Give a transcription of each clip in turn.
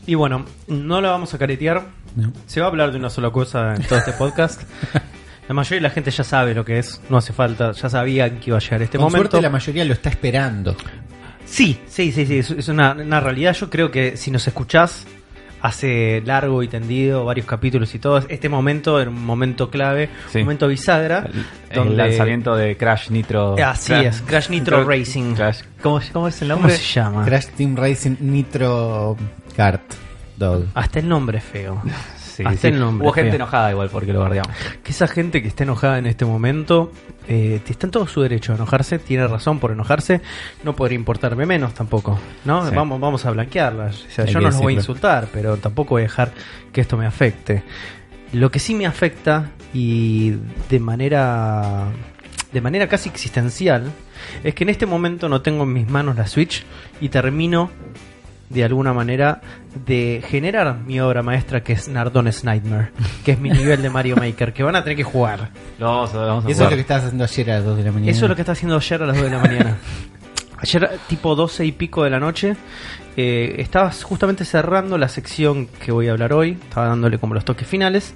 Y bueno, no la vamos a caretear. No. Se va a hablar de una sola cosa en todo este podcast. La mayoría de la gente ya sabe lo que es. No hace falta. Ya sabían que iba a llegar este Con momento. suerte la mayoría lo está esperando. Sí. Es una realidad. Yo creo que si nos escuchás hace largo y tendido, varios capítulos y todo, este momento era un momento clave, Sí. un momento bisagra. El lanzamiento de Crash Nitro. Así es, Crash Nitro Racing. Crash. ¿Cómo es el ¿Cómo nombre? se llama? Crash Team Racing Nitro Kart Dog. Hasta el nombre es feo. Sí, Hasta sí. el nombre, Hubo gente feo. enojada igual porque lo guardiamos. Que esa gente que está enojada en este momento está en todo su derecho a enojarse, tiene razón por enojarse, no podría importarme menos tampoco, ¿no? Sí. Vamos a blanquearlas. O sea, Hay yo que no los voy a decirlo. insultar, pero tampoco voy a dejar que esto me afecte. Lo que sí me afecta y de manera casi existencial es que en este momento no tengo en mis manos la Switch y termino de alguna manera de generar mi obra maestra, que es Nardone's Nightmare, que es mi nivel de Mario Maker, que van a tener que jugar. Lo vamos a Eso es jugar. lo que estabas haciendo ayer a las 2 de la mañana. Eso es lo que está haciendo ayer a las 2 de la mañana. Ayer, tipo 12 y pico de la noche, estaba justamente cerrando la sección que voy a hablar hoy. Estaba dándole como los toques finales.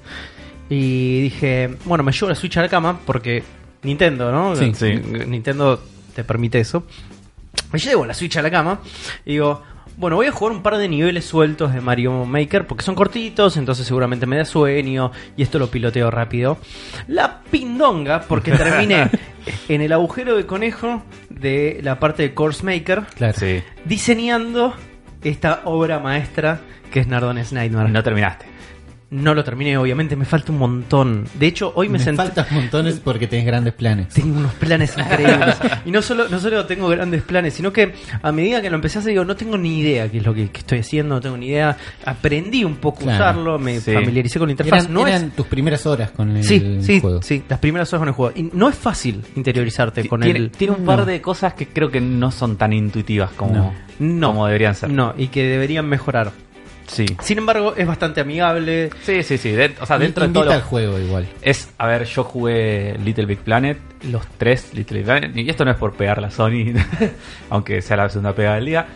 Y dije, bueno, me llevo la Switch a la cama porque Nintendo, ¿no? Sí. Sí. Nintendo te permite eso. Me llevo la Switch a la cama y digo, bueno, voy a jugar un par de niveles sueltos de Mario Maker porque son cortitos, entonces seguramente me da sueño y esto lo piloteo rápido. La pindonga, porque terminé en el agujero de conejo de la parte de Course Maker, Claro. Sí. diseñando esta obra maestra que es Nardone's Nightmare. No terminaste. No lo terminé, obviamente, me falta un montón. De hecho, hoy me senté... faltan montones porque tenés grandes planes. Tengo unos planes increíbles. Y no solo tengo grandes planes, sino que a medida que lo empecé a hacer, digo, no tengo ni idea qué es lo que estoy haciendo, no tengo ni idea. Aprendí un poco a Claro. usarlo, me Sí. familiaricé con la interfaz. Eran tus primeras horas con el Sí, juego. sí, las primeras horas con el juego. Y no es fácil interiorizarte con Tiene, el... tiene un par de cosas que creo que no son tan intuitivas como, No. como deberían ser. No, y que deberían mejorar. Sí. Sin embargo, es bastante amigable. Sí. O sea, dentro de Invita todo al juego igual. a ver, yo jugué Little Big Planet, los 3 Little Big Planet, y esto no es por pegar la Sony, aunque sea la segunda pegada del día,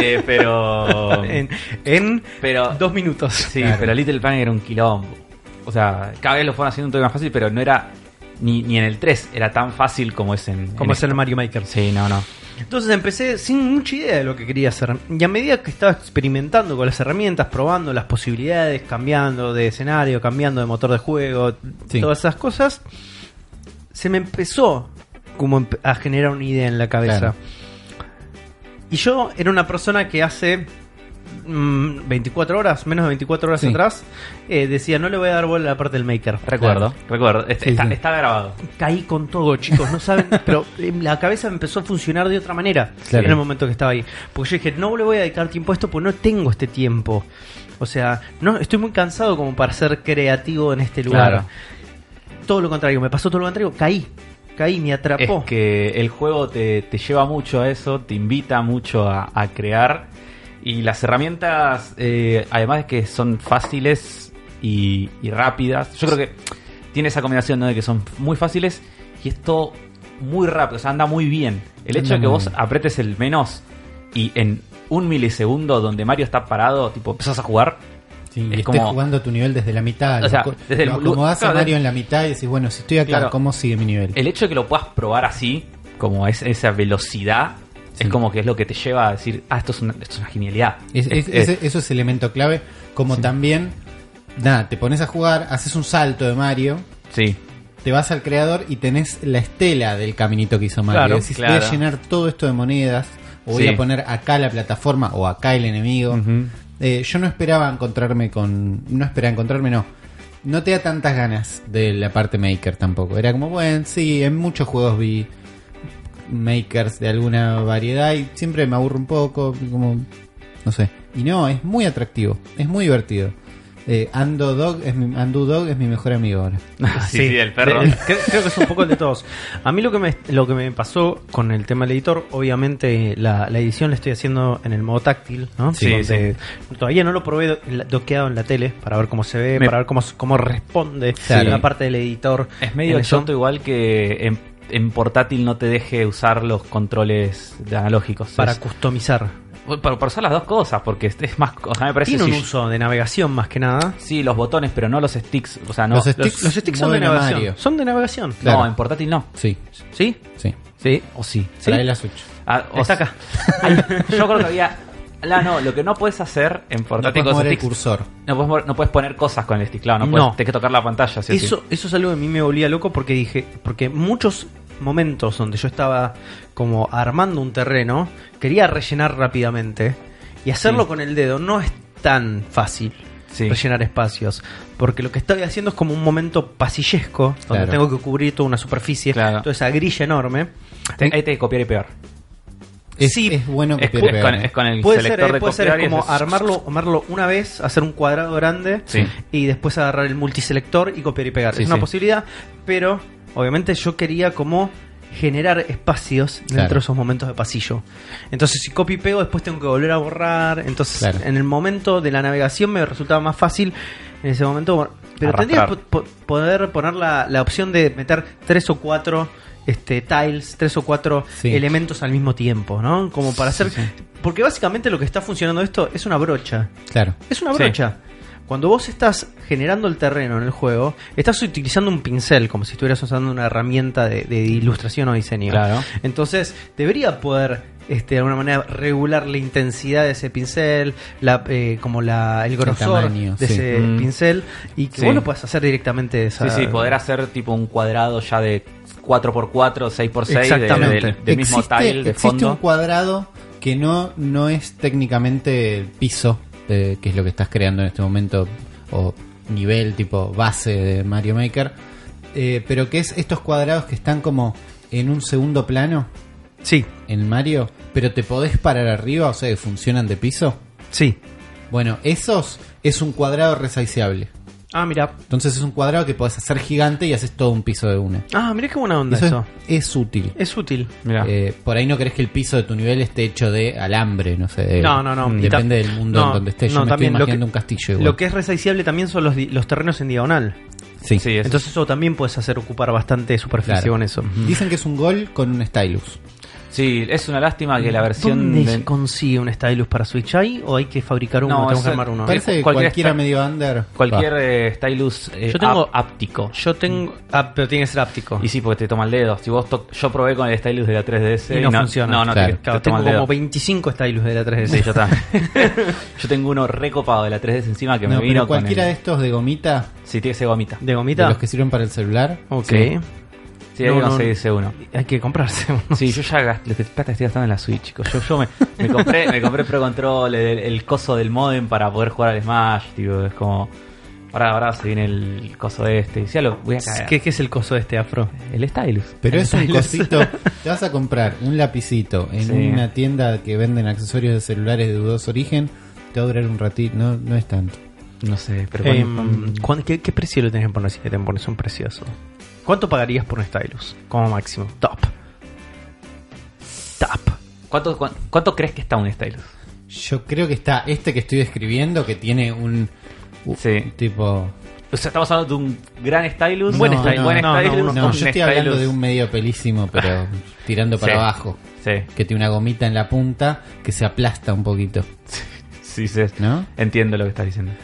pero en 2 minutos. sí, Claro. pero Little Big Planet era un quilombo. O sea, cada vez lo fueron haciendo un toque más fácil, pero no era ni en el 3 era tan fácil como es en Como es esto. el Mario Maker. Sí, no. Entonces empecé sin mucha idea de lo que quería hacer. Y a medida que estaba experimentando con las herramientas, probando las posibilidades, cambiando de escenario, cambiando de motor de juego, Sí. todas esas cosas, se me empezó como a generar una idea en la cabeza. Claro. Y yo era una persona que hace 24 horas, menos de 24 horas Sí. atrás, decía, no le voy a dar bola a la parte del Maker. Recuerdo. Sí, sí. Está grabado. Caí con todo, chicos, no saben, pero la cabeza me empezó a funcionar de otra manera Claro. en el momento que estaba ahí. Porque yo dije, no le voy a dedicar tiempo a esto porque no tengo este tiempo. O sea, no estoy muy cansado como para ser creativo en este lugar. Claro. Todo lo contrario, me pasó todo lo contrario, caí, me atrapó. Es que el juego te lleva mucho a eso, te invita mucho a crear. Y las herramientas, además de que son fáciles y rápidas, yo creo que tiene esa combinación, ¿no? De que son muy fáciles y es todo muy rápido, o sea, anda muy bien. El hecho de que vos apretes el menos y en 1 milisegundo donde Mario está parado, tipo, empezás a jugar. Sí, Es y como- estés jugando a tu nivel desde la mitad. O sea, lo desde el- acomodás claro, a Mario en la mitad y decís, bueno, si estoy acá, Claro. ¿cómo sigue mi nivel? El hecho de que lo puedas probar así, como esa velocidad, Sí. es como que es lo que te lleva a decir, esto es una genialidad. Eso es elemento clave. Como también, nada, te pones a jugar, haces un salto de Mario, Sí, te vas al creador y tenés la estela del caminito que hizo Mario. Claro, Decís, voy claro. a llenar todo esto de monedas, o voy Sí. a poner acá la plataforma, o acá el enemigo. Ujú. Yo no esperaba encontrarme no te da tantas ganas de la parte Maker tampoco. Era como, bueno, sí, en muchos juegos vi Makers de alguna variedad y siempre me aburro un poco, como, no sé. Y no, es muy atractivo, es muy divertido. Undo Dog es mi mejor amigo ahora. sí, el perro. Creo que es un poco el de todos. A mí lo que me pasó con el tema del editor, obviamente la edición la estoy haciendo en el modo táctil, ¿no? Sí, Donde todavía no lo probé doqueado en la tele para ver cómo se ve, para ver cómo responde Claro. la parte del editor. Es medio en eso. choto igual que en portátil no te deje usar los controles analógicos. Para Es- customizar. Por usar las dos cosas, porque es más... O sea, me parece... Tiene un si- uso de navegación más que nada. Sí, los botones, pero no los sticks. O sea, no... Los sticks Los sticks son de mueven a navegación. Mario. Son de navegación. Claro. No, en portátil no. Sí, ¿Sí? sí. Sí. ¿O sí? Trae la Switch. Está acá. Yo creo que había... No, lo que no puedes hacer en No portátil puedes con mover el sticks... cursor. No puedes poner cosas con el stick, claro. No puedes, No. tenés que tocar la pantalla. Sí, Eso es algo que a mí me volvía loco porque muchos momentos donde yo estaba como armando un terreno, quería rellenar rápidamente y hacerlo Sí. con el dedo no es tan fácil. Sí. Rellenar espacios, porque lo que estoy haciendo es como un momento pasillesco donde Claro. tengo que cubrir toda una superficie, Claro. toda esa grilla enorme. Ahí te que copiar y pegar. Sí, es bueno Es, copiar y pegar, es con el Puede selector ser, de puede ser copiar y como haces- armarlo una vez, hacer un cuadrado grande Sí. y después agarrar el multiselector y copiar y pegar. Sí, es una sí. posibilidad, pero obviamente yo quería como generar espacios dentro Claro. de esos momentos de pasillo. Entonces si copio y pego después tengo que volver a borrar. Entonces Claro. en el momento de la navegación me resultaba más fácil en ese momento. Pero tendría Arrastrar. que poder poner la opción de meter 3 o 4 tiles, 3 o 4 Sí. elementos al mismo tiempo, ¿no? Como para hacer... sí. Porque básicamente lo que está funcionando esto es una brocha. Claro. Es una Sí. brocha. Cuando vos estás generando el terreno en el juego, estás utilizando un pincel, como si estuvieras usando una herramienta de ilustración o diseño. Claro. Entonces, debería poder, de alguna manera, regular la intensidad de ese pincel, el grosor tamaño, de sí. ese Mm. pincel, y que Sí. vos lo puedas hacer directamente de esa... Sí, poder hacer tipo un cuadrado ya de 4x4, 6x6 Exactamente. del mismo tile de existe fondo. un cuadrado que no es técnicamente el piso, que es lo que estás creando en este momento, o nivel tipo base de Mario Maker, pero que es estos cuadrados que están como en un segundo plano Sí, en Mario, pero te podés parar arriba, o sea que funcionan de piso. sí. Bueno, esos es un cuadrado resizeable. Ah, mira. Entonces es un cuadrado que podés hacer gigante y haces todo un piso de una. Ah, mira qué buena onda eso. Eso es útil. Es útil. Mirá. Por ahí no querés que el piso de tu nivel esté hecho de alambre, no sé. No. Depende del mundo No, en donde estés. Yo no, me también estoy lo imaginando que- un castillo igual. Lo que es resizeable también son los terrenos en diagonal. Sí. Sí, es- Entonces eso también puedes hacer ocupar bastante superficie Claro. con eso. Dicen que es un gol con un stylus. sí, es una lástima que la versión... ¿Dónde de- se consigue un stylus para Switch? ¿Hay o hay que fabricar uno? No, Tengo que eso- armar uno. Parece que cualquier cualquiera sta- medio under. Cualquier va. stylus Yo tengo- áptico. Yo tengo... Ah, pero tiene que ser áptico. Y sí, porque te toma el dedo. Si vos yo probé con el stylus de la 3DS Y no funciona. No, Claro. te Claro, toma tengo el dedo. como 25 stylus de la 3DS. Sí, yo también. Yo tengo uno recopado de la 3DS encima que No, me vino pero cualquiera con de el... estos de gomita, Sí, tiene que ser gomita. ¿De de gomita? los que sirven para el celular. Ok. Sí. Sí, hay No, que no. conseguirse uno. Hay que comprarse uno. Sí, yo ya gasté plata estoy gastando en la Switch, chicos. Yo me compré Pro Control, el coso del modem para poder jugar al Smash, tío. Es como... Ahora se viene el coso este. Y ya lo voy a caer. ¿Qué es el coso de este afro? El stylus. Pero es un Stylus. cosito. Te vas a comprar un lapicito en Sí. una tienda que venden accesorios de celulares de dudoso origen. Te va a durar un ratito. No es tanto. No sé, pero... ¿Qué precio le tenés que poner si te pones un precioso? ¿Cuánto pagarías por un stylus? Como máximo. Top. ¿Cuánto crees que está un stylus? Yo creo que está este que estoy describiendo que tiene un Sí. tipo. O sea, estamos hablando de un gran stylus. No, Buen no, stylus. no, No, un yo estoy hablando stylus. de un medio pelísimo, pero tirando para Sí. abajo. Sí, Que tiene una gomita en la punta que se aplasta un poquito, sí, sí. ¿no? Entiendo lo que estás diciendo.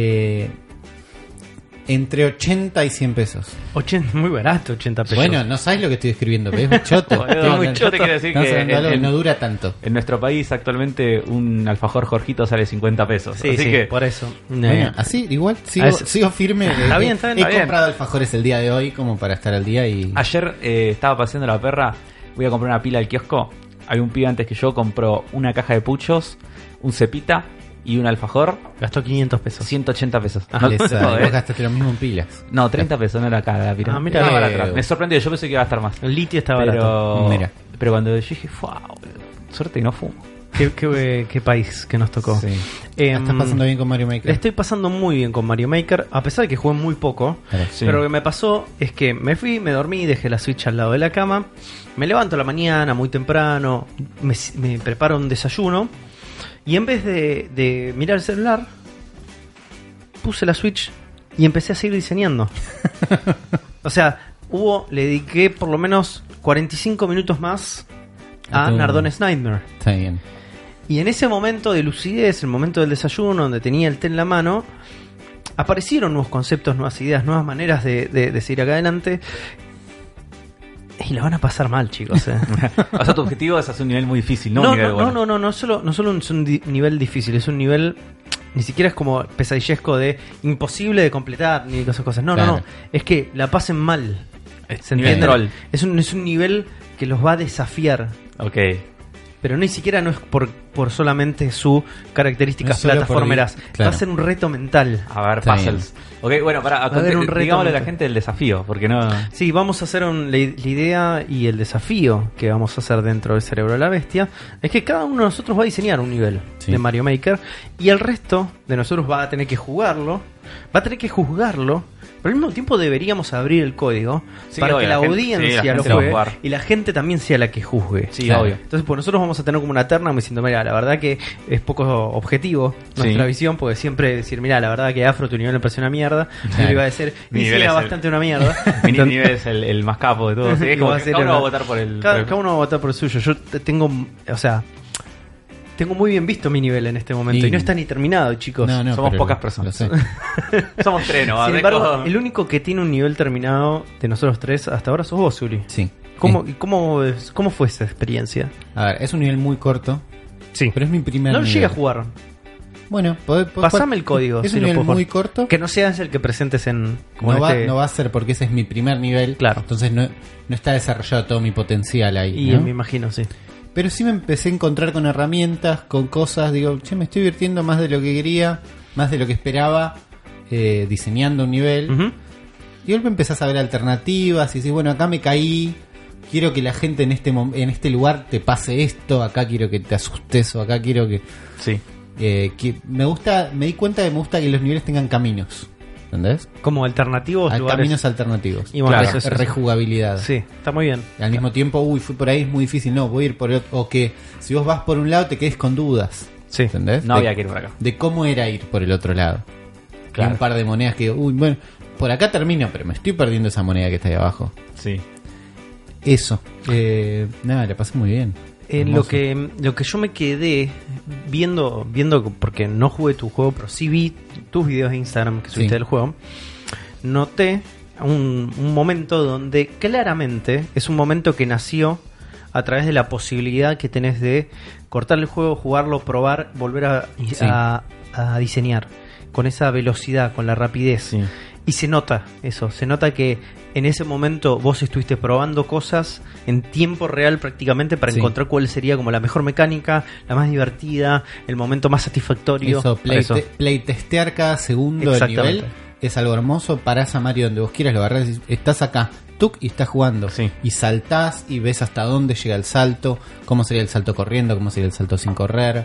Entre 80 y 100 pesos. 80, muy barato, 80 pesos. Bueno, no sabes lo que estoy escribiendo, pero es un choto. Boludo, Estoy muy hablando- choto, quiero decir estamos que hablando de algo en- que no dura tanto. En nuestro país actualmente un alfajor Jorgito sale 50 pesos. sí, así sí, que por eso. Bueno, así igual sigo, A veces- sigo firme. Está bien, está bien, He está bien. comprado alfajores el día de hoy como para estar al día y... ayer estaba paseando la perra, voy a comprar una pila al kiosco. Había un pibe antes que yo, compró una caja de puchos, un cepita y un alfajor, Gastó 500 pesos. 180 pesos. Ah, Les- no, vos gastaste lo mismo en pilas. no, 30 pesos, no era cara la pila. Ah, mira. Estaba barata. Me sorprendió, yo pensé que iba a gastar más. El litio está barato. Pero, Mira. pero cuando yo dije, ¡fua! Suerte que no fumo. ¿Qué país que nos tocó? Sí. Em, ¿Estás pasando bien con Mario Maker? La estoy pasando muy bien con Mario Maker, a pesar de que jugué muy poco. Claro. Sí. Pero lo que me pasó es que me fui, me dormí, dejé la Switch al lado de la cama. Me levanto a la mañana muy temprano, me preparo un desayuno. Y en vez de mirar el celular, puse la Switch y empecé a seguir diseñando. O sea, le dediqué por lo menos 45 minutos más a A tu- Nardones Nightmare. Está bien. Y en ese momento de lucidez, el momento del desayuno, donde tenía el té en la mano, aparecieron nuevos conceptos, nuevas ideas, nuevas maneras de seguir acá adelante. Y la van a pasar mal, chicos. O sea, tu objetivo es hacer un nivel muy difícil, no un nivel bueno. No solo es un nivel difícil, es un nivel, ni siquiera es como pesadillesco de imposible de completar, ni esas cosas. No, Claro. no, es que la pasen mal. ¿Se nivel entiende? troll. Es un nivel que los va a desafiar. Ok. Pero ni siquiera no es por solamente su características No es solo por plataformeras. claro. Va a ser un reto mental. A ver, Está puzzles. Ok, bueno, Va a haber un reto digámosle a la mental. gente el desafío, porque no... Sí, vamos a hacer la idea y el desafío que vamos a hacer dentro del Cerebro de la Bestia es que cada uno de nosotros va a diseñar un nivel Sí. de Mario Maker y el resto de nosotros va a tener que jugarlo, va a tener que juzgarlo, pero al mismo tiempo deberíamos abrir el código Sí, para obvio, que la la gente- audiencia sí, la lo gente lo va a juegue jugar. y la gente también sea la que juzgue. Sí, Claro. obvio. Entonces, pues nosotros vamos a tener como una terna diciendo, mira, la verdad que es poco objetivo nuestra Sí. visión, porque siempre decir, mira, la verdad que Afro, tu nivel me pareció una mierda, y Claro. yo iba a decir, Mi y sí, nivel era es el- bastante una mierda. Mi Entonces, nivel es el más capo de todos. Sí, es y como va a que ser cada uno va a una- votar por el... cada uno va a votar por el suyo. Yo tengo, o sea, tengo muy bien visto mi nivel en este momento y no está ni terminado, chicos. No, somos pero pocas personas. lo sé. Somos tres, ¿no? Sin Arreco- embargo, el único que tiene un nivel terminado de nosotros tres hasta ahora sos vos, Zuli. Sí. ¿Cómo fue esa experiencia? A ver, es un nivel muy corto, Sí. pero es mi primer No nivel. llegué a jugar. Bueno, Pasame el código. Es si un lo nivel puedo muy jugar. corto. Que no seas el que presentes en... como No, este- no va a ser porque ese es mi primer nivel. Claro. Entonces no está desarrollado todo mi potencial ahí. Y ¿no? me imagino, sí. Pero sí me empecé a encontrar con herramientas, con cosas. Digo, che, me estoy divirtiendo más de lo que quería, más de lo que esperaba, diseñando un nivel. Ujú. Y luego empezás a ver alternativas y decís, bueno, acá me caí. Quiero que la gente en este lugar te pase esto. Acá quiero que te asustes o acá quiero que... Sí. que me di cuenta que me gusta que los niveles tengan caminos. ¿Entendés? Como alternativos lugares. Caminos alternativos. Y bueno, Claro. eso es eso. Rejugabilidad. Sí, está muy bien. Y al mismo tiempo, fui por ahí, es muy difícil. No, voy a ir por el otro. O que si vos vas por un lado te quedes con dudas. Sí. ¿Entendés? No de, había que ir por acá. de cómo era ir por el otro lado. Claro. Hay un par de monedas que, bueno, por acá termino, pero me estoy perdiendo esa moneda que está ahí abajo. Sí. Eso. Nada, la pasé muy bien. Lo Hermoso. que yo me quedé viendo, porque no jugué tu juego, pero sí vi tus videos de Instagram que subiste Sí. del juego, noté un momento donde claramente es un momento que nació a través de la posibilidad que tenés de cortar el juego, jugarlo, probar, volver Sí. a diseñar con esa velocidad, con la rapidez. Sí. Y se nota eso, se nota que en ese momento vos estuviste probando cosas en tiempo real prácticamente para Sí. encontrar cuál sería como la mejor mecánica, la más divertida, el momento más satisfactorio. Eso, Para eso. playtestear cada segundo del Exactamente. nivel es algo hermoso. Parás a Mario donde vos quieras, lo agarrás y decís, estás acá, tuc, y estás jugando. Sí. Y saltás y ves hasta dónde llega el salto, cómo sería el salto corriendo, cómo sería el salto sin correr.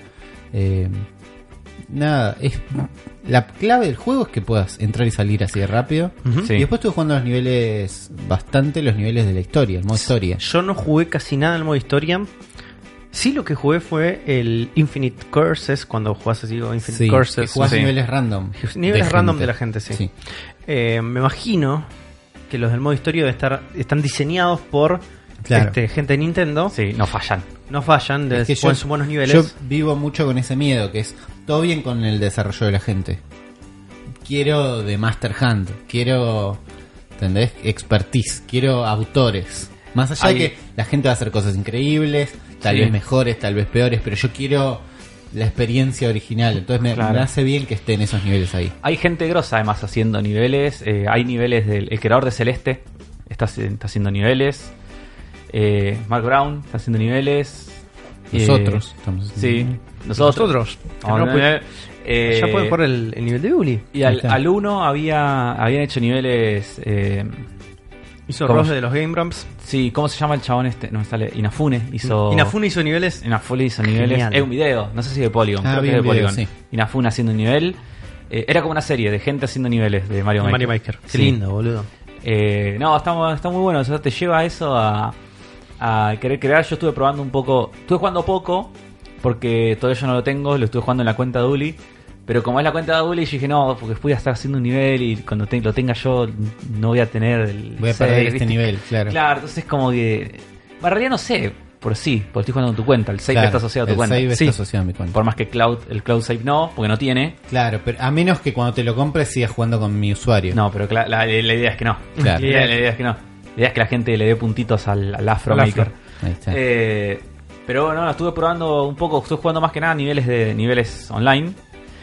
Nada, la clave del juego es que puedas entrar y salir así de rápido. Ujú. Sí. Y después estuve jugando los niveles de la historia, el modo historia. Yo no jugué casi nada en el modo historia. Sí, lo que jugué fue el Infinite Curses, cuando jugás así, o Infinite Sí, Curses. que jugás sí. niveles random. Niveles de random gente. de la gente, sí. Sí. Me imagino que los del modo historia están diseñados por Claro. gente de Nintendo. Sí, no fallan. No fallan, Es que ponen sus buenos niveles. yo vivo mucho con ese miedo, que es todo bien con el desarrollo de la gente. Quiero de Master Hand, quiero, ¿entendés? Expertise, quiero autores. Más allá Hay- de que la gente va a hacer cosas increíbles, tal Sí. vez mejores, tal vez peores, pero yo quiero la experiencia original. Entonces Claro. me hace bien que estén esos niveles ahí. Hay gente grosa además haciendo niveles. Hay niveles del el creador de Celeste. Está haciendo niveles. Mark Brown está haciendo niveles. Nosotros estamos Sí, haciendo- nosotros. Que no puede- ya pueden jugar el nivel de Uli. Y Ahí al, está. al 1 habían hecho niveles. Hizo ¿Cómo? Ross de los Game Ramps. Sí, ¿cómo se llama el chabón este? No me sale. Inafune hizo. Inafune hizo niveles. Inafune hizo niveles. Genial. Es un video, no sé si de Polygon. Ah, creo vi que es de un video, Polygon. sí. Inafune haciendo un nivel. Era como una serie de gente haciendo niveles de Mario Maker. Mario Maker. Qué Sí. lindo, boludo. No, está muy bueno. O sea, te lleva a eso a querer crear. Yo estuve probando un poco. Estuve jugando poco porque todavía yo no lo tengo. Lo estuve jugando en la cuenta de Uli. Pero como es la cuenta de Uli, yo dije no, porque voy a estar haciendo un nivel y cuando lo tenga yo no voy a tener el. Voy a save, perder este ¿viste? nivel, claro. Claro, entonces como que. En realidad no sé. porque estoy jugando con tu cuenta. El save está asociado a tu cuenta. El save Sí. está asociado a mi cuenta. Por más que el cloud save no, porque no tiene. Claro, pero a menos que cuando te lo compres sigas jugando con mi usuario. No, pero la idea es que no. Claro. La idea es que no. La idea es que la gente le dé puntitos al Afro Maker. Ahí está. Pero no, estuve probando un poco, estuve jugando más que nada niveles online.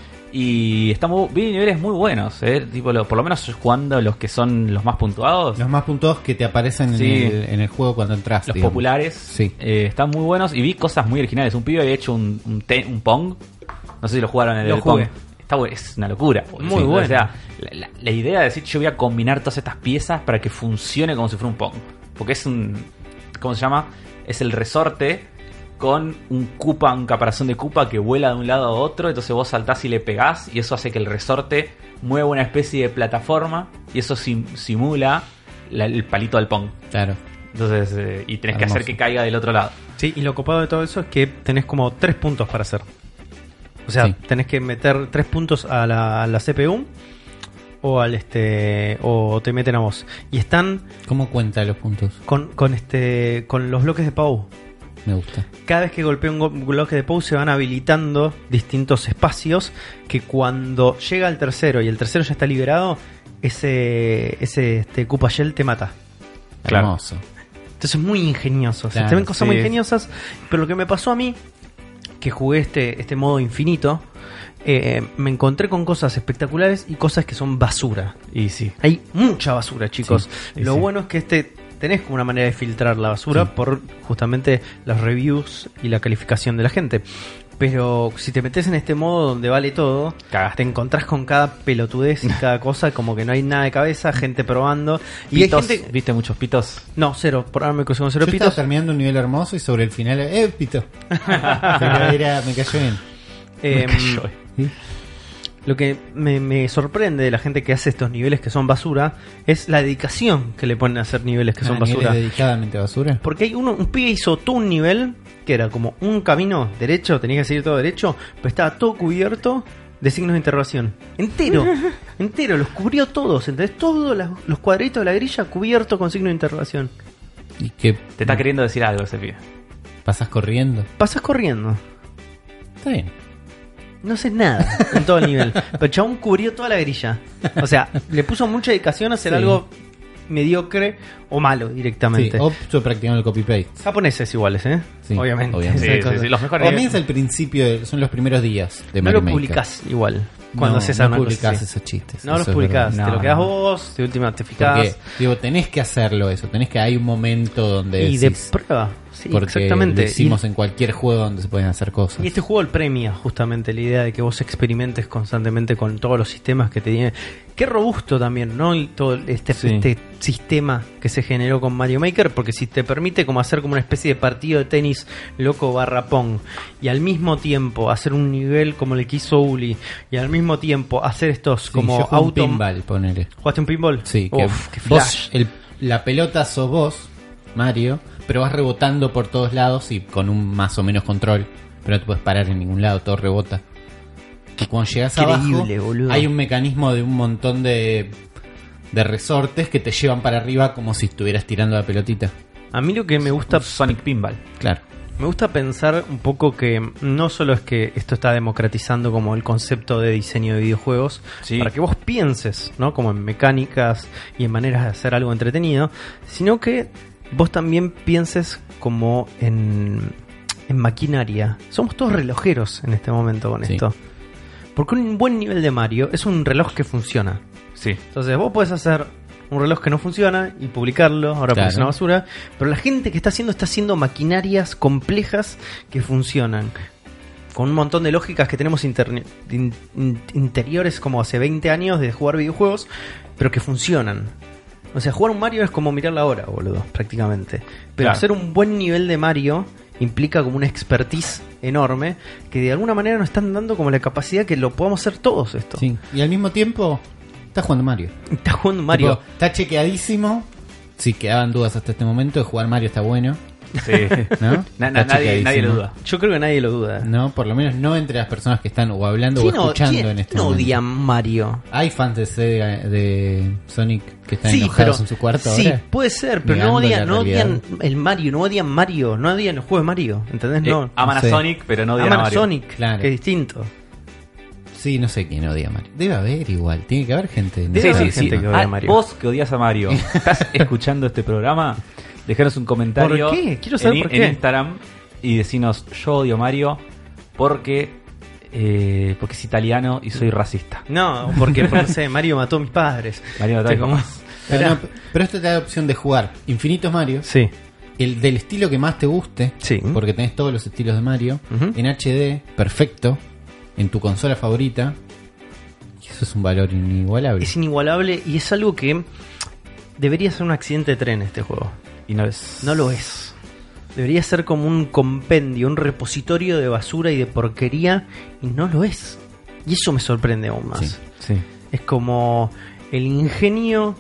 Y vi niveles muy buenos, tipo por lo menos jugando los que son los más puntuados. Los más puntuados que te aparecen Sí. en el juego cuando entras. Los digamos. populares. Sí. Están muy buenos y vi cosas muy originales. Un pibe había hecho un Pong. No sé si lo jugaron en Lo el jugué. Pong. Es una locura. Muy bueno. O sea, la idea de decir yo voy a combinar todas estas piezas para que funcione como si fuera un Pong. Porque es ¿cómo se llama? Es el resorte con un caparazón de Koopa que vuela de un lado a otro. Entonces vos saltás y le pegás y eso hace que el resorte mueva una especie de plataforma y eso simula el palito del Pong. Claro. Entonces, y tenés que Hermoso. hacer que caiga del otro lado. Sí, y lo copado de todo eso es que tenés como 3 puntos para hacer. O sea, Sí. tenés que meter 3 puntos a la CPU o o te meten a vos. Y están ¿Cómo cuenta los puntos? con los bloques de Pau. Me gusta. Cada vez que golpea un bloque de Pau se van habilitando distintos espacios que cuando llega al tercero y el tercero ya está liberado, ese Koopa Shell te mata. Claro. Hermoso. Entonces es muy ingenioso. O sea, Claro, te ven cosas muy sí. ingeniosas. Pero lo que me pasó a mí, que jugué este modo infinito, me encontré con cosas espectaculares y cosas que son basura. Y sí. Hay mucha basura, chicos. Sí, Lo sí. bueno es que tenés como una manera de filtrar la basura Sí. por justamente las reviews y la calificación de la gente. Pero si te metes en este modo donde vale todo, Cagaste. te encontrás con cada pelotudez y cada cosa, como que no hay nada de cabeza, gente probando. Y Pitos, hay gente... ¿viste muchos pitos? No, cero. Por ahora me crucé con 0 Yo estaba pitos. terminando un nivel hermoso y sobre el final... pito! me cayó bien. Eh, cayó. ¿Sí? Lo que me sorprende de la gente que hace estos niveles que son basura es la dedicación que le ponen a hacer niveles que son ¿Niveles basura. dedicadamente basura? Porque hay un pibe hizo todo un nivel que era como un camino derecho, tenías que seguir todo derecho, pero estaba todo cubierto de signos de interrogación. Entero, entero, los cubrió todos, ¿entendés? Todos los cuadritos de la grilla cubiertos con signos de interrogación. ¿Y qué? Te está queriendo decir algo ese pibe. ¿Pasas corriendo? Pasas corriendo. Está bien. No sé nada en todo el nivel. Pero el chabón cubrió toda la grilla. O sea, le puso mucha dedicación a hacer Sí. algo mediocre o malo Sí, directamente. opto practicando el copy-paste. Japoneses iguales, ¿eh? Sí, obviamente. obviamente. Esa Sí, cosa. sí, sí, los mejores. Comienza el principio, son los primeros días de No Mario lo Maker. publicás igual. Cuando no, haces no una cosa publicás así. esos chistes. No los eso es publicás, verdad. te No, lo quedás no. vos, de última te fijás. Porque, digo, tenés que hacerlo eso. Tenés que hay un momento donde Y de decís, prueba, sí, porque exactamente. lo hicimos en cualquier juego donde se pueden hacer cosas. Y este juego el premia justamente la idea de que vos experimentes constantemente con todos los sistemas que te tiene. Qué robusto también, ¿no? Y todo este sistema que se generó con Mario Maker, porque si te permite como hacer como una especie de partido de tenis loco / Pong, y al mismo tiempo hacer un nivel como el que hizo Uli, y al mismo tiempo hacer estos Sí, como yo jugué un auto... pinball, ponele. ¿Jugaste un pinball? Sí, que Uf, qué flash. vos, la pelota sos vos, Mario, pero vas rebotando por todos lados y con un más o menos control, pero no te puedes parar en ningún lado, todo rebota. Y cuando llegas Increíble, abajo, boludo. hay un mecanismo de un montón de resortes que te llevan para arriba como si estuvieras tirando la pelotita. A mí lo que me gusta... Un Sonic Pinball. Claro. Me gusta pensar un poco que no solo es que esto está democratizando como el concepto de diseño de videojuegos, Sí. para que vos pienses, ¿no? Como en mecánicas y en maneras de hacer algo entretenido, sino que vos también pienses como en maquinaria. Somos todos relojeros en este momento con Sí. esto. Porque un buen nivel de Mario es un reloj que funciona. Sí. Entonces vos podés hacer un reloj que no funciona y publicarlo, ahora Claro. porque es una basura, pero la gente que está haciendo maquinarias complejas que funcionan con un montón de lógicas que tenemos interiores como hace 20 años de jugar videojuegos, pero que funcionan. O sea, jugar un Mario es como mirar la hora, boludo, prácticamente. Pero Claro. hacer un buen nivel de Mario implica como una expertise enorme que de alguna manera nos están dando como la capacidad que lo podamos hacer todos esto. Sí. Y al mismo tiempo, estás jugando Mario. Está jugando Mario. Tipo, está chequeadísimo. Si quedaban dudas hasta este momento, de jugar Mario está bueno. Sí. ¿no? Nadie chequeadísimo. lo duda. Yo creo que nadie lo duda. No, por lo menos no entre las personas que están o hablando o escuchando en este no momento. odian Mario? Hay fans de Sega, de Sonic que están Sí, enojados pero- en su cuarto sí, ahora. puede ser, pero Negando no odian la realidad. el Mario, no odian Mario, no odian los juegos de Mario, ¿entendés? No. Aman a sé. Sonic, pero no odian Aman a a Mario. Sonic, Claro. que es distinto. Sí, no sé quién odia a Mario. Debe haber igual, tiene que haber gente. Debe haber Sí. gente que odia a Mario. Vos que odias a Mario, ¿estás escuchando este programa? Dejaros un comentario ¿Por qué? Quiero saber en, por en qué. Instagram y decinos yo odio a Mario porque es italiano y soy racista. No, porque no sé, Mario mató a mis padres. Mario mató a mis ¿Cómo? papás. Pero, pero esto te da la opción de jugar infinitos Mario, Sí, el del estilo que más te guste, sí. porque tenés todos los estilos de Mario, Ujú. en HD, perfecto, en tu consola favorita. Y eso es un valor inigualable. Es inigualable y es algo que debería ser un accidente de tren este juego. Y no es. No lo es. Debería ser como un compendio, un repositorio de basura y de porquería, y no lo es. Y eso me sorprende aún más. Sí. Sí. Es como el ingenio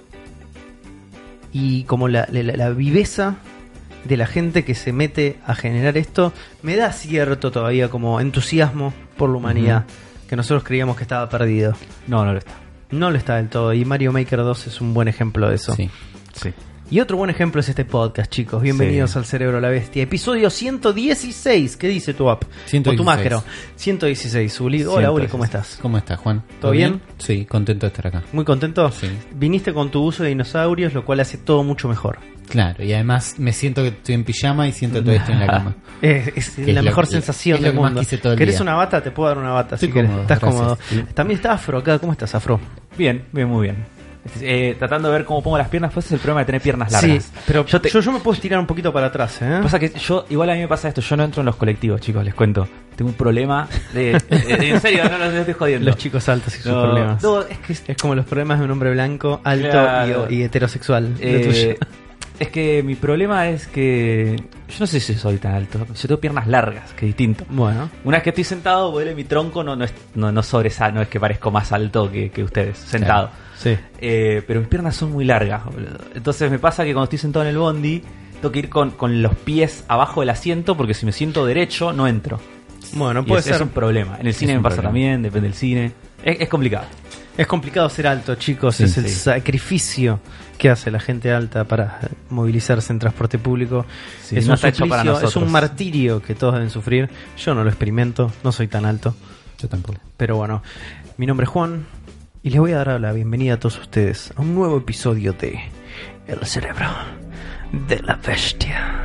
y como la viveza de la gente que se mete a generar esto. Me da cierto todavía como entusiasmo por la humanidad, que nosotros creíamos que estaba perdido. No lo está. No lo está del todo, y Mario Maker 2 es un buen ejemplo de eso. Sí. Sí. Y otro buen ejemplo es este podcast, chicos. Bienvenidos Sí. al Cerebro de la Bestia. Episodio 116. ¿Qué dice tu app? 116. O tu macro. 116, Uli. Hola, Uli, ¿cómo estás? ¿Cómo estás, Juan? ¿Todo bien? Sí, contento de estar acá. ¿Muy contento? Sí. Viniste con tu uso de dinosaurios, lo cual hace todo mucho mejor. Claro, y además me siento que estoy en pijama y siento que todavía estoy en la cama. Es Que la es mejor lo que- sensación es lo del que más mundo. quise todo el ¿Querés día. una bata? Te puedo dar una bata. Estoy si querés. cómodo, Estás gracias. cómodo. Sí. También está Afro acá. ¿Cómo estás, Afro? Bien, muy bien. Tratando de ver cómo pongo las piernas, pues es el problema de tener piernas largas. Sí, pero yo, yo me puedo estirar un poquito para atrás, ¿eh? Pasa que igual a mí me pasa esto, yo no entro en los colectivos, chicos, les cuento. Tengo un problema en serio, no los estoy jodiendo. Los chicos altos y sus No, problemas. no, es que Es como los problemas de un hombre blanco, alto Claro. y heterosexual. Lo tuyo. es que mi problema es que yo no sé si soy tan alto, yo tengo piernas largas, que es distinto. Bueno, Una vez que estoy sentado, vuelve mi tronco, no sobresale, no es que parezco más alto que ustedes, sentado. sí. Pero mis piernas son muy largas, boludo. Entonces me pasa que cuando estoy sentado en el bondi, tengo que ir con los pies abajo del asiento, porque si me siento derecho, no entro. Bueno, Y puede es ser. un problema. En el cine un me pasa problema. también, depende del cine. Es complicado. Es complicado ser alto, chicos. Sí, es el sí. sacrificio que hace la gente alta para movilizarse en transporte público. Sí, es no un está hecho para suplicio, es nosotros. un martirio que todos deben sufrir. Yo no lo experimento, no soy tan alto. Yo tampoco. Pero bueno, mi nombre es Juan y les voy a dar la bienvenida a todos ustedes a un nuevo episodio de El Cerebro de la Bestia.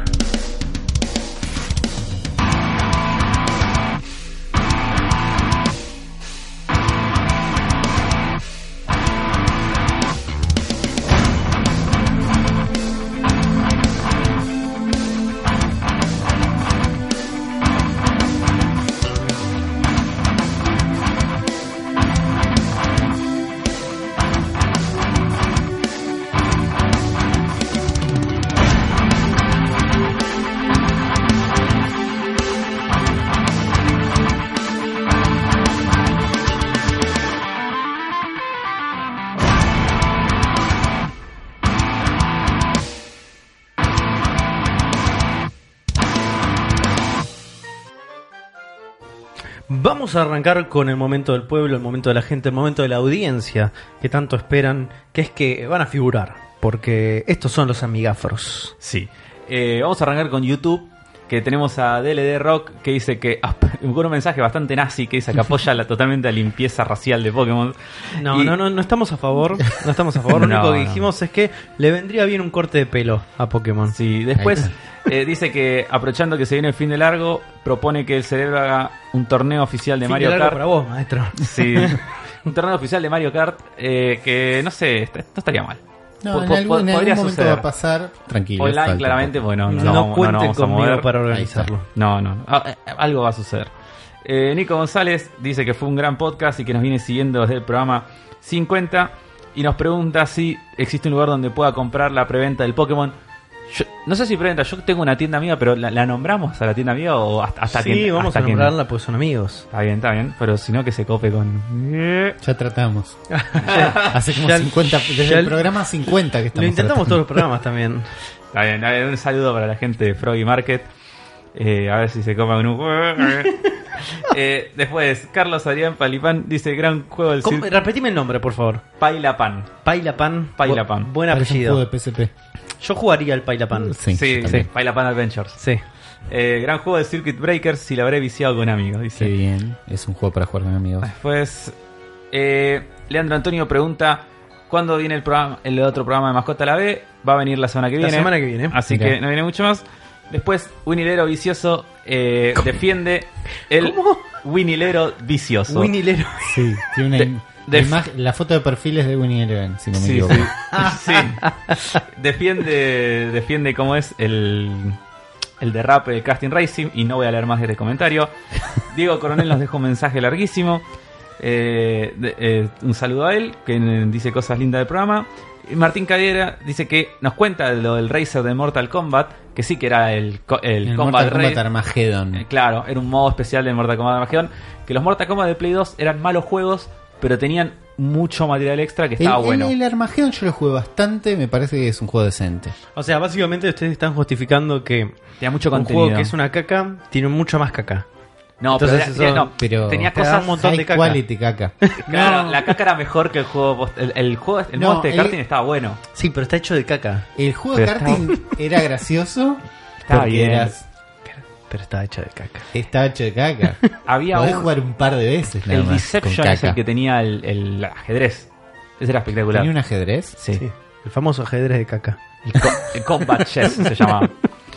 Vamos a arrancar con el momento del pueblo, el momento de la gente, el momento de la audiencia que tanto esperan, que es que van a figurar, porque estos son los amigafros. Sí. Vamos a arrancar con YouTube, que tenemos a DLD Rock, que dice que... con un mensaje bastante nazi, que dice que apoya totalmente la limpieza racial de Pokémon. No, Y- no estamos a favor, no estamos a favor. Lo No, único que no. dijimos es que le vendría bien un corte de pelo a Pokémon. Sí, después dice que aprovechando que se viene el fin de largo, propone que el Cerebro haga un torneo oficial de Fin Mario largo Kart. para vos, maestro. Sí, un torneo oficial de Mario Kart que no sé, no estaría mal. No, en Po- algún, en algún podría momento suceder. va a pasar. Tranquilo. Online falta claramente, poco. bueno, No, cuenten vamos a conmigo mover. para Ahí organizarlo. No. Algo va a suceder. Nico González dice que fue un gran podcast y que nos viene siguiendo desde el programa 50 y nos pregunta si existe un lugar donde pueda comprar la preventa del Pokémon. Yo, no sé si preventa, yo tengo una tienda amiga, pero ¿la nombramos a la tienda amiga o hasta Sí, que vamos hasta a que no? nombrarla, pues son amigos. Está bien, pero si no que se cope con... Ya tratamos. Hace como Ya- 50. Desde ya- el programa 50 que estamos Lo intentamos tratando. todos los programas también. Está bien, un saludo para la gente de Froggy Market. A ver si se come un... Después, Carlos Adrián Palipán dice: gran juego del circo. Repetime el nombre, por favor. Pailapan. Pailapan. Pailapan. Buen Parece un apellido. juego de PSP. Yo jugaría al Pailapan. Sí, Sí, también. Pailapan Adventures. Sí. Gran juego de Circuit Breakers, si lo habré viciado con amigos, dice. Qué bien. Es un juego para jugar con amigos. Después, Leandro Antonio pregunta: ¿cuándo viene el otro programa de Mascota la B? Va a venir la semana que viene. La semana que viene. Así Mirá. que no viene mucho más. Después, Winilero Vicioso defiende el ¿Cómo? Winilero Vicioso. Winilero. Sí, tiene una de- la foto de perfil es de Winnie Eleven, si no me Sí, equivoco. sí. Sí. Defiende cómo es el derrape de Casting Racing y no voy a leer más de este comentario. Diego Coronel nos dejó un mensaje larguísimo. Un saludo a él, que dice cosas lindas del programa. Y Martín Cadera dice que nos cuenta de lo del Racer de Mortal Kombat, que sí que era el El Combat Mortal Kombat Racer. Armageddon. Claro, era un modo especial del Mortal Kombat Armageddon. Que los Mortal Kombat de Play 2 eran malos juegos, pero tenían mucho material extra que estaba bueno. El Armageddon yo lo jugué bastante, me parece que es un juego decente. O sea, básicamente ustedes están justificando que Tenía mucho un contenido. juego que es una caca tiene mucho más caca. No, Entonces pero, eso- Pero tenía te da cosas un montón de high caca. quality caca. Claro, No, la caca era mejor que el juego. El modo este de karting estaba bueno. Sí, pero está hecho de caca. el juego de Pero karting era gracioso Estaba porque bien. Pero está hecho de caca. está hecho de caca. Había Podés un, jugar un par de veces nada el más Deception con es el caca. que tenía el ajedrez. Ese era espectacular. ¿Tenía un ajedrez? Sí. Sí. El famoso ajedrez de caca. El Combat Chess se llamaba.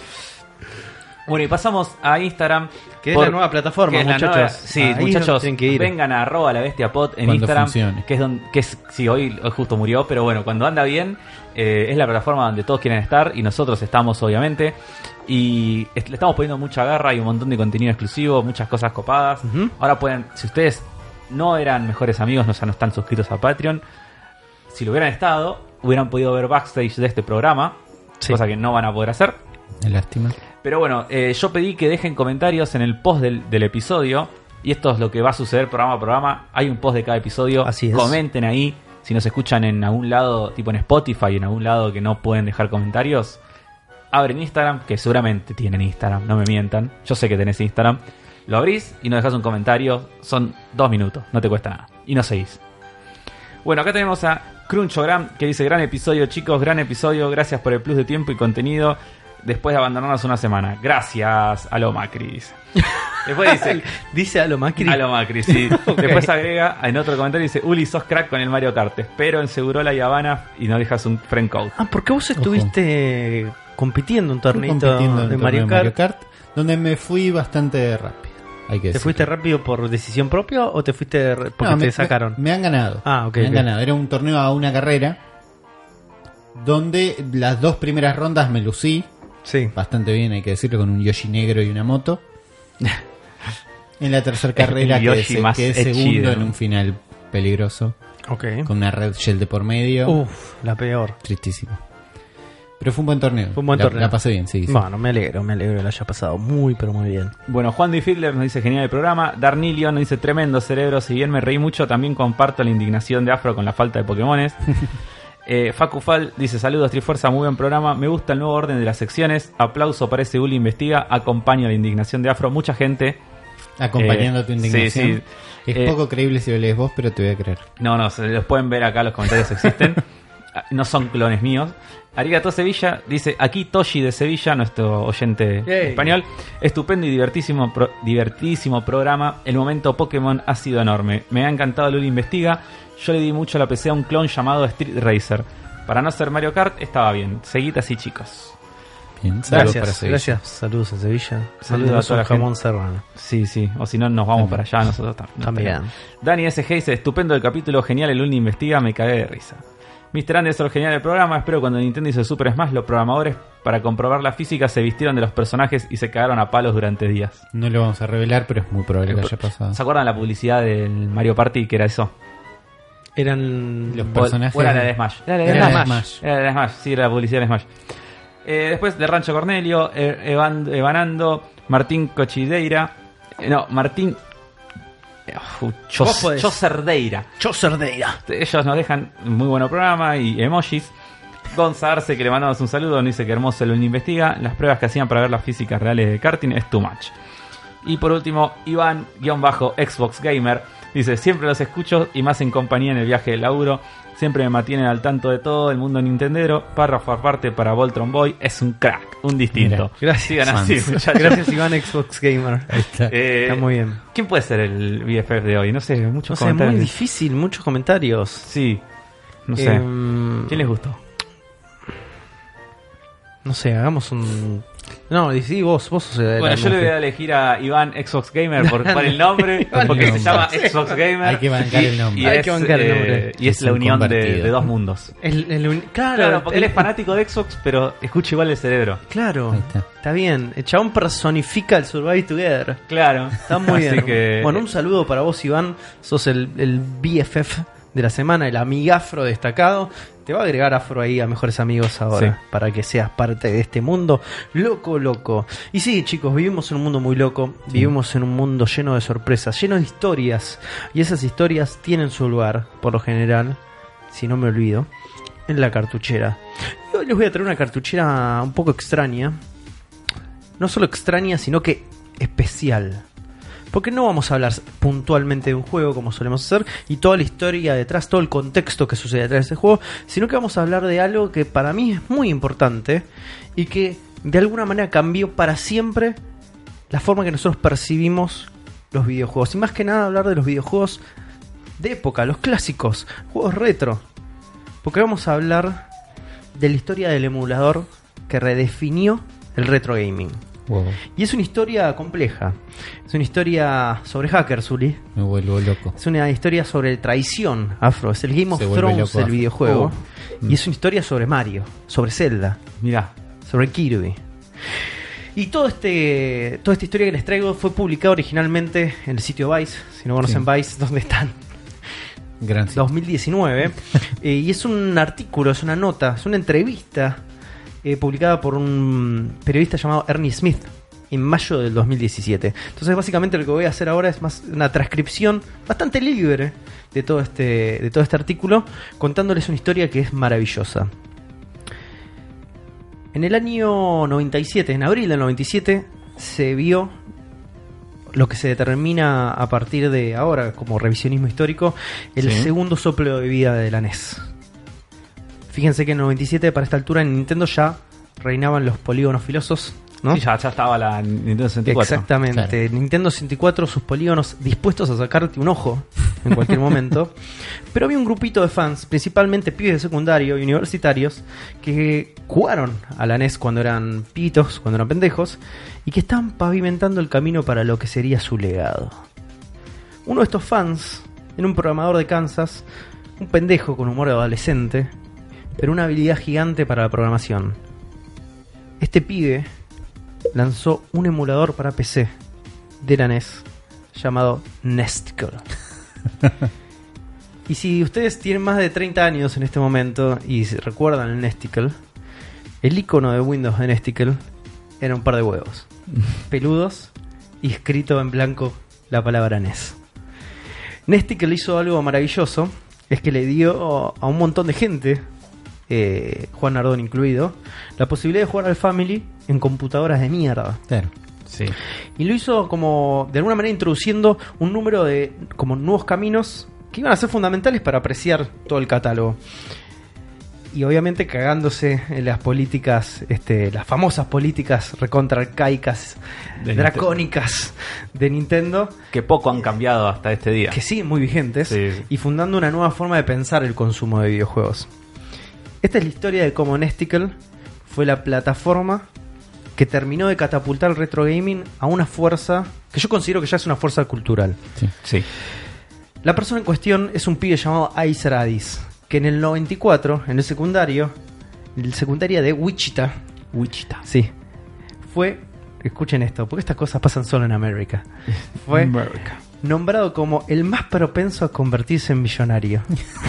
Bueno, y pasamos a Instagram. Que es la nueva plataforma, que es la muchachos. nueva- sí, Ahí muchachos, tienen que ir. vengan a @labestiapod en Cuando Instagram. funcione. Que es donde, sí, hoy justo murió, pero bueno, cuando anda bien, es la plataforma donde todos quieren estar y nosotros estamos, obviamente. Y le estamos poniendo mucha garra y un montón de contenido exclusivo, muchas cosas copadas. Ujú. Ahora pueden, si ustedes no eran mejores amigos, no están suscritos a Patreon, si lo hubieran estado, hubieran podido ver backstage de este programa, Sí. cosa que no van a poder hacer. Lástima. Pero bueno, yo pedí que dejen comentarios en el post del episodio. Y esto es lo que va a suceder programa a programa. Hay un post de cada episodio. Así es. Comenten ahí. Si nos escuchan en algún lado, tipo en Spotify, en algún lado que no pueden dejar comentarios, abren Instagram, que seguramente tienen Instagram, no me mientan. Yo sé que tenés Instagram. Lo abrís y nos dejas un comentario. Son 2 minutos, no te cuesta nada. Y nos seguís. Bueno, acá tenemos a Crunchogram, que dice: gran episodio, chicos, gran episodio. Gracias por el plus de tiempo y contenido después de abandonarnos una semana. Gracias, Alo Macri, dice. Después dice: Dice a lo Macri. Alo Macri, sí. Ok. Después agrega en otro comentario, dice: Uli, sos crack con el Mario Kart. Espero en Segurola y Habana y no dejas un friend code. Ah, porque vos estuviste compitiendo un torneito Compitiendo en de el Mario torneo Kart. donde me fui bastante rápido. Hay que ¿Te decirlo. fuiste rápido por decisión propia o te fuiste porque No, te sacaron? Me han ganado. Ah, ok, Me han ok. ganado. Era un torneo a una carrera donde las 2 primeras rondas me lucí Sí. bastante bien, hay que decirlo, con un Yoshi negro y una moto. En la tercera carrera El Yoshi quedé más quedé edgy segundo de- en un final peligroso, Ok. con una red shell de por medio. Uf, la peor. Tristísimo. Pero fue un buen torneo. Fue un buen torneo. La pasé bien, sí. sí. Bueno, me alegro que lo haya pasado muy, pero muy bien. Bueno, Juan Di Fiedler nos dice: genial el programa. Darnilio nos dice: tremendo cerebro. Si bien me reí mucho, también comparto la indignación de Afro con la falta de Pokémones. Facu Fal dice: saludos Trifuerza, muy buen programa. Me gusta el nuevo orden de las secciones. Aplauso para ese Uli Investiga. Acompaño la indignación de Afro. Mucha gente. Acompañando tu indignación. Sí, sí. Es poco creíble si lo lees vos, pero te voy a creer. No, se los pueden ver acá, los comentarios existen. No son clones míos. Arigato Sevilla dice: aquí Toshi de Sevilla, nuestro oyente Yay. español. Estupendo y divertidísimo programa. El momento Pokémon ha sido enorme. Me ha encantado Luli Investiga. Yo le di mucho a la PC a un clon llamado Street Racer. Para no ser Mario Kart, estaba bien. Seguid así, chicos. Bien, saludos para Gracias, Sevilla. gracias. Saludos a Sevilla. Saludos Saludos a toda a la jamón serrano. Sí. O si no, nos vamos para allá nosotros También. Dani SG dice: estupendo el capítulo, genial el Luni Investiga, me cagué de risa. Mr. Anderson, genial el programa. Espero cuando Nintendo hizo Super Smash, los programadores, para comprobar la física, se vistieron de los personajes y se cagaron a palos durante días. No lo vamos a revelar, pero es muy probable que haya pasado. ¿Se acuerdan la publicidad del Mario Party que era eso? Eran Los personajes. O era la de Smash. Era Era de la de Smash. Smash. Era la de Smash, sí, era la publicidad de Smash. Después de Rancho Cornelio, Evanando, Martín Cochideira. Martín. Vos podés. Chocerdeira. Chocerdeira. Ellos nos dejan un muy buen programa y emojis. Gonza Arce, que le mandamos un saludo, nos dice que hermoso lo investiga. Las pruebas que hacían para ver las físicas reales de karting es too much. Y por último, Iván-Xbox Gamer dice: siempre los escucho y más en compañía en el viaje del laburo. Siempre me mantienen al tanto de todo el mundo nintendero. Párrafo aparte para Voltron Boy. Es un crack, un distinto. Mira, gracias. Sigan así, muchachos. Gracias, Iván Xbox Gamer. Ahí está. Está muy bien. ¿Quién puede ser el BFF de hoy? No sé, muchos No sé, comentarios. muy difícil, muchos comentarios. Sí, no sé. ¿Quién les gustó? No sé, hagamos un... No, sí, vos sos el... Bueno, yo le voy a elegir a Iván Xbox Gamer por el nombre, porque se llama Xbox Gamer. Hay que bancar el nombre. Hay que bancar el nombre. Y es Es la un unión de convertido. dos mundos. Claro, Porque él es fanático de Xbox, pero escucha igual el cerebro. Claro, Ahí está. está bien. El chabón personifica el Survive Together. Claro. Está muy Así bien. que- Bueno, un saludo para vos, Iván. Sos el BFF de la semana, el amigafro destacado. Te va a agregar afro ahí a mejores amigos ahora, Sí. para que seas parte de este mundo loco. Y sí, chicos, vivimos en un mundo muy loco. Vivimos en un mundo lleno de sorpresas, lleno de historias. Y esas historias tienen su lugar, por lo general, si no me olvido, en la cartuchera. Y hoy les voy a traer una cartuchera un poco extraña. No solo extraña, sino que especial. Porque no vamos a hablar puntualmente de un juego como solemos hacer y toda la historia detrás, todo el contexto que sucede detrás de ese juego, sino que vamos a hablar de algo que para mí es muy importante y que de alguna manera cambió para siempre la forma que nosotros percibimos los videojuegos. Y más que nada hablar de los videojuegos de época, los clásicos, juegos retro. Porque vamos a hablar de la historia del emulador que redefinió el retro gaming. Wow, Y es una historia compleja. Es una historia sobre hackers, Uli. me vuelvo loco. Es una historia sobre traición, Afro. Es el Game of Se vuelve Thrones loco, del Afro. videojuego. Y es una historia sobre Mario, sobre Zelda, Mirá. sobre Kirby. Y toda esta historia que les traigo fue publicada originalmente en el sitio Vice. Si no conocen Sí. Vice, ¿dónde están? Gran sitio. 2019. Y es un artículo, es una nota, es una entrevista publicada por un periodista llamado Ernie Smith en mayo del 2017. Entonces básicamente lo que voy a hacer ahora es más una transcripción bastante libre de todo este artículo, contándoles una historia que es maravillosa. En el año 97, en abril del 97, se vio lo que se determina a partir de ahora como revisionismo histórico, el Sí. segundo soplo de vida de la NES. Fíjense que en el 97, para esta altura, en Nintendo ya reinaban los polígonos filosos, ¿no? Sí, ya estaba la Nintendo 64. Exactamente. Claro. Nintendo 64, sus polígonos dispuestos a sacarte un ojo en cualquier momento. Pero había un grupito de fans, principalmente pibes de secundario y universitarios, que jugaron a la NES cuando eran pibitos, cuando eran pendejos, y que estaban pavimentando el camino para lo que sería su legado. Uno de estos fans era un programador de Kansas, un pendejo con humor adolescente, pero una habilidad gigante para la programación. Este pibe lanzó un emulador para PC de la NES llamado Nesticle. Y si ustedes tienen más de 30 años en este momento y se recuerdan el Nesticle, el icono de Windows de Nesticle era un par de huevos peludos y escrito en blanco la palabra NES. Nesticle hizo algo maravilloso, es que le dio a un montón de gente, Juan Nardón incluido, la posibilidad de jugar al Family en computadoras de mierda. Claro. Sí. Y lo hizo como de alguna manera introduciendo un número de como nuevos caminos que iban a ser fundamentales para apreciar todo el catálogo. Y obviamente cagándose en las políticas, las famosas políticas recontra arcaicas, De dracónicas de Nintendo, Que poco han cambiado hasta este día. que siguen muy vigentes, Sí, sí. y fundando una nueva forma de pensar el consumo de videojuegos. Esta es la historia de cómo Nesticle fue la plataforma que terminó de catapultar el retro gaming a una fuerza que yo considero que ya es una fuerza cultural. Sí. Sí. La persona en cuestión es un pibe llamado Aizer Addis, que en el 94, en el secundaria de Wichita, sí, fue, escuchen esto, porque estas cosas pasan solo en América, fue America. nombrado como el más propenso a convertirse en millonario.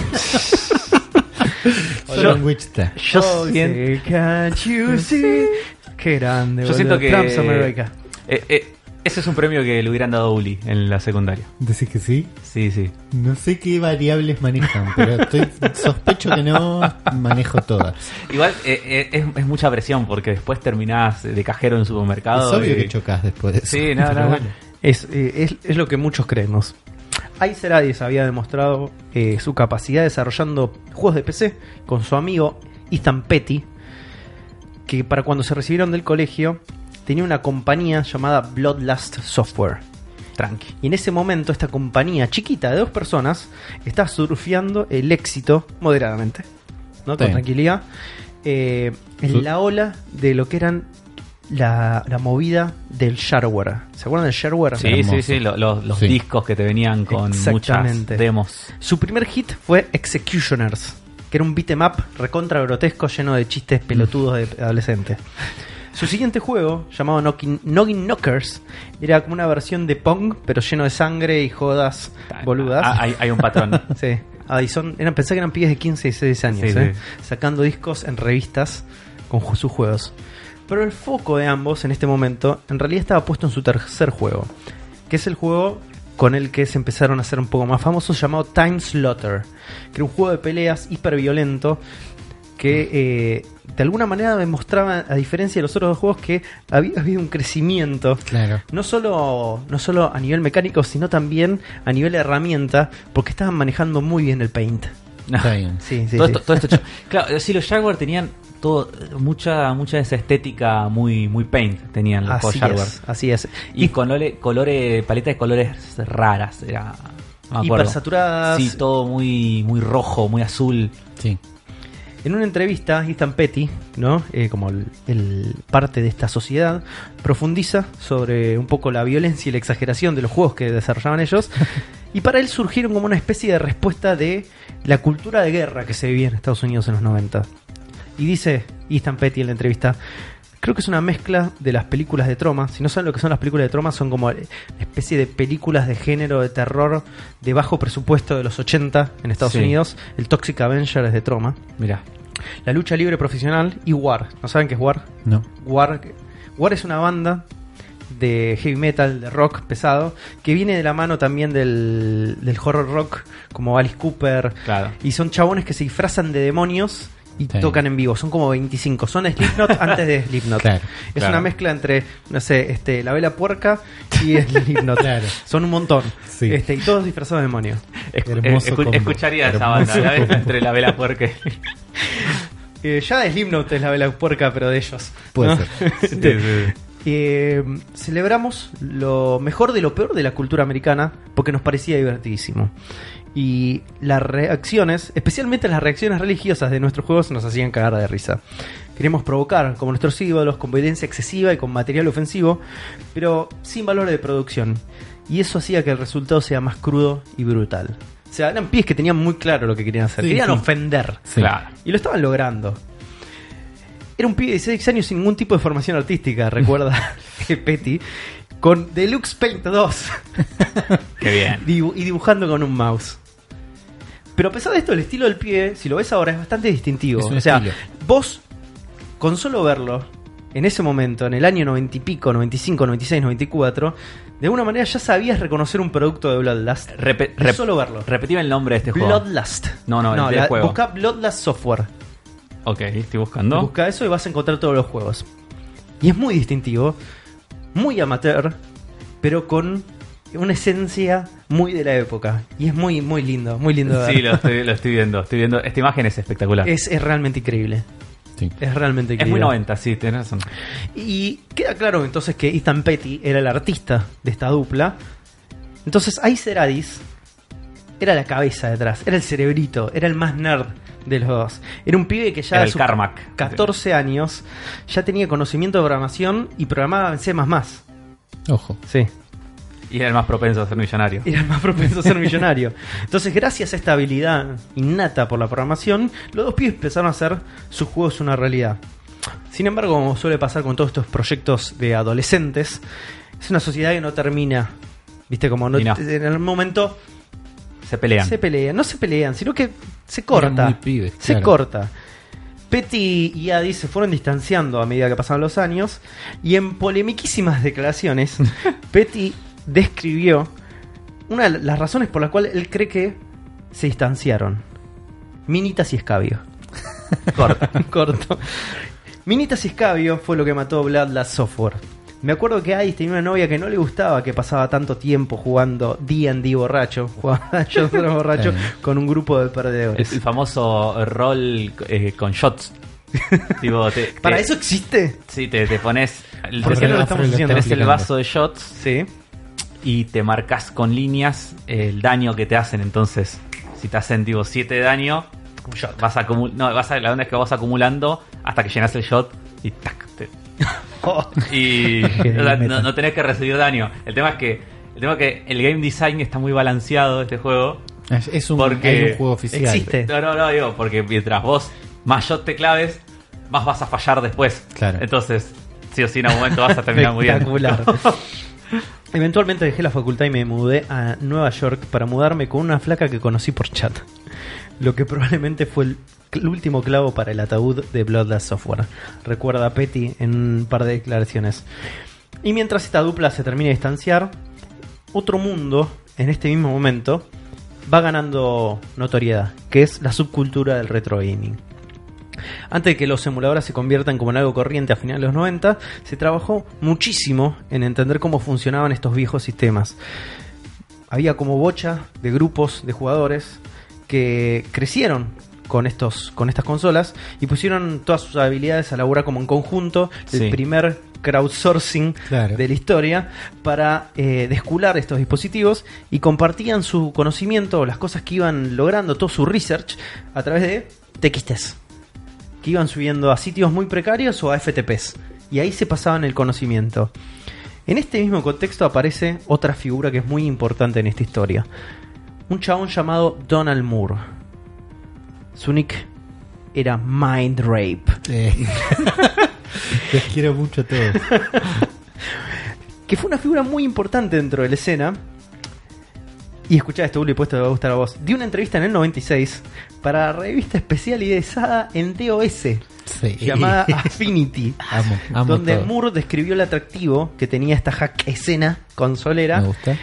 Solo en Wichita. Yo Oh, siento, sí, can't you see? Qué grande, yo boludo. siento que Trump's America. es Ese es un premio que le hubieran dado a Uli en la secundaria. ¿Decís que sí? Sí, sí. No sé qué variables manejan, pero sospecho que no manejo todas. Igual es mucha presión porque después terminás de cajero en un supermercado. Es obvio que chocas después de eso. Sí, no, Pero no. bueno. Es lo que muchos creemos. Acer Addis había demostrado su capacidad desarrollando juegos de PC con su amigo Ethan Petty, que para cuando se recibieron del colegio tenía una compañía llamada Bloodlust Software. Tranqui. Y en ese momento esta compañía chiquita de 2 personas estaba surfeando el éxito moderadamente, ¿no? Con Sí. tranquilidad, en la ola de lo que eran la movida del shareware. ¿Se acuerdan del shareware? Sí, Hermoso. sí, sí. Los Sí. discos que te venían con muchas Exactamente. demos. Su primer hit fue Executioners, que era un beat'em up recontra grotesco lleno de chistes pelotudos de adolescentes. Su siguiente juego, llamado Noggin Knockers, era como una versión de Pong, pero lleno de sangre y jodas boludas. Hay un patrón. Sí. Pensé que eran pibes de 15 y 16 años, Sí, sí. sacando discos en revistas con sus juegos. Pero el foco de ambos en este momento en realidad estaba puesto en su tercer juego, que es el juego con el que se empezaron a hacer un poco más famosos, llamado Time Slaughter, que era un juego de peleas hiperviolento que de alguna manera demostraba, a diferencia de los otros dos juegos, que había habido un crecimiento. Claro. No solo a nivel mecánico, sino también a nivel de herramienta, porque estaban manejando muy bien el Paint. Está bien. Sí, sí, todo, sí. esto claro, sí, los Jaguar tenían mucha de esa estética muy paint tenían los juegos Jaguar. Así es. Y colores, paleta de colores raras, era, no me acuerdo. Hipersaturadas. Sí, todo muy rojo, muy azul. Sí. En una entrevista, Ethan Petty, ¿no? Como el parte de esta sociedad, profundiza sobre un poco la violencia y la exageración de los juegos que desarrollaban ellos. Y para él surgieron como una especie de respuesta de la cultura de guerra que se vivía en Estados Unidos en los 90. Y dice Ethan Petty en la entrevista: creo que es una mezcla de las películas de Troma. Si no saben lo que son las películas de Troma, son como una especie de películas de género de terror de bajo presupuesto de los 80 en Estados Sí. Unidos. El Toxic Avenger es de Troma. Mirá. La lucha libre profesional y War. ¿No saben qué es War? No. War es una banda de heavy metal, de rock pesado, que viene de la mano también del horror rock, como Alice Cooper. Claro. Y son chabones que se disfrazan de demonios y Sí. tocan en vivo. Son como 25. Son Slipknot antes de Slipknot. Claro, Es claro. una mezcla entre, no sé, la Vela Puerca y Slipknot. Claro. Son un montón. Sí. Y todos disfrazados de demonios. Hermoso combo. Escucharía esa Hermoso banda, ¿sabes? combo. Entre la vela puerque. Ya de Slipknot es la Vela Puerca, pero de ellos. Puede ¿no? ser. Celebramos lo mejor de lo peor de la cultura americana porque nos parecía divertidísimo. Y las reacciones, especialmente las reacciones religiosas de nuestros juegos, nos hacían cagar de risa. Queríamos provocar como nuestros ídolos con violencia excesiva y con material ofensivo, pero sin valor de producción. Y eso hacía que el resultado sea más crudo y brutal. O sea, eran pibes que tenían muy claro lo que querían hacer. Sí, Querían sí. ofender. Sí. Claro. Y lo estaban logrando. Era un pibe de 16 años sin ningún tipo de formación artística, recuerda Petty, con Deluxe Paint 2 Qué bien. y dibujando con un mouse. Pero a pesar de esto, el estilo del pibe, si lo ves ahora, es bastante distintivo. Es un O sea, estilo. vos, con solo verlo, en ese momento, en el año 90 y pico, 95, 96, 94, de alguna manera ya sabías reconocer un producto de Bloodlust. De solo verlo. Repetime el nombre de este juego. Bloodlust. No, el del juego. Busca Bloodlust Software. Ok, estoy buscando. Busca eso y vas a encontrar todos los juegos. Y es muy distintivo, muy amateur, pero con una esencia muy de la época. Y es muy, muy lindo de ver. Sí, lo estoy viendo. Estoy viendo. Esta imagen es espectacular. Es realmente increíble. Sí. Es realmente Es increíble. muy 90, sí, tenés razón. Y queda claro entonces que Ethan Petty era el artista de esta dupla. Entonces Acer Addis era la cabeza detrás, era el cerebrito, era el más nerd de los dos. Era un pibe que ya Era a el sus Carmack. 14 años ya tenía conocimiento de programación y programaba en C++. Ojo. Sí, Y era el más propenso a ser millonario. era el más propenso a ser millonario. Entonces, gracias a esta habilidad innata por la programación, los dos pibes empezaron a hacer sus juegos una realidad. Sin embargo, como suele pasar con todos estos proyectos de adolescentes, es una sociedad que no termina. ¿Viste? Como no, Y no. en algún momento Se pelean. se pelean. No se pelean, sino que se Eran corta. muy pibes, Se claro. corta. Petty y Adi se fueron distanciando a medida que pasaban los años, y en polemiquísimas declaraciones Petty describió una de las razones por las cuales él cree que se distanciaron: minitas y escabio. Corto. Minitas y escabio fue lo que mató Bloodlust Software. Me acuerdo que Adi tenía una novia que no le gustaba que pasaba tanto tiempo jugando D&D borracho, jugando yo solo borracho con un grupo de perdedores. El famoso rol con shots. Tipo, ¿Para eso existe? Sí, te pones. ¿Por qué no lo estamos haciendo? Tenés el vaso de shots, Sí. y te marcas con líneas el daño que te hacen. Entonces, si te hacen tipo 7 de daño, vas a la onda es que vas acumulando hasta que llenas el shot y tac. Y o sea, no tenés que recibir daño. El tema es que el game design está muy balanceado de este juego. Es un juego oficial. Existe. No, digo, porque mientras vos más shot te claves, más vas a fallar después. Claro. Entonces, sí o sí, en algún momento vas a terminar muy bien. Espectacular. Eventualmente dejé la facultad y me mudé a Nueva York para mudarme con una flaca que conocí por chat. Lo que probablemente fue el último clavo para el ataúd de Bloodlust Software, recuerda Petty en un par de declaraciones. Y mientras esta dupla se termina de distanciar, otro mundo, en este mismo momento, va ganando notoriedad, que es la subcultura del retro gaming. Antes de que los emuladores se conviertan como en algo corriente a finales de los 90, se trabajó muchísimo en entender cómo funcionaban estos viejos sistemas. Había como bocha de grupos de jugadores que crecieron con estas consolas y pusieron todas sus habilidades a laburar como en conjunto. Sí. El primer crowdsourcing de la historia para descular estos dispositivos, y compartían su conocimiento, las cosas que iban logrando, todo su research a través de TXTs que iban subiendo a sitios muy precarios o a FTPs, y ahí se pasaban el conocimiento. En este mismo contexto aparece otra figura que es muy importante en esta historia: un chabón llamado Donald Moore. Su nick era Mind Rape. Les quiero mucho a todos. Que fue una figura muy importante dentro de la escena. Y escuchá esto, Uli, puesto te va a gustar a vos. Dio una entrevista en el 96 para la revista especializada en DOS, llamada Affinity, amo donde todo. Moore describió el atractivo que tenía esta hack escena consolera. Me gusta.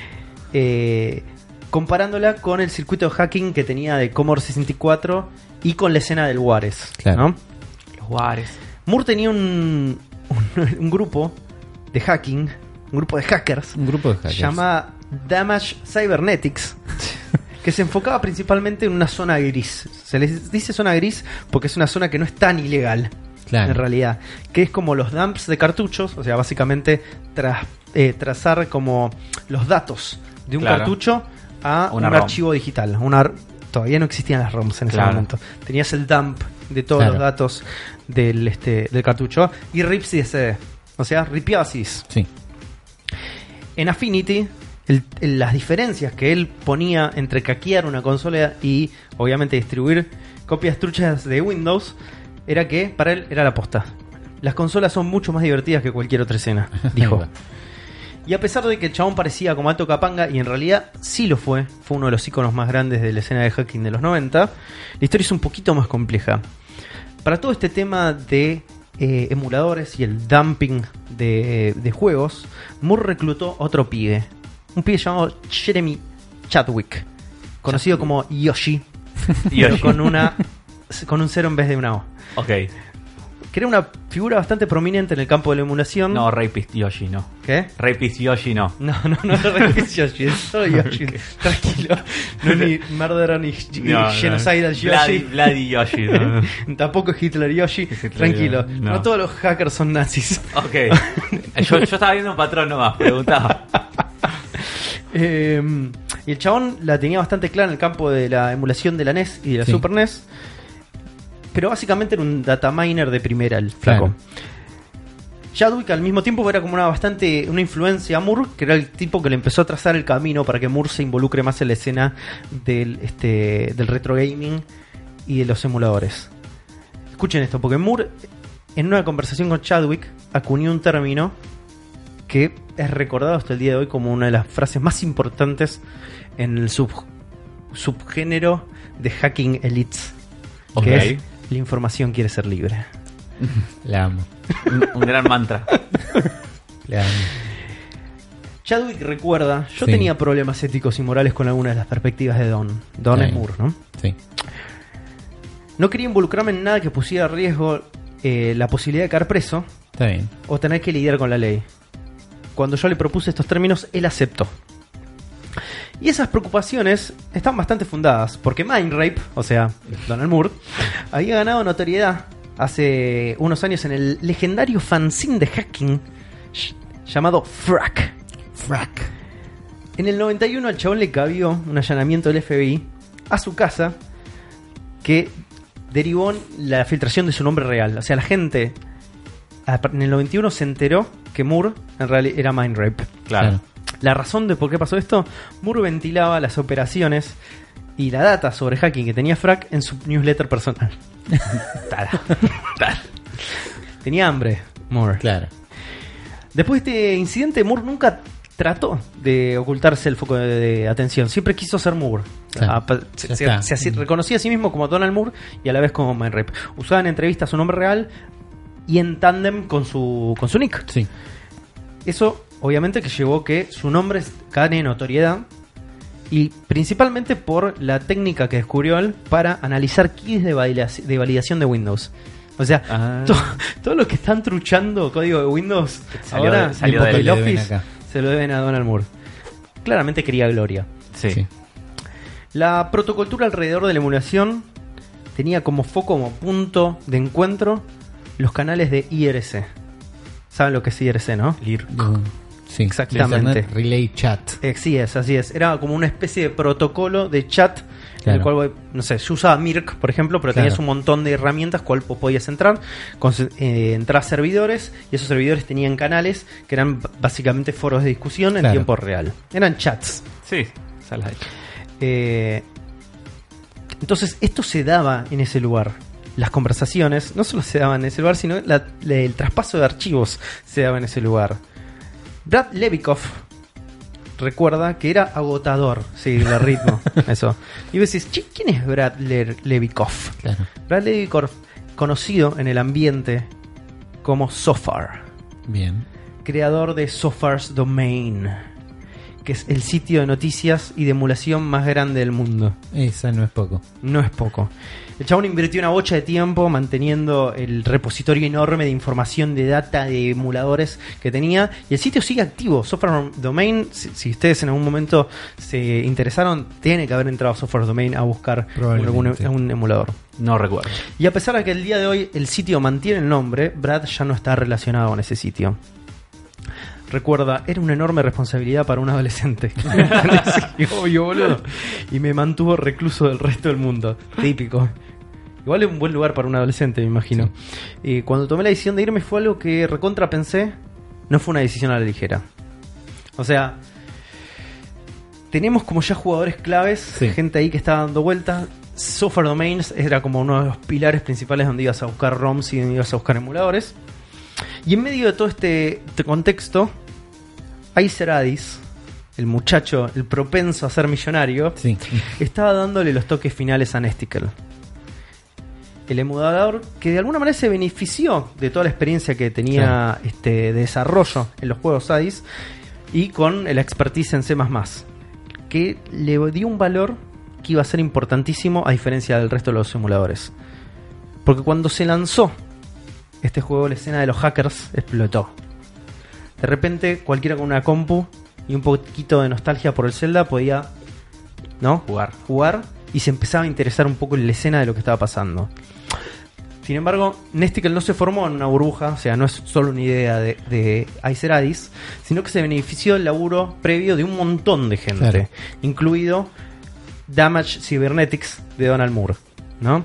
Comparándola con el circuito de hacking que tenía de Commodore 64 y con la escena del Juárez, Claro. ¿no? Los Juárez. Moore tenía un grupo de hacking, un grupo de hackers, Un grupo de hackers. llamada Damage Cybernetics, que se enfocaba principalmente en una zona gris. Se les dice zona gris porque es una zona que no es tan ilegal, Claro. en realidad, que es como los dumps de cartuchos, o sea, básicamente trazar como los datos de un Claro. cartucho a Una un ROM. archivo digital. Todavía no existían las ROMs en ese Claro. momento. Tenías el dump de todos Claro. los datos del cartucho y rips y SD. O sea, ripiasis. Sí. En Affinity, las diferencias que él ponía entre hackear una consola y obviamente distribuir copias truchas de Windows era que para él era la posta. Las consolas son mucho más divertidas que cualquier otra escena, dijo. Ahí va. Y a pesar de que el chabón parecía como alto capanga, y en realidad sí lo fue uno de los iconos más grandes de la escena de hacking de los 90, la historia es un poquito más compleja. Para todo este tema de emuladores y el dumping de juegos, Moore reclutó a otro pibe, un pibe llamado Jeremy Chadwick, conocido como Yoshi, pero con un cero en vez de una O. Ok. Que era una figura bastante prominente en el campo de la emulación. No, Rapist Yoshi no. ¿Qué? Rapist Yoshi no. No es Yoshi, es solo Yoshi. Tranquilo. No es ni Murderer ni Genocidal Yoshi. Bloody Yoshi. No. Tampoco es Hitler Yoshi. Hitler, Tranquilo. no. No todos los hackers son nazis. Ok. Yo estaba viendo un patrón nomás, preguntaba. Y el chabón la tenía bastante clara en el campo de la emulación de la NES y de la Sí. Super NES. Pero básicamente era un dataminer de primera, el flaco. Claro. Chadwick al mismo tiempo era como una influencia a Moore, que era el tipo que le empezó a trazar el camino para que Moore se involucre más en la escena del retro gaming y de los emuladores. Escuchen esto, porque Moore, en una conversación con Chadwick, acuñó un término que es recordado hasta el día de hoy como una de las frases más importantes en el subgénero de hacking elites, Ok. que es La información quiere ser libre. La amo. Un gran mantra. La amo. Chadwick recuerda, yo Sí. tenía problemas éticos y morales con algunas de las perspectivas de Don. Don Sí. es Moore, ¿no? Sí. No quería involucrarme en nada que pusiera a riesgo la posibilidad de caer preso Está bien. o tener que lidiar con la ley. Cuando yo le propuse estos términos, él aceptó. Y esas preocupaciones están bastante fundadas, porque Mindrape, o sea, Donald Moore, había ganado notoriedad hace unos años en el legendario fanzine de hacking llamado Frack. Frack. En el 91 al chabón le cabió un allanamiento del FBI a su casa que derivó en la filtración de su nombre real. O sea, la gente en el 91 se enteró que Moore en realidad era Mindrape. Claro. La razón de por qué pasó esto, Moore ventilaba las operaciones y la data sobre hacking que tenía Frack en su newsletter personal. Tenía hambre, Moore. Claro. Después de este incidente, Moore nunca trató de ocultarse el foco de atención. Siempre quiso ser Moore. Claro. Se reconocía a sí mismo como Donald Moore y a la vez como Mindrape. Usaba en entrevistas su nombre real y en tándem con su nick. Sí. Eso obviamente que llevó que su nombre gane notoriedad y principalmente por la técnica que descubrió él para analizar keys de validación de Windows. O sea, todos los que están truchando código de Windows Salió de el él. Office se lo deben a Donald Moore. Claramente quería gloria. Sí. Sí. La protocultura alrededor de la emulación tenía como foco, como punto de encuentro, los canales de IRC. ¿Saben lo que es IRC, no? Sí. Exactamente. Internet Relay Chat. Sí, así es. Era como una especie de protocolo de chat en el Claro. cual, no sé, yo usaba Mirk, por ejemplo, pero Claro. tenías un montón de herramientas cual podías entrar, entrar a servidores y esos servidores tenían canales que eran básicamente foros de discusión en Claro. tiempo real. Eran chats. Sí, esa la he hecho. Entonces esto se daba en ese lugar. Las conversaciones no solo se daban en ese lugar, sino el traspaso de archivos se daba en ese lugar. Brad Levikoff recuerda que era agotador seguir el ritmo. Eso. Y vos decís, che, ¿quién es Brad Levikoff? Claro. Brad Levikoff, conocido en el ambiente como Sofar, Bien. creador de Sofar's Domain, que es el sitio de noticias y de emulación más grande del mundo. Esa no es poco. No es poco. El chabón invirtió una bocha de tiempo manteniendo el repositorio enorme de información de data de emuladores que tenía. Y el sitio sigue activo. Software Domain, si ustedes en algún momento se interesaron, tiene que haber entrado a Software Domain a buscar Probablemente. un emulador. No recuerdo. Y a pesar de que el día de hoy el sitio mantiene el nombre, Brad ya no está relacionado con ese sitio. Recuerda, era una enorme responsabilidad para un adolescente. Sí, obvio, boludo. Y me mantuvo recluso del resto del mundo. Típico. Igual es un buen lugar para un adolescente, me imagino. Cuando tomé la decisión de irme fue algo que recontra pensé. No fue una decisión a la ligera. O sea, tenemos como ya jugadores claves, Sí. gente ahí que está dando vueltas. Software Domains era como uno de los pilares principales donde ibas a buscar ROMs y donde ibas a buscar emuladores. Y en medio de todo este contexto, Acer Addis, el muchacho, el propenso a ser millonario, Sí. estaba dándole los toques finales a Nesticle. El emulador que de alguna manera se benefició de toda la experiencia que tenía de desarrollo en los juegos Addis y con la expertise en C++, que le dio un valor que iba a ser importantísimo a diferencia del resto de los emuladores. Porque cuando se lanzó este juego, la escena de los hackers explotó. De repente, cualquiera con una compu y un poquito de nostalgia por el Zelda podía, ¿no?, jugar y se empezaba a interesar un poco en la escena de lo que estaba pasando. Sin embargo, Nesticle no se formó en una burbuja, o sea, no es solo una idea de Acer Addis, sino que se benefició del laburo previo de un montón de gente, Claro. incluido Damage Cybernetics de Donald Moore, ¿no?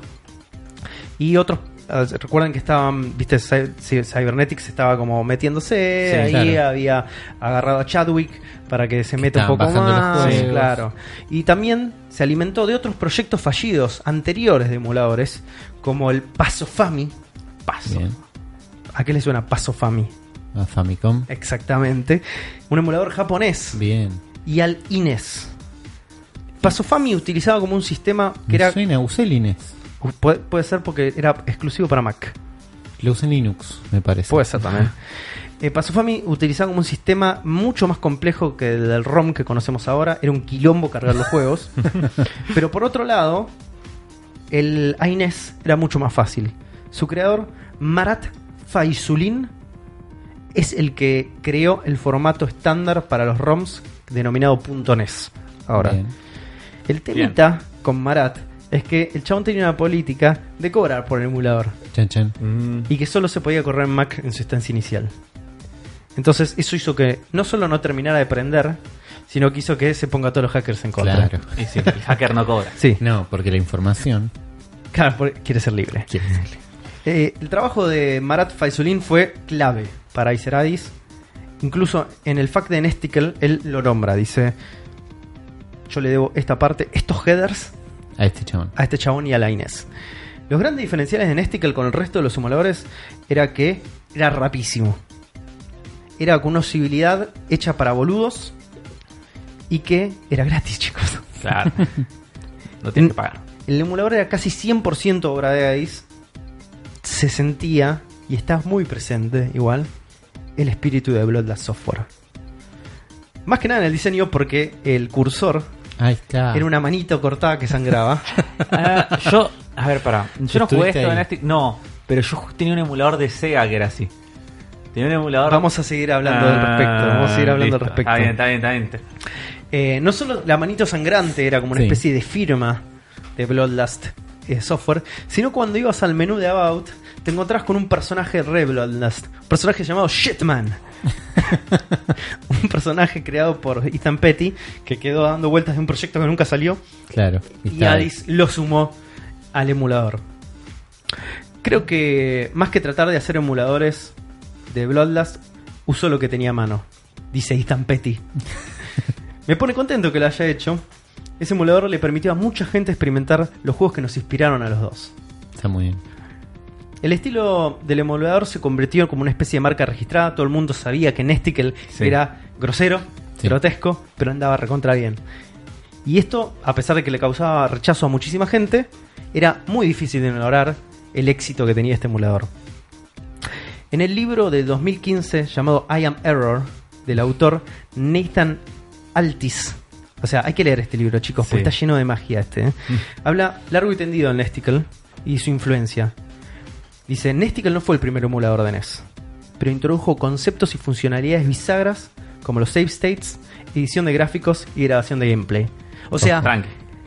Y otros. Recuerden que estaban, viste, Cybernetics estaba como metiéndose, Sí, ahí claro. había agarrado a Chadwick para que se meta un estaban poco bajando los más, juegos. claro. Y también se alimentó de otros proyectos fallidos anteriores de emuladores, como el Paso Fami. Bien. ¿A qué le suena Paso Fami? A Famicom. Exactamente. Un emulador japonés. Bien. Y al Ines. Paso Fami utilizaba como un sistema que era... Suena, usé el Inés. Puede ser porque era exclusivo para Mac. Lo usé en Linux, me parece. Puede ser también. Para su Family utilizaba como un sistema mucho más complejo que el del ROM que conocemos ahora. Era un quilombo cargar los juegos. Pero por otro lado, el iNES era mucho más fácil. Su creador, Marat Faizulin, es el que creó el formato estándar para los ROMs denominado .NES. Ahora, Bien. el temita con Marat es que el chabón tenía una política de cobrar por el emulador Chan, chan. y que solo se podía correr en Mac en su instancia inicial. Entonces eso hizo que no solo no terminara de prender, sino que hizo que se ponga a todos los hackers en contra. Claro. Y sí, el hacker no cobra. Sí, No, porque la información claro, porque quiere ser libre. quiere decirle. El trabajo de Marat Faizulin fue clave para Acer Addis. Incluso en el FAQ de Nesticle él lo nombra, dice: yo le debo esta parte, estos headers, A este chabón. a este chabón y a la Inés. Los grandes diferenciales de Nesticle con el resto de los simuladores era que era rapidísimo. Era con una usabilidad hecha para boludos y que era gratis, chicos. Claro. No tienes que pagar. El emulador era casi 100% obra de Addis. Se sentía, y está muy presente igual, el espíritu de Bloodlust Software. Más que nada en el diseño, porque el cursor Ahí está. era una manito cortada que sangraba. A ver, pará. Yo no jugué ¿Estuviste esto ahí? en este. No, pero yo tenía un emulador de Sega que era así. Tenía un emulador. Vamos a seguir hablando al respecto. Vamos a seguir hablando al listo. respecto. Está bien. No solo la manito sangrante era como una Sí. especie de firma de Bloodlust Software, sino cuando ibas al menú de About, te encontrás con un personaje re Bloodlust, un personaje llamado Shitman. Un personaje creado por Ethan Petty que quedó dando vueltas de un proyecto que nunca salió Claro. y está ahí. Addis lo sumó al emulador. Creo que más que tratar de hacer emuladores de Bloodlust, usó lo que tenía a mano, dice Ethan Petty. Me pone contento que lo haya hecho. Ese emulador le permitió a mucha gente experimentar los juegos que nos inspiraron a los dos. Está muy bien. El estilo del emulador se convirtió como una especie de marca registrada. Todo el mundo sabía que Nesticle Sí. era grosero, Sí. grotesco, pero andaba recontra bien. Y esto, a pesar de que le causaba rechazo a muchísima gente, era muy difícil de ignorar el éxito que tenía este emulador. En el libro de 2015 llamado I Am Error, del autor Nathan Altis. O sea, hay que leer este libro, chicos, porque Sí. está lleno de magia este. Habla largo y tendido en Nesticle y su influencia. Dice: Nesticle no fue el primer emulador de NES, pero introdujo conceptos y funcionalidades bisagras como los save states, edición de gráficos y grabación de gameplay. O sea, Tranqui.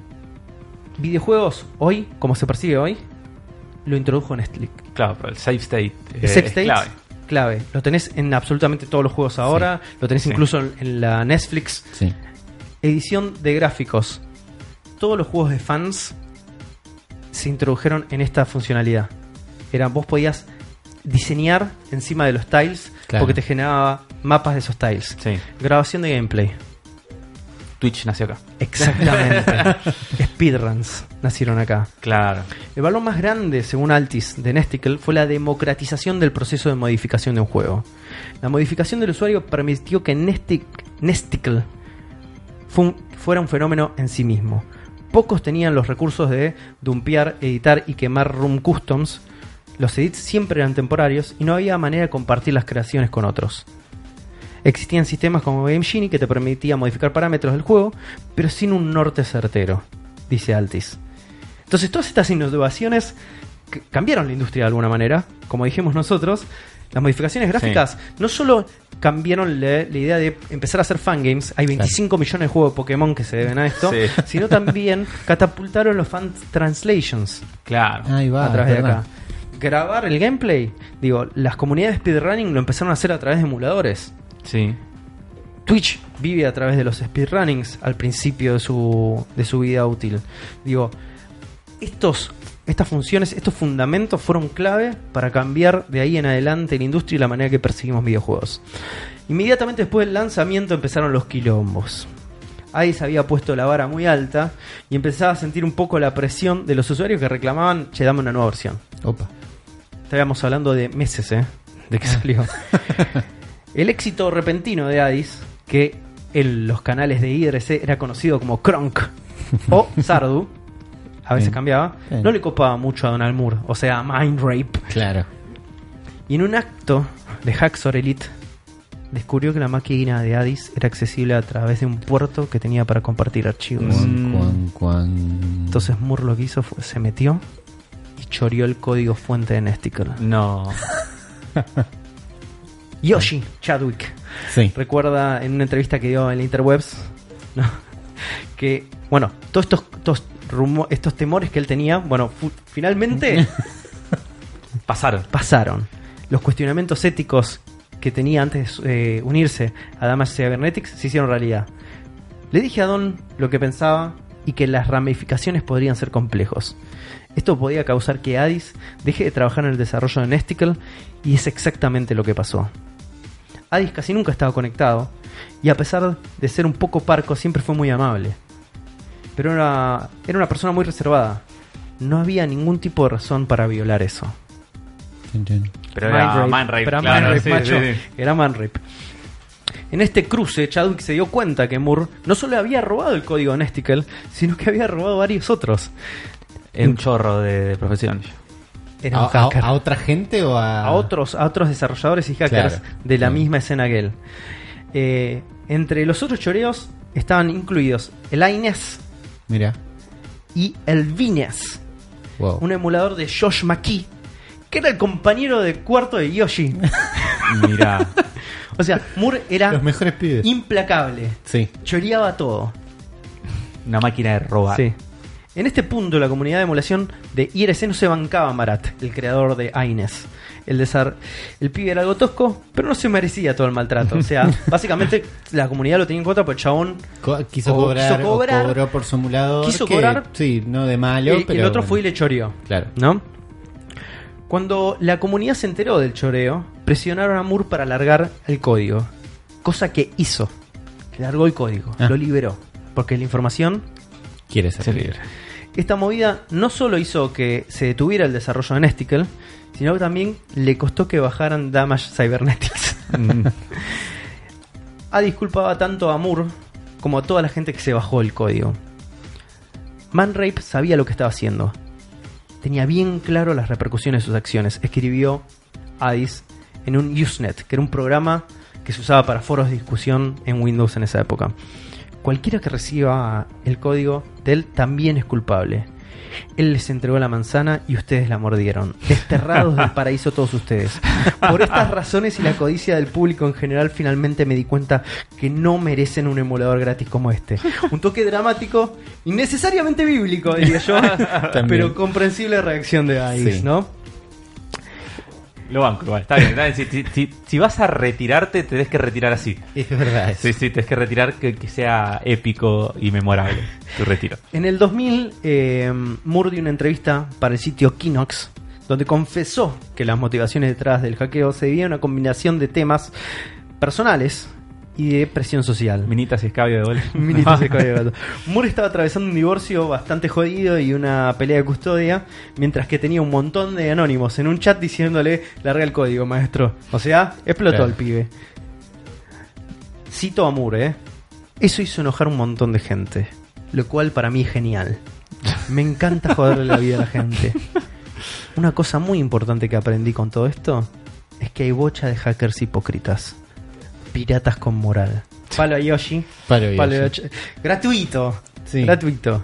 videojuegos hoy, como se percibe hoy, lo introdujo Nesticle. Claro, pero el save state, El save es state, clave. clave. Lo tenés en absolutamente todos los juegos ahora, lo tenés Sí. incluso en la Netflix. Sí. Edición de gráficos. Todos los juegos de fans se introdujeron en esta funcionalidad. Vos podías diseñar encima de los tiles, Claro. porque te generaba mapas de esos tiles. Sí. Grabación de gameplay. Twitch nació acá. Exactamente. Speedruns nacieron acá. Claro. El valor más grande, según Altis, de Nesticle fue la democratización del proceso de modificación de un juego. La modificación del usuario permitió que Nesticle fuera un fenómeno en sí mismo. Pocos tenían los recursos de dumpear, editar y quemar room customs. Los edits siempre eran temporarios y no había manera de compartir las creaciones con otros. Existían sistemas como Game Genie que te permitía modificar parámetros del juego, pero sin un norte certero, dice Altis. Entonces todas estas innovaciones cambiaron la industria de alguna manera, como dijimos nosotros. Las modificaciones gráficas no solo cambiaron la idea de empezar a hacer fangames, hay 25 millones de juegos de Pokémon que se deben a esto, Sí. sino también catapultaron los fan translations Claro. Ahí va. a través de ¿verdad? acá. Grabar el gameplay, digo, las comunidades de speedrunning lo empezaron a hacer a través de emuladores. Sí. Twitch vive a través de los speedrunnings al principio de su vida útil. Digo, estas funciones, estos fundamentos fueron clave para cambiar de ahí en adelante la industria y la manera que percibimos videojuegos. Inmediatamente después del lanzamiento empezaron los quilombos. Addis había puesto la vara muy alta y empezaba a sentir un poco la presión de los usuarios que reclamaban: che, dame una nueva versión. Opa. Estábamos hablando de meses, de que salió. El éxito repentino de Addis, que en los canales de IRC era conocido como Kronk o Sardu, a veces Bien. cambiaba, Bien. no le copaba mucho a Donald Moore, o sea, Mind Rape. Claro. Y en un acto de Hacksaw Elite descubrió que la máquina de Addis era accesible a través de un puerto que tenía para compartir archivos. Entonces Moore lo que hizo fue, se metió y choreó el código fuente de Nesticle. No. Yoshi Chadwick Sí. recuerda en una entrevista que dio en la Interwebs, ¿no? que, bueno, todos estos temores que él tenía, bueno, finalmente pasaron. Los cuestionamientos éticos que tenía antes de unirse a Damage Cybernetics se hicieron realidad. Le dije a Don lo que pensaba y que las ramificaciones podrían ser complejos. Esto podía causar que Addis deje de trabajar en el desarrollo de Nesticle, y es exactamente lo que pasó. Addis casi nunca estaba conectado, y a pesar de ser un poco parco, siempre fue muy amable. Pero era una persona muy reservada. No había ningún tipo de razón para violar eso. Pero era Mind Rape, Pero claro, Mind Rape, sí, macho. sí, sí. Era Mind Rape. En este cruce, Chadwick se dio cuenta que Moore no solo había robado el código Nesticle, sino que había robado varios otros. Un chorro de profesión. Era un hacker. ¿A otra gente o A otros desarrolladores y hackers Claro. de la misma escena que él. Entre los otros choreos estaban incluidos el INES Mira. y el VNES, Wow. un emulador de Josh McKee, que era el compañero de cuarto de Yoshi. Mira. O sea, Moore era Los mejores pibes. implacable, Sí. choreaba todo. Una máquina de robar. Sí. En este punto, la comunidad de emulación de IRC no se bancaba a Marat, el creador de INES. El pibe era algo tosco, pero no se merecía todo el maltrato. O sea, básicamente la comunidad lo tenía en contra, porque el chabón Quiso O cobrar, quiso cobrar, o cobró por su emulador. quiso que, cobrar. Sí, no de malo, y pero el otro bueno. fue y le choreó. Claro. ¿No? Cuando la comunidad se enteró del choreo, presionaron a Moore para largar el código. Cosa que hizo. Largó el código, Ah. lo liberó. Porque la información... Quiere ser libre. Esta movida no solo hizo que se detuviera el desarrollo de Nesticle, sino que también le costó que bajaran Damage Cybernetics. Disculpaba tanto a Moore como a toda la gente que se bajó el código. Manrape sabía lo que estaba haciendo. Tenía bien claro las repercusiones de sus acciones. Escribió Addis en un Usenet, que era un programa que se usaba para foros de discusión en Windows en esa época. Cualquiera que reciba el código de él también es culpable. Él les entregó la manzana y ustedes la mordieron. Desterrados del paraíso todos ustedes. Por estas razones y la codicia del público en general, finalmente me di cuenta que no merecen un emulador gratis como este. Un toque dramático, innecesariamente bíblico, diría yo, pero comprensible reacción de Addis, Sí. ¿no? Lo banco, igual. Está bien. Está bien. Si vas a retirarte, te tenés que retirar así. Es verdad. eso. Sí, tenés que retirar que sea épico y memorable tu retiro. En el 2000, Moore dio una entrevista para el sitio Kinox, donde confesó que las motivaciones detrás del hackeo se debían a una combinación de temas personales y de presión social. Minitas y escabio de gol. Minitos de código de gato. Moore estaba atravesando un divorcio bastante jodido y una pelea de custodia, mientras que tenía un montón de anónimos en un chat diciéndole: larga el código, maestro. O sea, explotó Claro. el pibe. Cito a Moore, eso hizo enojar un montón de gente, lo cual para mí es genial. Me encanta joderle la vida a la gente. Una cosa muy importante que aprendí con todo esto es que hay bocha de hackers hipócritas, piratas con moral. Palo a Yoshi. Palo a Palo a Yoshi. Yoshi. Gratuito. Sí. Gratuito.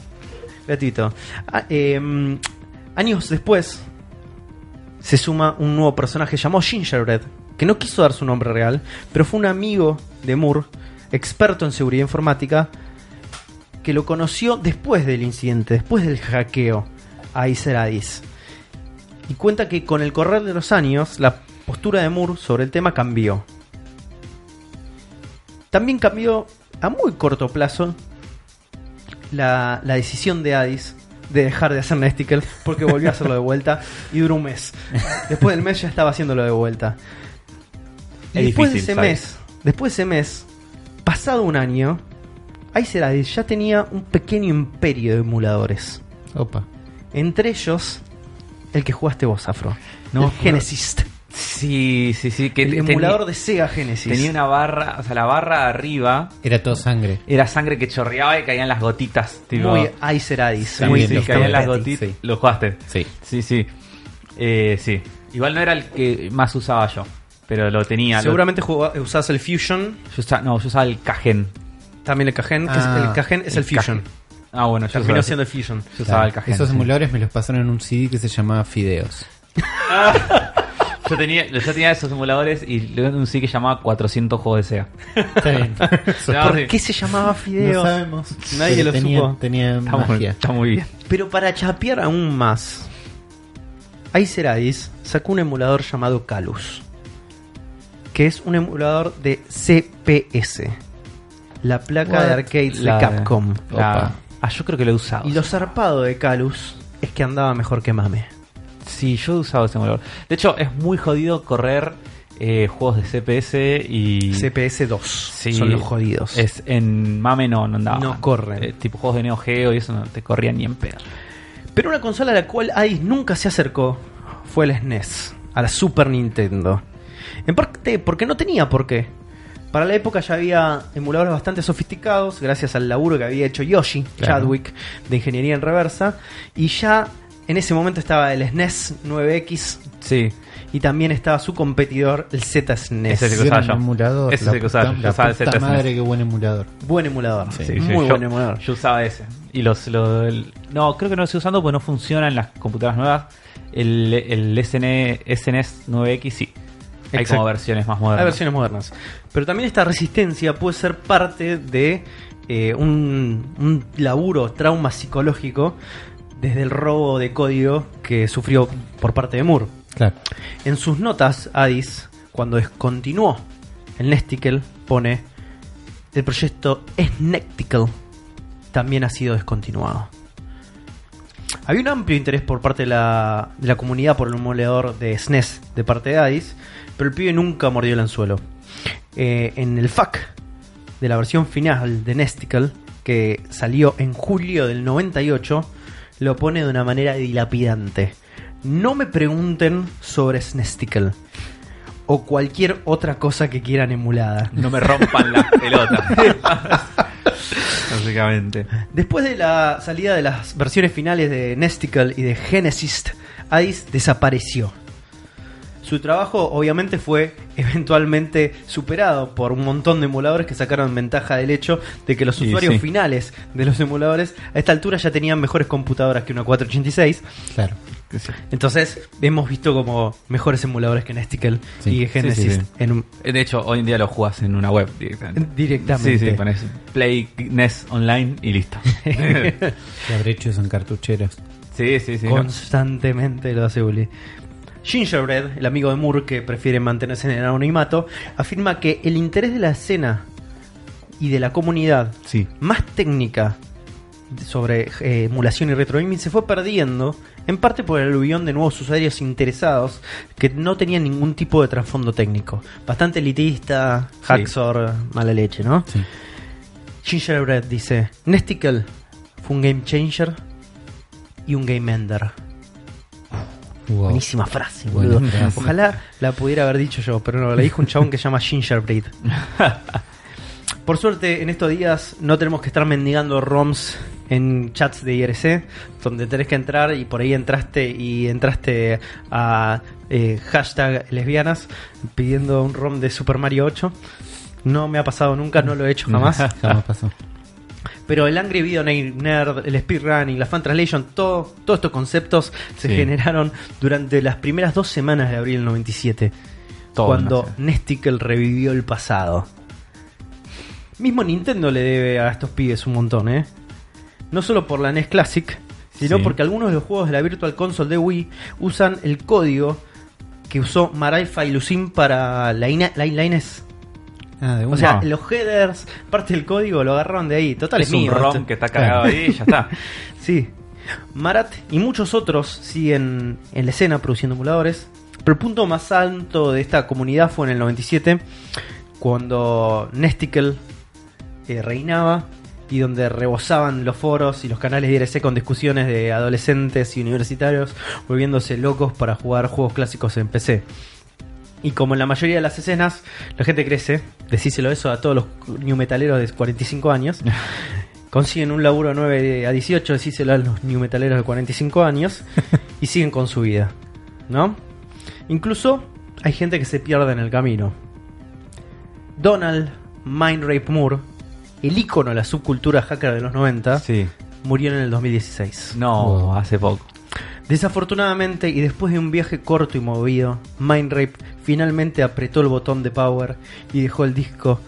Años después se suma un nuevo personaje llamado Gingerbread, que no quiso dar su nombre real, pero fue un amigo de Moore, experto en seguridad informática, que lo conoció después del incidente, después del hackeo a Addis. Y cuenta que con el correr de los años la postura de Moore sobre el tema cambió. También cambió a muy corto plazo la decisión de Addis de dejar de hacer Nesticle, porque volvió a hacerlo de vuelta y duró un mes. Después del mes ya estaba haciéndolo de vuelta. Y Es después difícil, de ese mes, pasado un año, Addis ya tenía un pequeño imperio de emuladores. Opa. Entre ellos, el que jugaste vos, Afro. No, el Genesis. Sí. Que el emulador de Sega Genesis. tenía una barra, o sea, la barra de arriba Era todo sangre. era sangre que chorreaba y caían las gotitas. Tipo, Muy Icer Ice. También Muy sí, los caían las Tom gotitas. Petty, sí. ¿Lo jugaste? Sí. Sí. Sí. Igual no era el que más usaba yo, pero lo tenía. Seguramente usás el Fusion. Yo usaba el Cajen. También el Cajen. El Cajen es el Fusion. Ah, bueno, yo Terminó usaba, siendo el Fusion. yo usaba el Cajen. Esos sí. emuladores me los pasaron en un CD que se llamaba Fideos. Yo tenía esos emuladores y luego un sí que llamaba 400 juegos de Sega. Está bien. No, ¿Por sí. qué se llamaba No Fideo? sabemos. Nadie Pero lo supo. Tenía magia. Está muy bien. Pero para chapear aún más, Icer Ice sacó un emulador llamado Calus, que es un emulador de CPS, la placa de arcades de Capcom. Opa. Yo creo que lo he usado. Y lo zarpado de Calus es que andaba mejor que Mame. Sí, yo he usado ese emulador. De hecho, es muy jodido correr juegos de CPS y... CPS 2 Sí, son los jodidos. En Mame no andaba. No corren. Tipo juegos de Neo Geo y eso no te corrían ni en pedo. Pero una consola a la cual Ice nunca se acercó fue el SNES, a la Super Nintendo. En parte porque no tenía por qué. Para la época ya había emuladores bastante sofisticados, gracias al laburo que había hecho Yoshi Claro. Chadwick de ingeniería en reversa. Y ya en ese momento estaba el SNES 9X Sí. y también estaba su competidor, el Z-SNES. Ese es el que usaba yo. emulador. Ese es el que usaba yo. Yo La usaba el puta ZSNES. madre, qué buen emulador. Buen emulador, Sí, sí, sí, muy yo, buen emulador. Yo usaba ese. Y no, creo que no lo estoy usando porque no funciona en las computadoras nuevas. El SNES 9X sí. Hay Exacto. como versiones más modernas. Hay versiones modernas. Pero también esta resistencia puede ser parte de un laburo, trauma psicológico desde el robo de código que sufrió por parte de Moore. Claro. En sus notas, Addis, cuando descontinuó el Nesticle, pone: el proyecto Snecticle también ha sido descontinuado. Había un amplio interés por parte de la comunidad por el emulador de SNES de parte de Addis, pero el pibe nunca mordió el anzuelo. En el FAQ de la versión final de Nesticle, que salió en julio del 98, lo pone de una manera dilapidante: no me pregunten sobre Snesticle o cualquier otra cosa que quieran emulada. No me rompan las pelotas. Básicamente. Después de la salida de las versiones finales de Nesticle y de Genesis, Addis desapareció. Su trabajo obviamente fue eventualmente superado por un montón de emuladores que sacaron ventaja del hecho de que los Sí, usuarios sí. finales de los emuladores a esta altura ya tenían mejores computadoras que una 486. Claro. Entonces hemos visto como mejores emuladores que Nesticle Sí. y Genesis Sí, sí. en un- De hecho, hoy en día lo jugás en una web directamente. directamente. Sí, pones Play NES Online y listo. Que habré hecho eso en cartucheras. sí. ¿no? Constantemente lo hace Uli. Gingerbread, el amigo de Moore que prefiere mantenerse en el anonimato, afirma que el interés de la escena y de la comunidad Sí. más técnica sobre emulación y retro gaming se fue perdiendo, en parte por el aluvión de nuevos usuarios interesados que no tenían ningún tipo de trasfondo técnico. Bastante elitista, Sí. hacksaw, mala leche, ¿no? Sí. Gingerbread dice: Nesticle fue un game changer y un game ender. Wow. Buenísima frase, Buena boludo. frase. Ojalá la pudiera haber dicho yo, pero no, la dijo un chabón que se llama Gingerbread. Por suerte, en estos días no tenemos que estar mendigando ROMs en chats de IRC, donde tenés que entrar y por ahí entraste a hashtag lesbianas pidiendo un ROM de Super Mario 8. No me ha pasado nunca, no lo he hecho jamás. Jamás pasó. Pero el Angry Video Nerd, el speedrunning, la fan translation, todos estos conceptos se Sí. generaron durante las primeras 2 semanas de abril del 97, Todo cuando nació. Nesticle revivió el pasado. Mismo Nintendo le debe a estos pibes un montón, ¿eh? No solo por la NES Classic, sino Sí. porque algunos de los juegos de la Virtual Console de Wii usan el código que usó Maraifa y Lucin para la NES. Ah, de O una. sea, los headers, parte del código lo agarraron de ahí. Total, Es mío. un ROM esto. que está cargado ahí y ya está. Sí. Marat y muchos otros siguen en la escena produciendo emuladores. Pero el punto más alto de esta comunidad fue en el 97, cuando Nesticle reinaba y donde rebosaban los foros y los canales de IRC con discusiones de adolescentes y universitarios volviéndose locos para jugar juegos clásicos en PC. Y como en la mayoría de las escenas la gente crece, decíselo eso a todos los new metaleros de 45 años, consiguen un laburo de 9 a 18, decíselo a los new metaleros de 45 años, y siguen con su vida, ¿no? Incluso hay gente que se pierde en el camino. Donald Mindrape Moore, el ícono de la subcultura hacker de los 90, Sí. murió en el 2016. No, hace poco. Desafortunadamente, y después de un viaje corto y movido, Mindrape finalmente apretó el botón de power y dejó el disco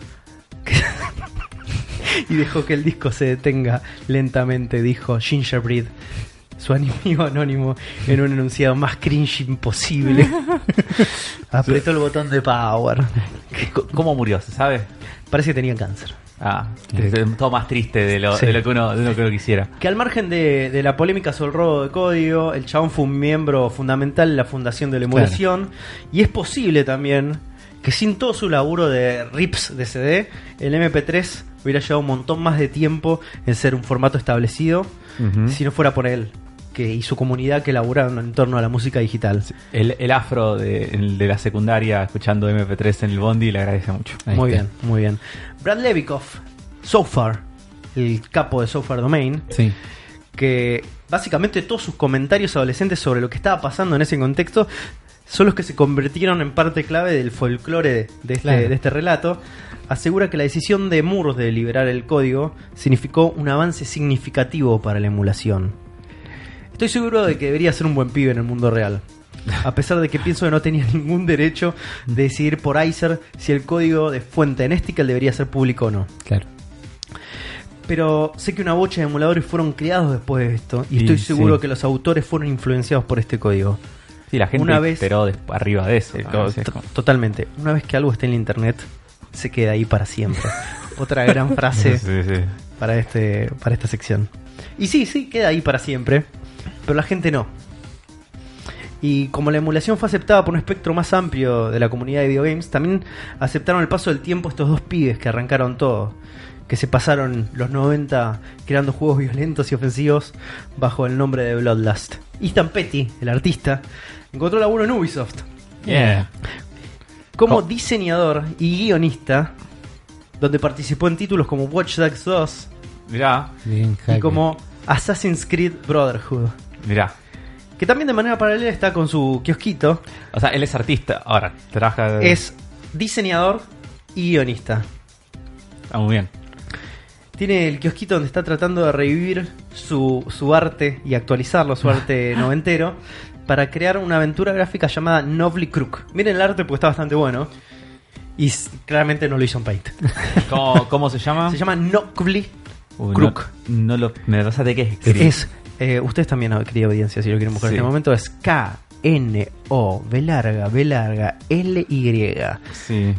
y dejó que el disco se detenga lentamente, dijo Gingerbread, su amigo anónimo, en un enunciado más cringe imposible. Apretó el botón de power. ¿Cómo murió? ¿Se sabe? Parece que tenía cáncer. Ah, todo más triste de lo Sí. que uno quisiera. Que al margen de la polémica sobre el robo de código, el chabón fue un miembro fundamental en la fundación de la emulación. Y es posible también que sin todo su laburo de rips de CD, el MP3 hubiera llevado un montón más de tiempo en ser un formato establecido, Ujú. si no fuera por él y su comunidad que laburaron en torno a la música digital. El afro de la secundaria escuchando MP3 en el Bondi le agradece mucho. Ahí Muy está. bien, muy bien. Brad Levikoff, So Far, el capo de So Far Domain, Sí. que básicamente todos sus comentarios adolescentes sobre lo que estaba pasando en ese contexto son los que se convirtieron en parte clave del folclore Claro. de este relato. Asegura que la decisión de Moore de liberar el código significó un avance significativo para la emulación. Estoy seguro de que debería ser un buen pibe en el mundo real, a pesar de que pienso que no tenía ningún derecho de decidir por Acer si el código de fuente Nesticle debería ser público o no. Claro. Pero sé que una bocha de emuladores fueron creados después de esto, y Sí, estoy seguro sí. que los autores fueron influenciados por este código. Sí, la gente Una vez- esperó arriba de eso. ¿no? Así es como- Totalmente. Una vez que algo está en la internet, se queda ahí para siempre. Otra gran frase Sí, sí. para esta sección. Y sí, queda ahí para siempre, pero la gente no. Y como la emulación fue aceptada por un espectro más amplio de la comunidad de videogames, también aceptaron el paso del tiempo estos dos pibes que arrancaron todo, que se pasaron los 90 creando juegos violentos y ofensivos bajo el nombre de Bloodlust. Ethan Petty, el artista, encontró laburo en Ubisoft Yeah. como Oh. diseñador y guionista, donde participó en títulos como Watch Dogs 2 Mirá, Bien, y hacker. como Assassin's Creed Brotherhood, mirá. que también de manera paralela está con su kiosquito. O sea, él es artista. Ahora, trabaja... Es diseñador y guionista. Está muy bien. Tiene el kiosquito donde está tratando de revivir su arte y actualizarlo, su arte noventero, para crear una aventura gráfica llamada Novely Crook. Miren el arte porque está bastante bueno. Y claramente no lo hizo en Paint. ¿Cómo se llama? Se llama Novely Uy, Crook. No lo... Me pasa de qué es. Es, ustedes también, querida audiencia, si lo quieren buscar Sí. en este momento, es K-N-O-B larga, B larga, L-Y, Sí.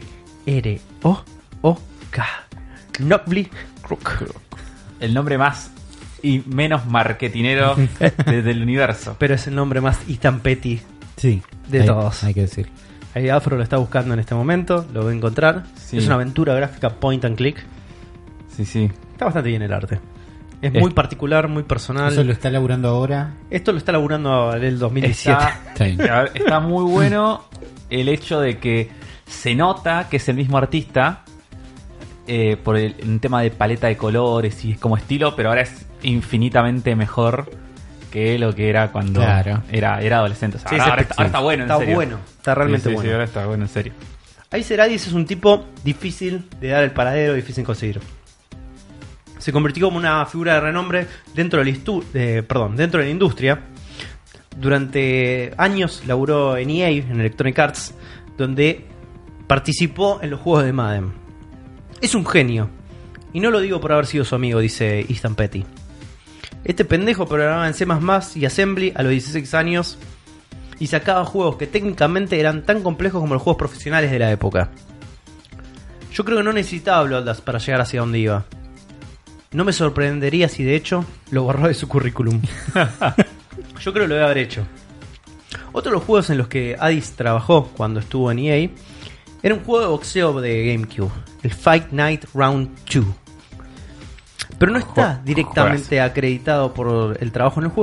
C-R-O-O-K. Novely Crook. El nombre más y menos marketinero del universo. Pero es el nombre más Ethan Petty. Sí. de todos. Hay que decir. Ahí Afro lo está buscando en este momento, lo va a encontrar. Sí. Es una aventura gráfica point and click. Sí, sí. Está bastante bien el arte. Es muy particular, muy personal. ¿Eso lo está laburando ahora? Esto lo está laburando en el 2017. Está bien. A ver, está muy bueno el hecho de que se nota que es el mismo artista por un tema de paleta de colores y como estilo, pero ahora es infinitamente mejor que lo que era cuando Claro. era adolescente. O sea, Sí, ahora, es ahora está bueno, en está serio. bueno, está realmente Sí, sí, bueno. sí, ahora está bueno, en serio. Acer Addis es un tipo difícil de dar el paradero, difícil de conseguir. Se convirtió como una figura de renombre dentro de la industria. Durante años laburó en EA, en Electronic Arts, donde participó en los juegos de Madden. Es un genio. Y no lo digo por haber sido su amigo, dice Ethan Petty. Este pendejo programaba en C++ y Assembly a los 16 años y sacaba juegos que técnicamente eran tan complejos como los juegos profesionales de la época. Yo creo que no necesitaba Bloodlust para llegar hacia donde iba. No me sorprendería si de hecho lo borró de su currículum. Yo creo que lo debe haber hecho. Otro de los juegos en los que Addis trabajó cuando estuvo en EA era un juego de boxeo de GameCube, el Fight Night Round 2. Pero no está directamente acreditado por el trabajo en el juego,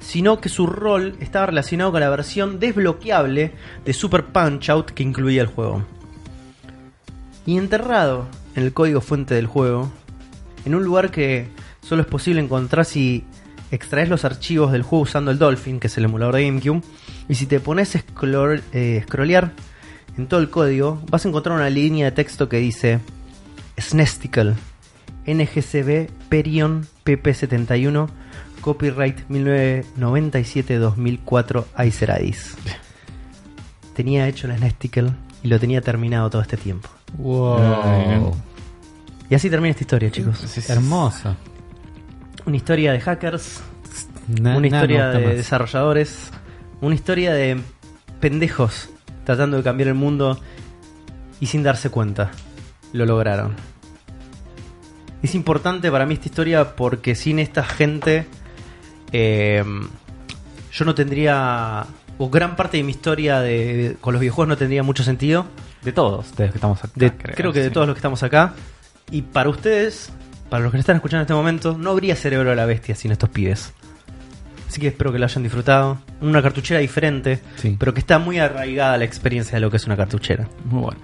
sino que su rol estaba relacionado con la versión desbloqueable de Super Punch-Out que incluía el juego. Y enterrado en el código fuente del juego, en un lugar que solo es posible encontrar si extraes los archivos del juego usando el Dolphin, que es el emulador de GameCube, y si te pones a scrollear en todo el código, vas a encontrar una línea de texto que dice SNESticle, NGCB Perion PP71, copyright 1997-2004 Iceradis. Tenía hecho el SNESticle y lo tenía terminado todo este tiempo. Wow. Y así termina esta historia, chicos. Hermoso. Una historia de hackers, una historia de desarrolladores, una historia de pendejos tratando de cambiar el mundo y sin darse cuenta. Lo lograron. Es importante para mí esta historia porque sin esta gente yo no tendría, o gran parte de mi historia con los videojuegos no tendría mucho sentido. De todos ustedes que estamos acá. Creo que de todos los que estamos acá. Y para ustedes, para los que están escuchando en este momento, no habría Cerebro de la Bestia sin estos pibes. Así que espero que lo hayan disfrutado. Una cartuchera diferente, sí, pero que está muy arraigada a la experiencia de lo que es una cartuchera. Muy bueno.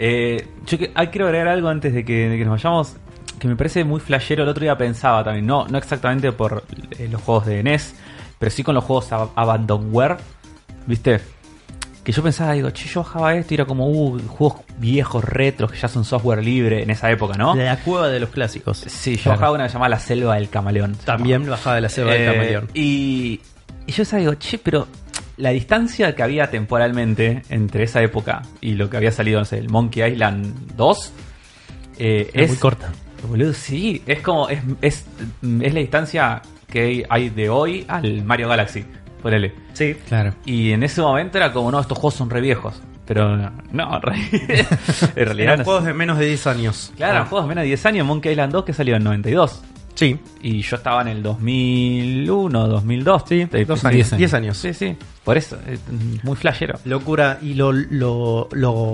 Yo quiero agregar algo antes de que nos vayamos, que me parece muy flashero. El otro día pensaba también, no exactamente por los juegos de NES, pero sí con los juegos Abandonware, ¿viste? Que yo pensaba, digo, yo bajaba esto y era como, juegos viejos, retros, que ya son software libre en esa época, ¿no? De la cueva de los clásicos. Sí, yo bajaba una llamada La Selva del Camaleón. También bajaba de La Selva del Camaleón. Y yo pensaba, digo, pero la distancia que había temporalmente entre esa época y lo que había salido, no sé, el Monkey Island 2, es muy corta. Boludo, sí, es como, es la distancia que hay de hoy al Mario Galaxy. Ponele. Sí, claro. Y en ese momento era como, no, estos juegos son re viejos. Pero no, en realidad eran no, juegos de menos de 10 años. Claro, eran juegos de menos de 10 años. Monkey Island 2 que salió en 92. Sí. Y yo estaba en el 2001, 2002. Sí, 2 años. 10 años. Sí, sí. Por eso, muy flashero. Locura. Y lo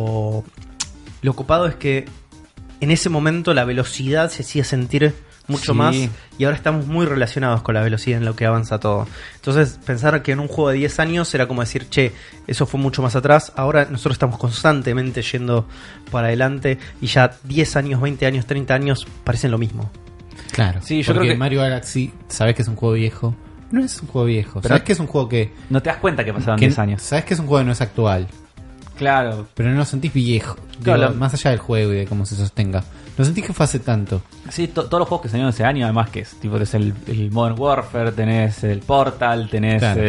copado es que en ese momento la velocidad se hacía sentir mucho más, y ahora estamos muy relacionados con la velocidad en lo que avanza todo. Entonces pensar que en un juego de 10 años era como decir, che, eso fue mucho más atrás. Ahora nosotros estamos constantemente yendo para adelante y ya 10 años, 20 años, 30 años parecen lo mismo. Claro, sí, yo porque creo que Mario Galaxy, sabes que es un juego viejo. No es un juego viejo, sabes que es un juego que no te das cuenta que pasaron 10 años. Sabes que es un juego que no es actual. Claro. Pero no lo sentís viejo. Claro, Digo, más allá del juego y de cómo se sostenga. Lo sentís que fue hace tanto. Sí, todos los juegos que salieron ese año, además que es tipo, tenés el Modern Warfare, tenés el Portal, tenés claro,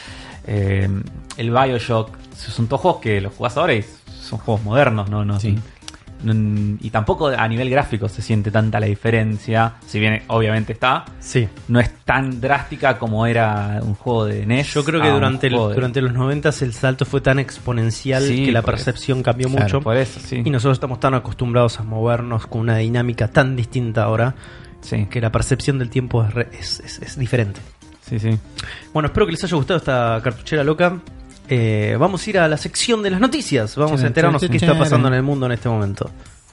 el Bioshock. Son todos juegos que los jugás ahora y son juegos modernos, ¿no? Sí. Y tampoco a nivel gráfico se siente tanta la diferencia. Si bien obviamente está, sí, no es tan drástica como era un juego de NES. Yo creo que durante los 90 el salto fue tan exponencial, sí, que la percepción cambió mucho. Por eso, sí. Y nosotros estamos tan acostumbrados a movernos con una dinámica tan distinta ahora, sí, que la percepción del tiempo es diferente. Sí, sí. Bueno, espero que les haya gustado esta cartuchera loca. Vamos a ir a la sección de las noticias. Vamos a enterarnos qué está pasando en el mundo en este momento.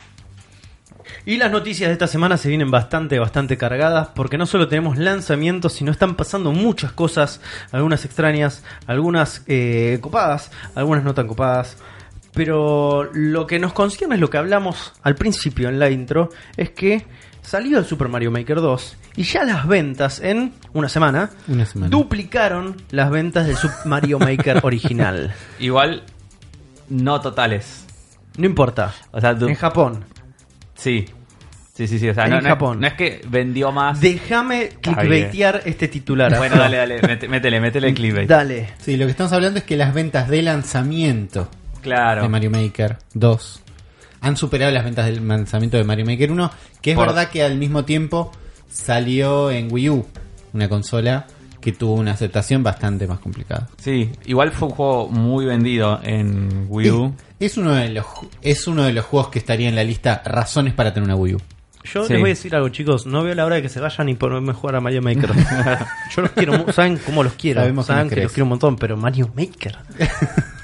Y las noticias de esta semana se vienen bastante cargadas, porque no solo tenemos lanzamientos, sino están pasando muchas cosas, algunas extrañas, algunas copadas, algunas no tan copadas. Pero lo que nos concierne es lo que hablamos al principio en la intro, es que salió el Super Mario Maker 2 y ya las ventas en una semana duplicaron las ventas del Super Mario Maker original. Igual, no totales. No importa. O sea, en Japón. Sí. O sea, en Japón. No es que vendió más. Déjame clickbaitear este titular. Bueno, dale, métele el clickbait. Dale. Sí, lo que estamos hablando es que las ventas de lanzamiento, claro, de Mario Maker 2 han superado las ventas del lanzamiento de Mario Maker 1, que es verdad que al mismo tiempo salió en Wii U, una consola que tuvo una aceptación bastante más complicada. Sí, igual fue un juego muy vendido en Wii U. Es uno de los juegos que estaría en la lista razones para tener una Wii U. Yo les voy a decir algo, chicos. No veo la hora de que se vayan y ponerme a jugar a Mario Maker. Yo los quiero, saben cómo los quiero. Saben que los quiero un montón, pero Mario Maker.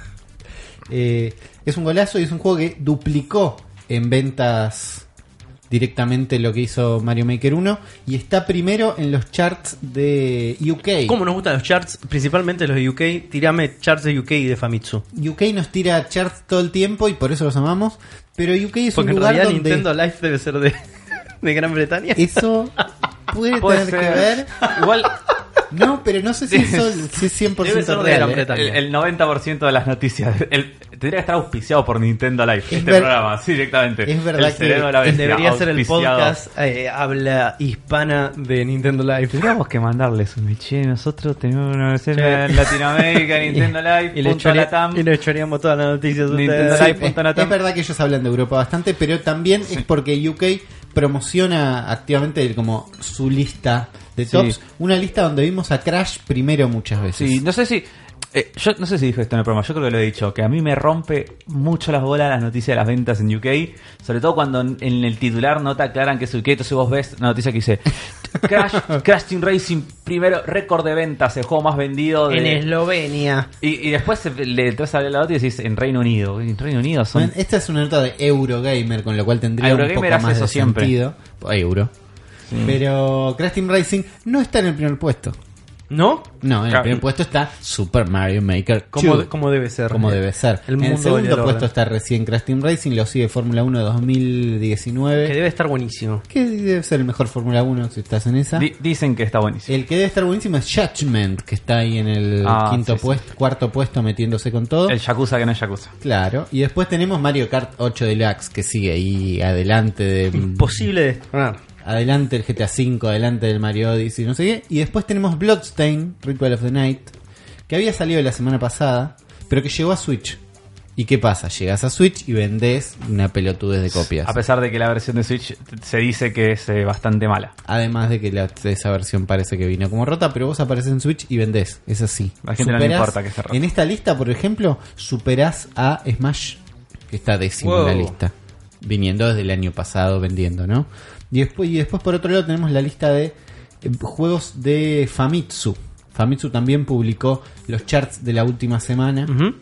Es un golazo y es un juego que duplicó en ventas directamente lo que hizo Mario Maker 1 y está primero en los charts de UK. ¿Cómo nos gustan los charts? Principalmente los de UK. Tirame charts de UK y de Famitsu. UK nos tira charts todo el tiempo y por eso los amamos, pero UK es Porque un en lugar realidad donde Nintendo Live debe ser de Gran Bretaña. eso puede Puede tener que ser. ver. Igual No, pero no sé si eso si es 100% Debe ser de real. Gran ¿eh? Bretaña. el 90% de las noticias tendría que estar auspiciado por Nintendo Live, Es este ver- programa, sí, directamente. es verdad El cerebro de la bestia, Debería ser el auspiciado. podcast habla hispana de Nintendo Live. Tendríamos que mandarles un che, nosotros tenemos una versión Che. en Latinoamérica, Nintendo Live, y le echaríamos todas las noticias a Nintendo ustedes. Live. Es verdad que ellos hablan de Europa bastante, pero también es porque UK promociona activamente como su lista de Sí. tops, una lista donde vimos a Crash primero muchas veces. Sí, no sé si. Yo no sé si dijo esto en el programa, yo creo que lo he dicho, que a mí me rompe mucho las bolas las noticias de las ventas en UK, sobre todo cuando en el titular no te aclaran que es UK, entonces vos ves una noticia que dice Crash Team Racing primero, récord de ventas, el juego más vendido de... En Eslovenia. Y después le entras a la nota y decís en Reino Unido. En Reino Unido son... Bueno, esta es una nota de Eurogamer, con lo cual tendría un Eurogamer poco hace más eso de siempre. sentido. Euro. Sí. Pero Crash Team Racing no está en el primer puesto. ¿No? No, en el Claro. primer puesto está Super Mario Maker 2. Como debe ser. Como debe ser. El En el mundo segundo del puesto orden. está recién Crash Team Racing, lo sigue Fórmula 1 2019. Que debe estar buenísimo. Que debe ser el mejor Fórmula 1 si estás en esa. Dicen que está buenísimo. El que debe estar buenísimo es Judgment, que está ahí en el Sí, sí. cuarto puesto metiéndose con todo. El Yakuza que no es Yakuza. Claro. Y después tenemos Mario Kart 8 Deluxe, que sigue ahí adelante de... Imposible de destronar. Adelante el GTA V, adelante del Mario Odyssey, no sé qué. Y después tenemos Bloodstain, Ritual of the Night, que había salido la semana pasada, pero que llegó a Switch. ¿Y qué pasa? Llegas a Switch y vendés una pelotudez de copias. A pesar de que la versión de Switch se dice que es bastante mala. Además de que esa versión parece que vino como rota, pero vos apareces en Switch y vendés. Es así. A la gente no le importa que esté rota. En esta lista, por ejemplo, superás a Smash, que está décimo en la Wow. lista. Viniendo desde el año pasado vendiendo, ¿no? Y después por otro lado tenemos la lista de juegos de Famitsu. Famitsu también publicó los charts de la última semana. Ujú.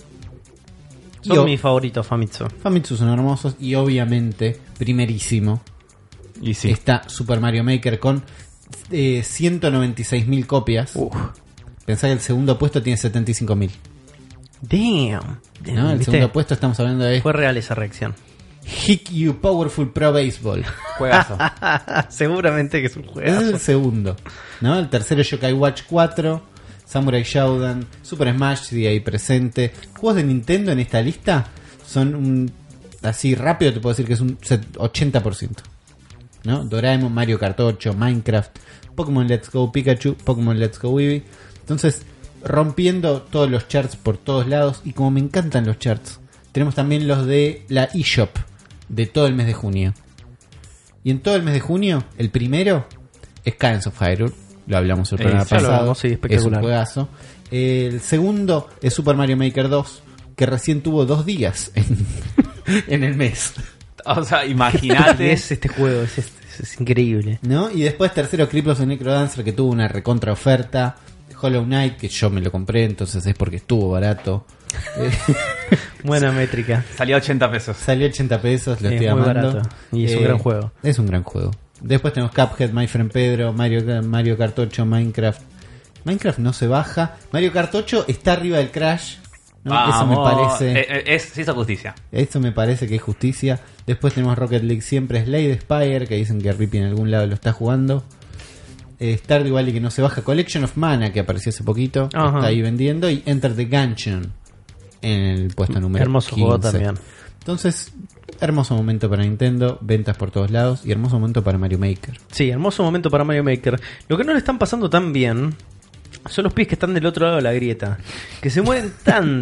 Y Son mis favoritos, Famitsu. Famitsu son hermosos y obviamente, primerísimo, Y sí. está Super Mario Maker con 196.000 copias. Pensá que el segundo puesto tiene 75.000. Damn. ¿No? El ¿Viste? segundo puesto estamos hablando de Fue real esa reacción. Hick You Powerful Pro Baseball. Juegazo. Seguramente que es un Ese es juegazo. el segundo. ¿No? El tercero Yokai Watch 4, Samurai Shodown, Super Smash sigue ahí presente. Juegos de Nintendo en esta lista son así rápido te puedo decir que es un 80%. ¿No? Doraemon, Mario Kart 8, Minecraft, Pokémon Let's Go Pikachu, Pokémon Let's Go Eevee. Entonces, rompiendo todos los charts por todos lados. Y como me encantan los charts, tenemos también los de la eShop de todo el mes de junio. Y en todo el mes de junio, el primero es Cadence of Hyrule. Lo hablamos el programa ya lo pasado. hablamos, sí, es espectacular. un juegazo. El segundo es Super Mario Maker 2, que recién tuvo 2 días en el mes. O sea, ¿Qué imagínate. es este juego? Es increíble. ¿No? Y después tercero Cripples of Necrodancer, que tuvo una recontra oferta. Hollow Knight, que yo me lo compré, entonces es porque estuvo barato. Buena métrica. Salió a 80 pesos. Salió 80 pesos, lo Es estoy muy amando. barato. Y es un gran juego. Es un gran juego. Después tenemos Cuphead, My Friend Pedro, Mario Kart 8, Minecraft. Minecraft no se baja. Mario Kart 8 está arriba del Crash. ¿no? Eso me Vamos. parece. Se hizo justicia. Eso me parece que es justicia. Después tenemos Rocket League siempre, Slade Spire, que dicen que Rippy en algún lado lo está jugando. Stardew Valley que no se baja. Collection of Mana, que apareció hace poquito. Ajá. Está ahí vendiendo. Y Enter the Gungeon en el puesto número Hermoso 15. juego también. Entonces, hermoso momento para Nintendo. Ventas por todos lados. Y hermoso momento para Mario Maker. Sí, hermoso momento para Mario Maker. Lo que no le están pasando tan bien son los pies que están del otro lado de la grieta. Que se mueven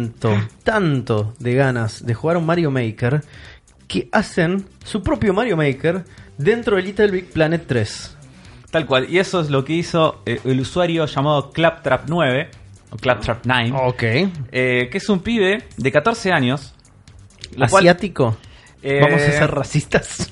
tanto de ganas de jugar un Mario Maker que hacen su propio Mario Maker dentro de Little Big Planet 3. Tal cual. Y eso es lo que hizo el usuario llamado Claptrap 9. O Claptrap 9. Ok. Que es un pibe de 14 años. lo cual, ¿Asiático? ¿Vamos a eh, ser racistas?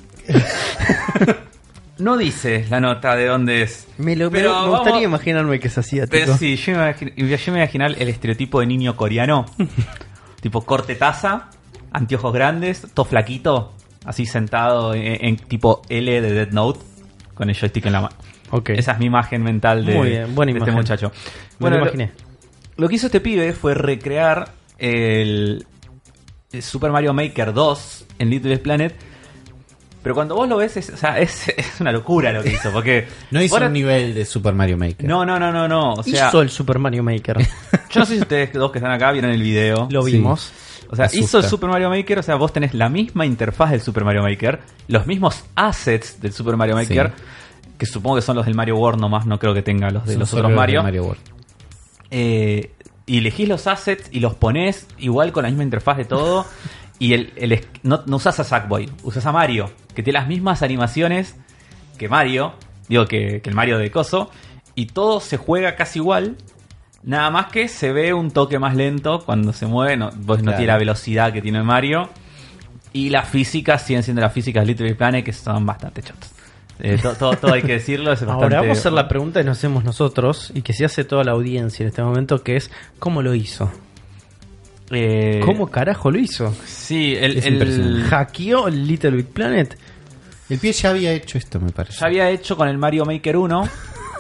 No dice la nota de dónde es. Me Pero gustaría vamos- imaginarme que es asiático. Pero sí, yo me imaginar el estereotipo de niño coreano. Tipo corte taza, anteojos grandes, todo flaquito. así sentado en tipo L de Death Note, con el joystick en la mano. Ok. Esa es mi imagen mental de, Muy bien, buena de imagen. este muchacho. Me lo Bueno, imaginé. lo que hizo este pibe fue recrear el Super Mario Maker 2 en Little Big Planet. Pero cuando vos lo ves, es una locura lo que hizo. Porque No hizo ahora- un nivel de Super Mario Maker. No. O sea, Hizo el Super Mario Maker. yo no sé si ustedes dos que están acá vieron el video. Lo Sí. vimos. O sea, Asusta. hizo el Super Mario Maker, o sea, vos tenés la misma interfaz del Super Mario Maker, los mismos assets del Super Mario Maker, que supongo que son los del Mario World nomás, no creo que tenga los de Son los solo otros los de Mario. Mario World. Y elegís los assets y los ponés igual con la misma interfaz de todo. Y no usás a Sackboy, usás a Mario, que tiene las mismas animaciones que Mario, que el Mario de Coso, y todo se juega casi igual. Nada más que se ve un toque más lento cuando se mueve, no Claro. tiene la velocidad que tiene Mario. Y las físicas siguen siendo las físicas de Little Big Planet, que son bastante chotas. Todo hay que decirlo. Es bastante... Ahora vamos a hacer la pregunta que nos hacemos nosotros y que se hace toda la audiencia en este momento, que es ¿cómo lo hizo? ¿Cómo carajo lo hizo? Sí, Es impresionante. ¿Hackeó el Little Big Planet? El pie ya había hecho esto, me parece. ya había hecho con el Mario Maker 1.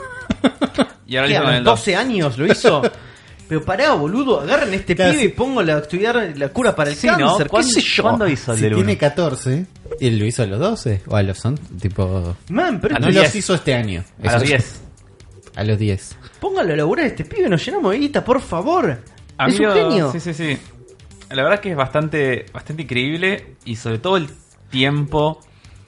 Y ahora lo ¿Qué, hizo a con los el 2. 12 años lo hizo? Pero pará, boludo, agarren este Claro, pibe sí. y póngalo a estudiar la cura para el Sí, ¿no? cáncer. ¿Qué sé yo? ¿Cuándo hizo el Si del 1? tiene 14, ¿él lo hizo a los 12? ¿O a los tipo...? Man, pero A No los los 10. hizo este año. A los Eso- 10. A los 10. póngalo a laburar a este pibe, nos llenamos de guita, por favor. A Es mí un genio. Sí. La verdad es que es bastante increíble. Y sobre todo el tiempo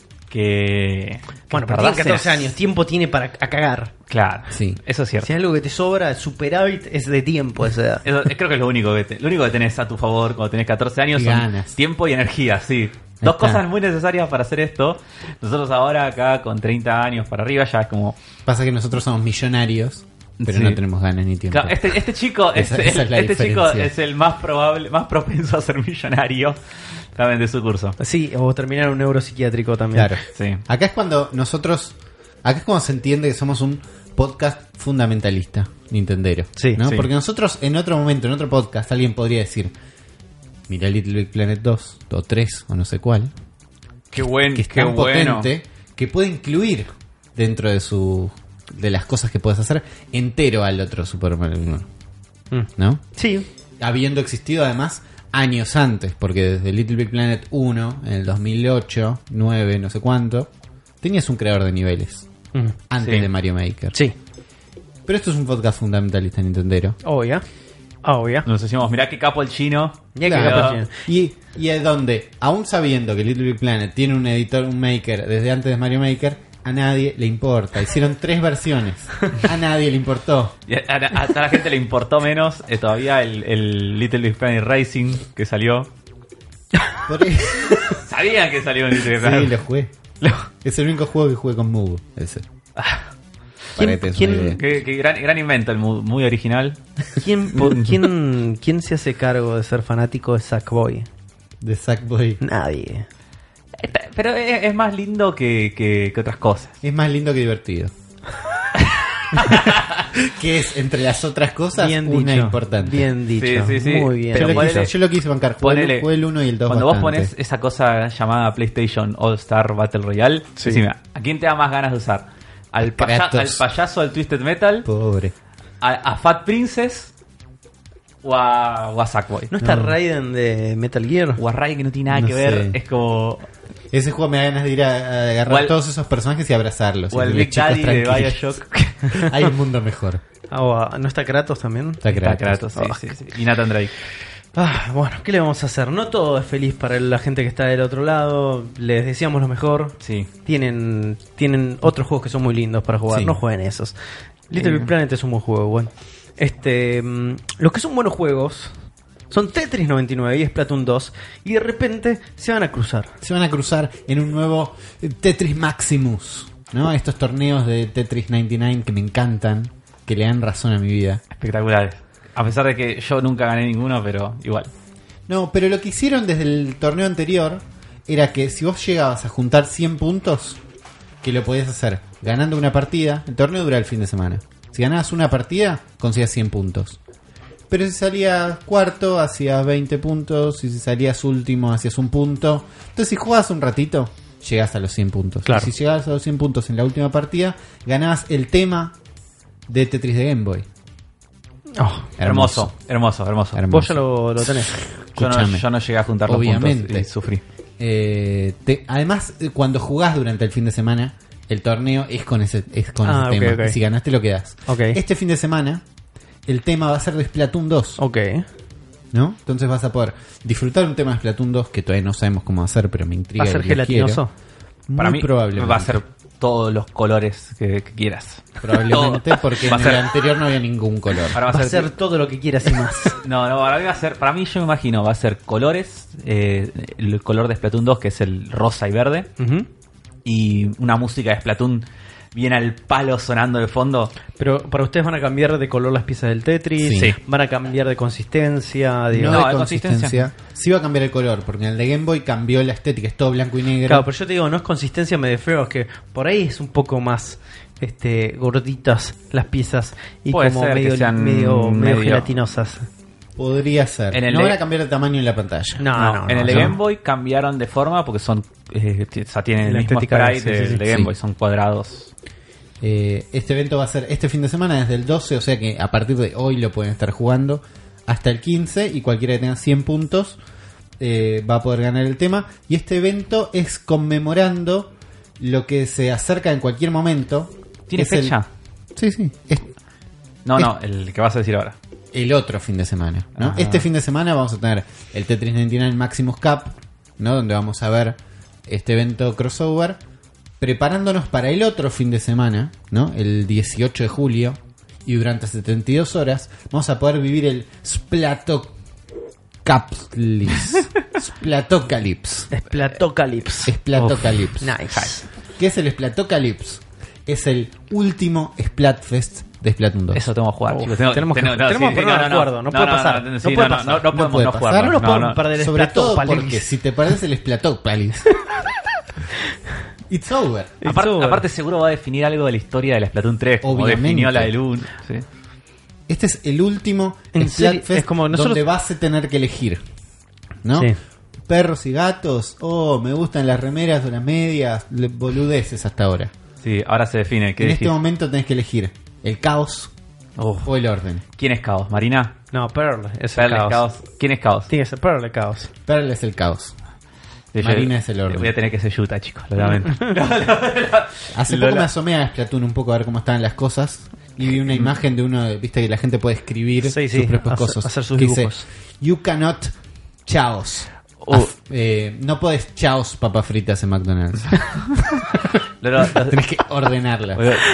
que Bueno, pero tardás tiene 14 años, tiempo tiene para a cagar. Claro, Sí. eso es cierto. Si hay algo que te sobra, superávit es de tiempo a esa edad. Creo que es lo único que tenés a tu favor cuando tenés 14 años. Y Son ganas. tiempo y energía, sí. Dos está. cosas muy necesarias para hacer esto. Nosotros ahora acá con 30 años para arriba ya es como... Pasa que nosotros somos millonarios, pero Sí. no tenemos ganas ni tiempo. Claro, este chico, Esa es la este chico diferencia. es el más probable, más propenso a ser millonario también de su curso. Sí, o terminar un neuropsiquiátrico también. Claro. Sí. Acá es cuando acá es cuando se entiende que somos un podcast fundamentalista, nintendero. Sí, ¿no? sí. Porque nosotros en otro momento, en otro podcast, alguien podría decir, mira Little Big Planet 2, o 3, o no sé cuál, Qué buen, que es qué tan bueno. potente que puede incluir dentro de las cosas que puedes hacer entero al otro Super Mario 1, Mm. ¿no? Sí, Habiendo existido además años antes, porque desde Little Big Planet 1, en el 2008, 9, no sé cuánto, tenías un creador de niveles Mm. antes Sí. de Mario Maker. Sí, Pero esto es un podcast fundamentalista nintendero. obvia. Obvia. Nos decimos, mirá qué capo el chino. Ya que Claro. capaz tiene. Y es donde, aún sabiendo que Little Big Planet tiene un editor, un maker desde antes de Mario Maker, a nadie le importa. Hicieron 3 versiones. A nadie le importó. Y a la gente le importó menos todavía el Little Big Planet Racing que salió. Por eso- Sabían que salió en Little Big sí, Planet. lo jugué. Es el único juego que jugué con Mugu. Ese. Para que te des quién- una idea. Qué gran invento, muy original. ¿Quién se hace cargo de ser fanático de Sackboy? De Sackboy. Nadie. Pero es más lindo que otras cosas. Es más lindo que divertido. Que es, entre las otras cosas, Bien una dicho. importante. Bien dicho. Sí, sí, sí. Muy bien. Pero Yo ponele- lo quise bancar. Jugué Ponele, el 1 y el 2 Cuando vos bastante. pones esa cosa llamada PlayStation All Star Battle Royale, Sí. decime, ¿a quién te da más ganas de usar? ¿Al, Kratos. al payaso del Twisted Metal? Pobre. ¿A Fat Princess? ¿O a Sackboy? ¿No está No. Raiden de Metal Gear? O a Ray que no tiene nada No que ver. sé. Es como... Ese juego me da ganas de ir a agarrar O al- todos esos personajes y abrazarlos. O y el decirles, Big "Chicos, Daddy de tranquilos. Bioshock. Hay un mundo mejor. ¿No está Kratos también? Está Está Kratos. Kratos, sí, sí. Y Nathan Drake. Bueno, ¿qué le vamos a hacer? No todo es feliz para la gente que está del otro lado. Les deseamos lo mejor. Sí. Tienen otros juegos que son muy lindos para jugar. Sí. No jueguen esos. Little Big Planet es un buen juego. Bueno, los que son buenos juegos son Tetris 99 y Splatoon 2. Y de repente se van a cruzar. Se van a cruzar en un nuevo Tetris Maximus, ¿no? Estos torneos de Tetris 99 que me encantan, que le dan razón a mi vida. Espectaculares. A pesar de que yo nunca gané ninguno, pero igual. No, pero lo que hicieron desde el torneo anterior era que si vos llegabas a juntar 100 puntos, que lo podías hacer ganando una partida. El torneo dura el fin de semana. Si ganabas una partida, conseguías 100 puntos. Pero si salías cuarto, hacías 20 puntos. Y si salías último, hacías un punto. Entonces, si jugabas un ratito, llegás a los 100 puntos. Claro. Y si llegabas a los 100 puntos en la última partida, ganabas el tema de Tetris de Game Boy. Oh, Hermoso. vos ya lo tenés. Yo no llegué a juntar Obviamente. los puntos y sufrí. Además, cuando jugás durante el fin de semana, el torneo es con ese tema. ok. Y si ganaste, lo quedás. Ok. Este fin de semana, el tema va a ser de Splatoon 2. Ok. ¿No? Entonces vas a poder disfrutar un tema de Splatoon 2 que todavía no sabemos cómo hacer, pero me intriga. ¿Va a ser y lo gelatinoso? quiero. Para Muy mí probablemente. va a ser todos los colores que quieras. Probablemente porque Va en a ser- el anterior no había ningún color. Ahora Va a ser todo lo que quieras y más. No, para mí yo me imagino, va a ser colores, el color de Splatoon 2 que es el rosa y verde, Ujú. y una música de Splatoon bien al palo sonando de fondo. Pero para ustedes van a cambiar de color las piezas del Tetris, Sí. van a cambiar de consistencia, No, digamos. No, de de consistencia. Sí va a cambiar el color, porque en el de Game Boy cambió la estética, es todo blanco y negro. Claro, pero yo te digo, no es consistencia medio feo, es que por ahí es un poco más gorditas las piezas y Puede como ser que medio, sean medio medio- gelatinosas. Podría ser. En el no de- van a cambiar el tamaño en la pantalla. No, en el de no. Game Boy cambiaron de forma porque son, o sea, tienen el La mismo estética, sprite sí, del sí, sí. de Game Sí. Boy, son cuadrados. Este evento va a ser este fin de semana desde el 12, o sea que a partir de hoy lo pueden estar jugando hasta el 15 y cualquiera que tenga 100 puntos va a poder ganar el tema. Y este evento es conmemorando lo que se acerca en cualquier momento. ¿Tiene Es el- fecha? Sí, sí. Es No, el que vas a decir ahora. el otro fin de semana, ¿no? Ajá. Este fin de semana vamos a tener el Tetris 99 Maximus Cup, ¿no? Donde vamos a ver este evento crossover, preparándonos para el otro fin de semana, ¿no? El 18 de julio, y durante 72 horas vamos a poder vivir el Splatocalypse. Splatocalypse. Splatocalypse. Nice. ¿Qué es el Splatocalypse? Es el último Splatfest de Splatoon 2. Eso tengo que jugar, Oh, chicos. tenemos que ponernos de acuerdo, no puede pasar. No No puede pasar. no podemos puede no pasar. jugarlo. No nos podemos perder el Sobre todo Splatocalypse. porque si te perdés el Splatocalypse, it's over. Aparte seguro va a definir algo de la historia de la Splatoon 3, como Obviamente. definió la del 1. ¿Sí? Este es el último En serio, Splatfest es como nosotros- donde vas a tener que elegir, ¿no? Sí. Perros y gatos, me gustan las remeras o las medias, boludeces hasta ahora. Sí, ahora se define. ¿Qué En este decís? momento tenés que elegir el caos Uf. o el orden. ¿Quién es Caos? ¿Marina? No, Pearl es Pearl el es caos. Caos. ¿Quién es Caos? Tiene que ser Pearl el caos. Pearl es el caos. Yo- Marina es el orden. Voy a tener que ser Yuta, chicos, lo lamento. Hace Lola. poco me asomé a Splatoon un poco a ver cómo estaban las cosas y vi una imagen de uno, viste que la gente puede escribir Sí, sus sí, propios hacer- cosas. hacer sus que dice, dibujos. You cannot chaos. No podés chaos papas fritas en McDonald's. Tenés que ordenarlas.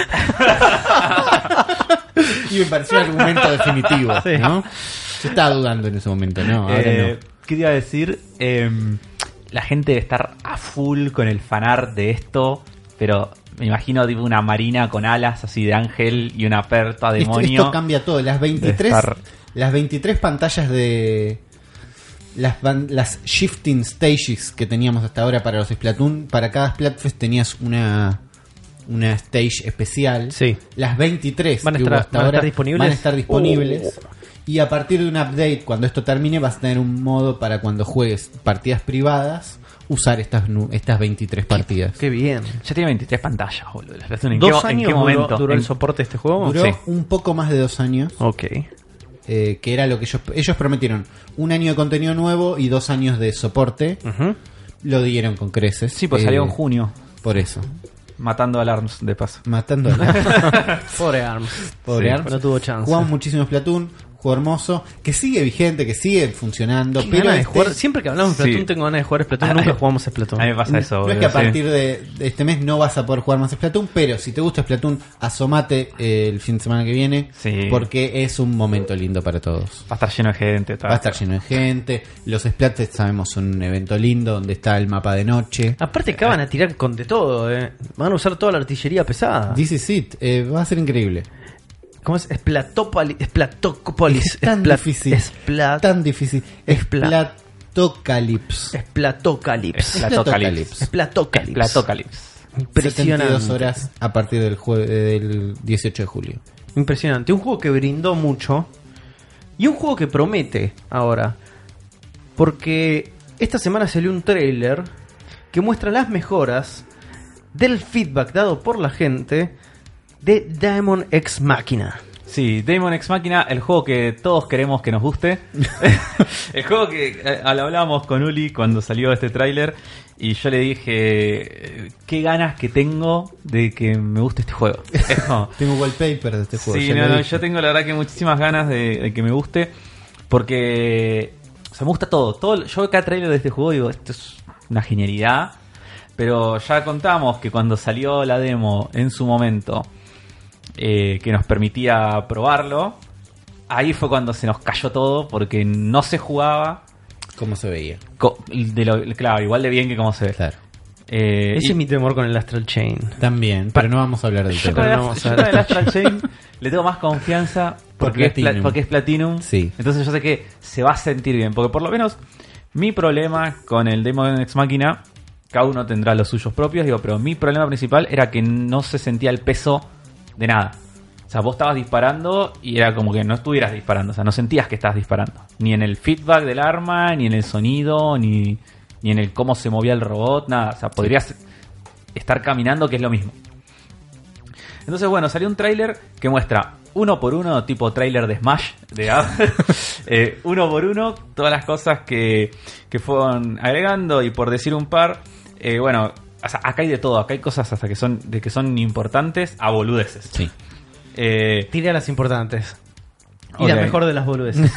Y me pareció un argumento definitivo, Sí. ¿no? Yo estaba dudando en ese momento, ¿no? Ahora no. ¿Qué te iba a decir? La gente debe estar a full con el fanart de esto, pero me imagino tipo una Marina con alas así de ángel y una perta demonio. Esto cambia todo. Las 23, estar- las 23 pantallas de las shifting stages que teníamos hasta ahora para los Splatoon, para cada Splatfest tenías una stage especial. Sí. Las 23 ¿Van a que estar- hubo hasta van a ahora estar disponibles? van a estar disponibles. Y a partir de un update, cuando esto termine, vas a tener un modo para cuando juegues partidas privadas, usar estas 23 partidas. Qué bien. Ya tiene 23 pantallas, boludo. La Splatoon, ¿en 2 qué años momento? duró el ¿En- soporte de este juego? Duró Sí. un poco más de 2 años. Ok. Que era lo que ellos prometieron. 1 año de contenido nuevo y 2 años de soporte. Ujú. Lo dieron con creces. Sí, pues salió en junio. Por eso. Matando alarms, de paso. Matando a la Pobre ARMS. pobre Sí, Arms. no tuvo chance. Jugamos muchísimo Splatoon. Juego hermoso. Que sigue vigente, que sigue funcionando. Qué Pero ganas de este- jugar. Siempre que hablamos de Splatoon Sí. tengo ganas de jugar Splatoon. Nunca jugamos a Splatoon. A mí me pasa eso, no es boludo, que a sí. partir de este mes no vas a poder jugar más Splatoon, pero si te gusta Splatoon, asomate el fin de semana que viene, Sí. porque es un momento lindo para todos. Va a estar lleno de gente. Va a estar lleno de gente. Los Splatfest sabemos son un evento lindo donde está el mapa de noche. Aparte acaban a tirar con de todo, Van a usar toda la artillería pesada. This is it. Va a ser increíble. ¿Cómo es? Splatopolis. Es tan difícil. Tan difícil. Splatocalypse. Splatocalypse. Splatocalypse. Splatocalypse. Splatocalypse. 72 horas a partir del 18 de julio. Impresionante. Un juego que brindó mucho Y un juego que promete ahora. Porque esta semana salió un tráiler que muestra las mejoras del feedback dado por la gente de Daemon X Machina. Sí, Daemon X Machina, el juego que todos queremos que nos guste. El juego que lo hablábamos con Uli cuando salió este tráiler y yo le dije qué ganas que tengo de que me guste este juego. Es como, Tengo wallpaper de este juego. sí, ya no, lo no, dije. yo tengo la verdad que muchísimas ganas de que me guste porque o sea, me gusta todo. Yo cada tráiler de este juego digo, esto es una genialidad, pero ya contamos que cuando salió la demo en su momento que nos permitía probarlo, ahí fue cuando se nos cayó todo porque no se jugaba ¿Cómo se veía? claro, igual de bien que como se ve. Claro. Ese Y- es mi temor con el Astral Chain. También, pero no vamos a hablar del yo tema. con no vamos a yo ver con el Astral Chain le tengo más confianza porque Platinum. porque es Platinum. Sí. Entonces yo sé que se va a sentir bien. Porque por lo menos mi problema con el Daemon X Machina, cada uno tendrá los suyos propios, digo, pero mi problema principal era que no se sentía el peso de nada. O sea, vos estabas disparando y era como que no estuvieras disparando. O sea, no sentías que estabas disparando. Ni en el feedback del arma, ni en el sonido, ni en el cómo se movía el robot, nada. O sea, podrías estar caminando, que es lo mismo. Entonces, bueno, salió un tráiler que muestra uno por uno, tipo tráiler de Smash, uno por uno, todas las cosas que fueron agregando. Y por decir un par, bueno, o sea, acá hay de todo. Acá hay cosas hasta que son importantes a boludeces. Sí. Tiré a las importantes. Y Ok. la mejor de las boludeces.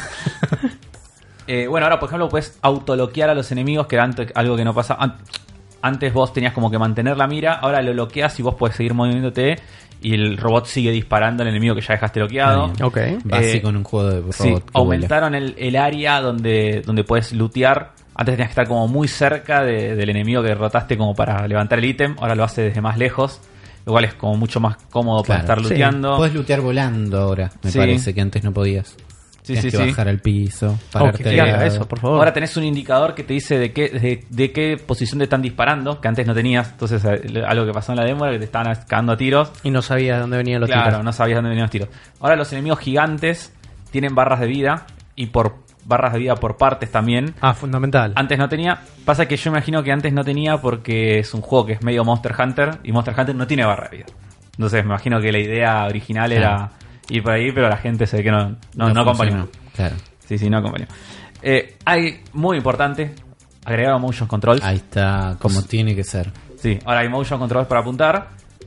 Bueno, ahora por ejemplo puedes autoloquear a los enemigos, que era algo que no pasaba. Antes vos tenías como que mantener la mira, ahora lo bloqueas y vos podés seguir moviéndote y el robot sigue disparando al enemigo que ya dejaste bloqueado. Está bien. Ok. Básico en un juego de robot. Sí, que vuela. aumentaron el área donde puedes lootear. Antes tenías que estar como muy cerca del enemigo que derrotaste como para levantar el ítem, ahora lo hace desde más lejos. Lo cual es como mucho más cómodo para Claro. estar Sí. looteando. Puedes lootear volando ahora, me Sí. parece que antes no podías. Sí, Tenías sí, que sí. bajar al piso, pararte que de haga lado. eso, por favor. Ahora tenés un indicador que te dice de qué posición te están disparando, que antes no tenías. Entonces, algo que pasó en la demo era que te estaban cagando a tiros. Y no sabía de dónde venían los Claro, tiros. no sabías dónde venían los tiros. Ahora los enemigos gigantes tienen barras de vida y por barras de vida por partes también. Ah, fundamental. Antes no tenía. Pasa que yo imagino que antes no tenía porque es un juego que es medio Monster Hunter y Monster Hunter no tiene barra de vida. Entonces me imagino que la idea original era ir por ahí, pero la gente se ve que no acompañó. funcionó. Claro. Sí, no acompañó. Hay, muy importante, agregaron motion controls. Ahí está, como tiene que ser. Sí, ahora hay motion controls para apuntar.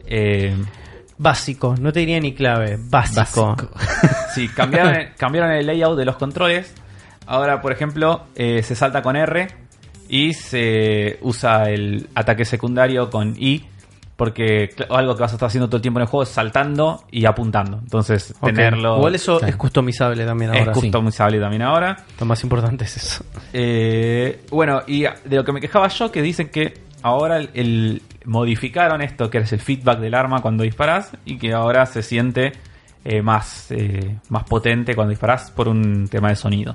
Básico, no te diría ni clave. Básico. Sí, cambiaron el layout de los controles. Ahora, por ejemplo, se salta con R y se usa el ataque secundario con I. Porque algo que vas a estar haciendo todo el tiempo en el juego es saltando y apuntando. Entonces, Ok. tenerlo Igual eso Sí. es customizable también es ahora. customizable también ahora. Lo más importante es eso. Bueno, y de lo que me quejaba yo, que dicen que ahora modificaron esto, que es el feedback del arma cuando disparas, y que ahora se siente más potente cuando disparas por un tema de sonido.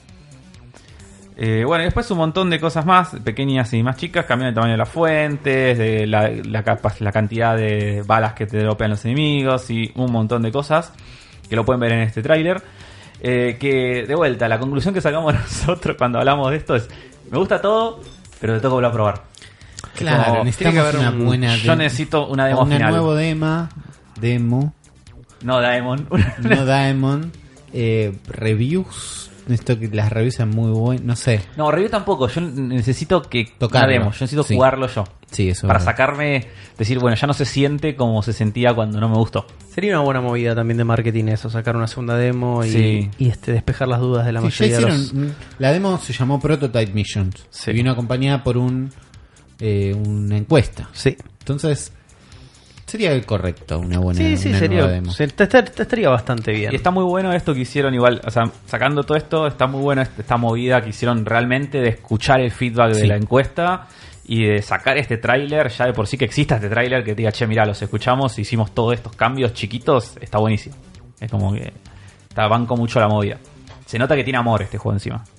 Bueno, y después un montón de cosas más, pequeñas y más chicas. Cambian el tamaño de las fuentes, de la cantidad de balas que te dropean los enemigos y un montón de cosas que lo pueden ver en este tráiler. Que de vuelta, la conclusión que sacamos nosotros cuando hablamos de esto es: me gusta todo, pero te tengo que volver a probar. Claro, Como, necesitamos tiene que haber una buena yo necesito una demo una final. nueva demo, No, Daemon. no Daemon, reviews. Necesito que las reviews sean muy buenas, no sé. No, review tampoco. Yo necesito que Tocarlo. una demo. Yo necesito Sí. jugarlo yo. Sí, eso Para es verdad. sacarme, decir, bueno, ya no se siente como se sentía cuando no me gustó. Sería una buena movida también de marketing eso, sacar una segunda demo y, Sí. y despejar las dudas de la Sí, ya mayoría de los... hicieron, la demo se llamó Prototype Missions. Sí. Y vino acompañada por una encuesta. Sí, Entonces, sería correcto una buena sí, una sería, nueva demo. estaría bastante bien. Y está muy bueno esto que hicieron igual, o sea, sacando todo esto, está muy bueno esta movida que hicieron realmente de escuchar el feedback de Sí. la encuesta y de sacar este tráiler, ya de por sí que exista este tráiler que te diga, che, mirá, los escuchamos, hicimos todos estos cambios chiquitos, está buenísimo. Es como que banco mucho la movida. Se nota que tiene amor este juego encima.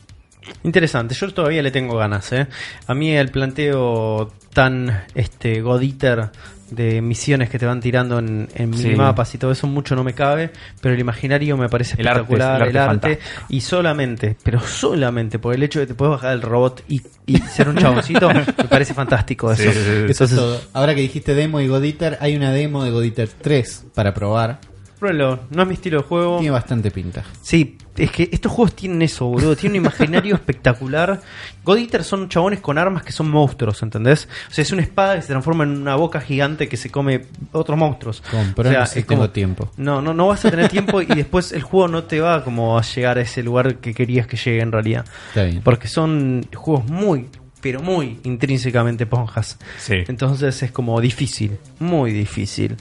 Interesante, yo todavía le tengo ganas, ¿eh? A mí el planteo tan God Eater de misiones que te van tirando en minimapas y todo eso mucho no me cabe, pero el imaginario me parece espectacular, el arte y solamente por el hecho de que te puedes bajar el robot y ser un chaboncito, me parece fantástico eso. Sí. Eso es todo. Ahora que dijiste demo y God Eater, hay una demo de God Eater 3 para probar. Pruébalo, no es mi estilo de juego. Tiene bastante pinta. Sí, es que estos juegos tienen eso, boludo. Tienen un imaginario espectacular. God Eater son chabones con armas que son monstruos, ¿entendés? O sea, es una espada que se transforma en una boca gigante que se come otros monstruos. Pero no sé si tengo tiempo. No vas a tener tiempo y después el juego no te va como a llegar a ese lugar que querías que llegue en realidad. Está bien. Porque son juegos pero muy intrínsecamente ponjas. Sí. Entonces es como difícil, muy difícil.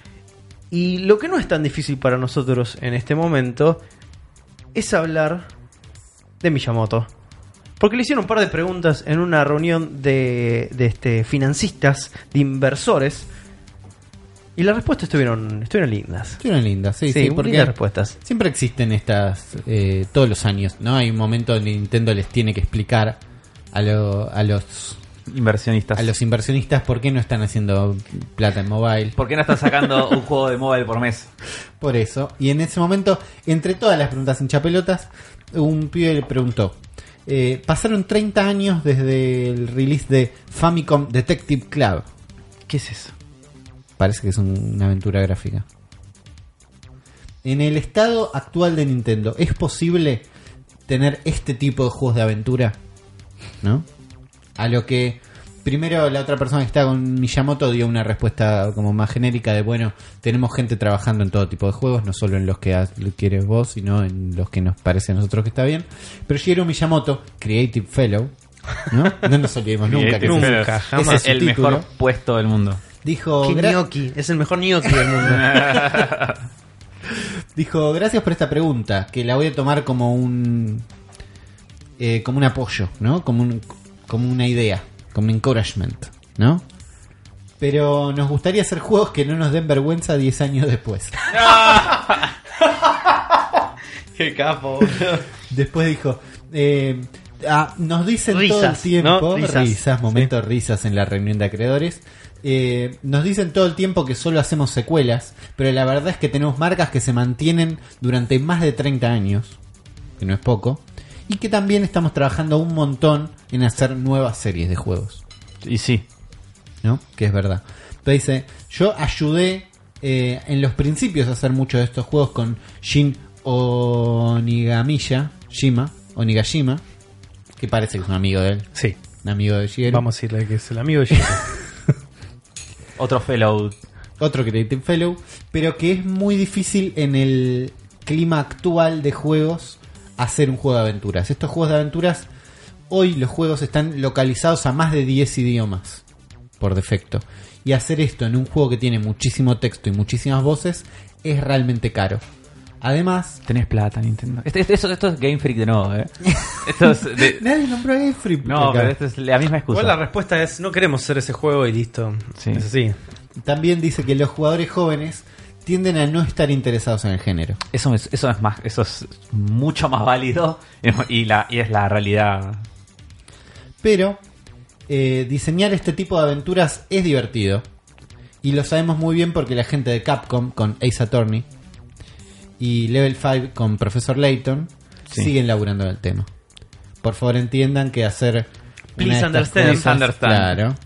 Y lo que no es tan difícil para nosotros en este momento es hablar de Miyamoto. Porque le hicieron un par de preguntas en una reunión de financistas, de inversores. Y las respuestas estuvieron lindas. Estuvieron lindas, sí, porque lindas respuestas. siempre existen estas, todos los años, ¿no? Hay un momento donde Nintendo les tiene que explicar a los inversionistas por qué no están haciendo plata en mobile. ¿Por qué no están sacando un juego de mobile por mes? Por eso. Y en ese momento, entre todas las preguntas hinchapelotas, un pibe le preguntó: pasaron 30 años desde el release de Famicom Detective Club. ¿Qué es eso? Parece que es una aventura gráfica. En el estado actual de Nintendo, ¿es posible tener este tipo de juegos de aventura? ¿No? A lo que primero la otra persona que está con Miyamoto dio una respuesta como más genérica de: bueno, tenemos gente trabajando en todo tipo de juegos, no solo en los que quieres vos, sino en los que nos parece a nosotros que está bien. Pero Shigeru Miyamoto, Creative Fellow, no nos olvidemos nunca que nunca, jamás. Es el mejor puesto del mundo. Dijo: gnocchi, es el mejor gnocchi del mundo. Dijo: gracias por esta pregunta, que la voy a tomar como un apoyo, ¿no? Como una idea, como un encouragement, ¿no? Pero nos gustaría hacer juegos que no nos den vergüenza 10 años después. ¡Qué capo! Después dijo: nos dicen risas, todo el tiempo, ¿no? risas, momentos risas en la reunión de acreedores. Nos dicen todo el tiempo que solo hacemos secuelas, pero la verdad es que tenemos marcas que se mantienen durante más de 30 años, que no es poco. Y que también estamos trabajando un montón en hacer nuevas series de juegos. Y sí, ¿no? Que es verdad. Entonces dice: yo ayudé en los principios a hacer muchos de estos juegos con Shin Onigashima, que parece que es un amigo de él. Sí. Un amigo de Shigeru. Vamos a decirle que es el amigo de Shigeru. otro fellow. Otro Creative Fellow. Pero que es muy difícil en el clima actual de juegos hacer un juego de aventuras. Estos juegos de aventuras, hoy los juegos están localizados a más de 10 idiomas por defecto. Y hacer esto en un juego que tiene muchísimo texto y muchísimas voces es realmente caro. Además, tenés plata, Nintendo. Esto es Game Freak de nuevo, ¿eh? Nadie nombró Game Freak. No, pero esto es la misma excusa. Igual la respuesta es: no queremos hacer ese juego y listo. Sí. Es así. También dice que los jugadores jóvenes tienden a no estar interesados en el género. Eso es mucho más válido y es la realidad. Pero diseñar este tipo de aventuras es divertido. Y lo sabemos muy bien porque la gente de Capcom con Ace Attorney y Level 5 con Professor Layton siguen laburando en el tema. Por favor, entiendan que hacer Please understand. Claro,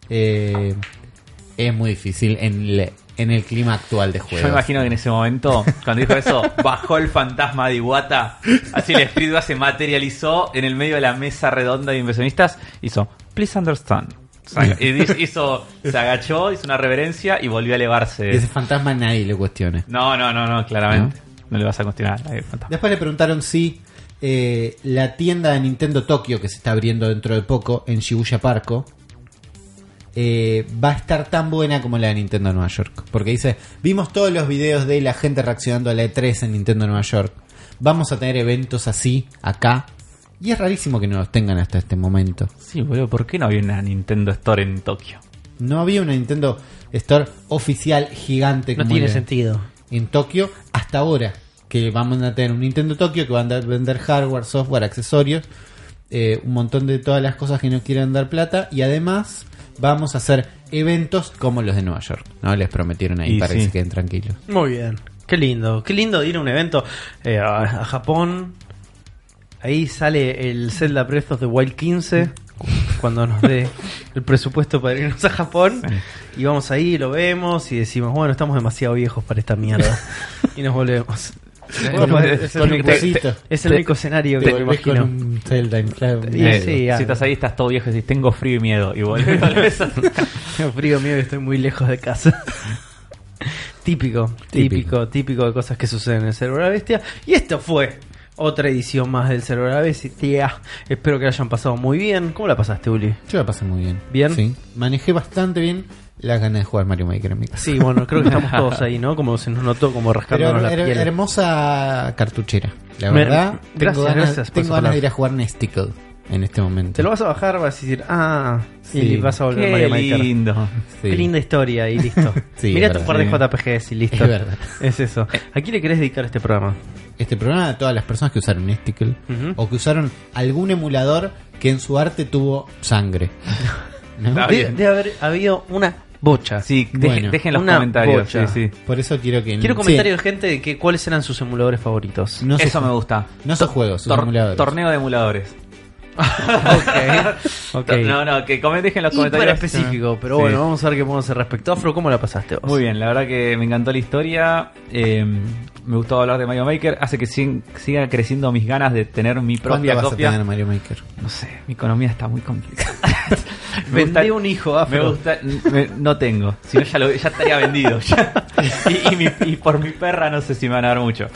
es muy difícil en el clima actual de juegos. Yo me imagino que en ese momento, cuando dijo eso, bajó el fantasma de Iwata, así el espíritu se materializó en el medio de la mesa redonda de inversionistas, hizo Please understand. Y se agachó, hizo una reverencia y volvió a elevarse. Ese fantasma nadie le cuestione. No, claramente. No le vas a cuestionar a nadie. Después le preguntaron si la tienda de Nintendo Tokio, que se está abriendo dentro de poco en Shibuya Parco, va a estar tan buena como la de Nintendo Nueva York. Porque dice: vimos todos los videos de la gente reaccionando a la E3 en Nintendo Nueva York. Vamos a tener eventos así acá. Y es rarísimo que no los tengan hasta este momento. Sí, boludo, ¿por qué no había una Nintendo Store en Tokio? No había una Nintendo Store oficial gigante. No tiene sentido. En Tokio hasta ahora. Que vamos a tener un Nintendo Tokio que van a vender hardware, software, accesorios. un montón de todas las cosas que nos quieran dar plata y además vamos a hacer eventos como los de Nueva York, ¿no? Les prometieron ahí Y para sí. que se queden tranquilos. Muy bien. Qué lindo ir a un evento a Japón. Ahí sale el Zelda Breath of the Wild 15 cuando nos dé el presupuesto para irnos a Japón. Y vamos ahí, lo vemos y decimos, bueno, estamos demasiado viejos para esta mierda. Y nos volvemos. Bueno, es el con un único- cosito. es el único escenario que Te me volvés con imagino. un Zelda claro, Y negro. sí, Si algo. estás ahí, estás todo viejo y decís, tengo frío y miedo. Y volvés a... Tengo frío mío y estoy muy lejos de casa. Típico de cosas que suceden en el Cerebro de la Bestia. Y esto fue otra edición más del Cerebro de la Bestia. Espero que la hayan pasado muy bien. ¿Cómo la pasaste, Uli? Yo la pasé muy bien. ¿Bien? Sí. Manejé bastante bien las ganas de jugar Mario Maker en mi casa. Sí, bueno, creo que estamos todos ahí, ¿no? Como se nos notó, como rascándonos la piel. Hermosa cartuchera. La Me- verdad, gracias, gracias por tengo esa ganas palabra. de ir a jugar Nesticle en este momento. Te lo vas a bajar, vas a decir, y Sí. vas a volver Qué Mario Maker. lindo. Sí. Qué linda historia y listo. Sí, Mirá es tu verdad. par de Sí. JPGs y listo. Es verdad. Es eso. ¿A quién le querés dedicar este programa? Este programa a todas las personas que usaron Nesticle Ujú. o que usaron algún emulador que en su arte tuvo sangre. ¿No? Está bien. Debe haber habido una bocha. Sí, Bueno, dejen los una comentarios. bocha. Sí, sí. Por eso quiero que... Quiero comentarios de gente de que cuáles eran sus emuladores favoritos. No Eso sus- me gusta. No sus juegos, sus emuladores. Torneo de emuladores. Ok. No, que dejen los Hiper comentarios. específico, pero Sí. bueno, vamos a ver qué podemos hacer respecto. Afro, ¿cómo la pasaste vos? Muy bien, la verdad que me encantó la historia. Me gustó hablar de Mario Maker. Hace que siga creciendo mis ganas de tener mi ¿Cuándo propia vas a copia. tener Mario Maker? No sé, mi economía está muy complicada. Vendí un hijo, Me Afro. gusta, no tengo, si no ya estaría vendido ya. Y por mi perra no sé si me van a dar mucho.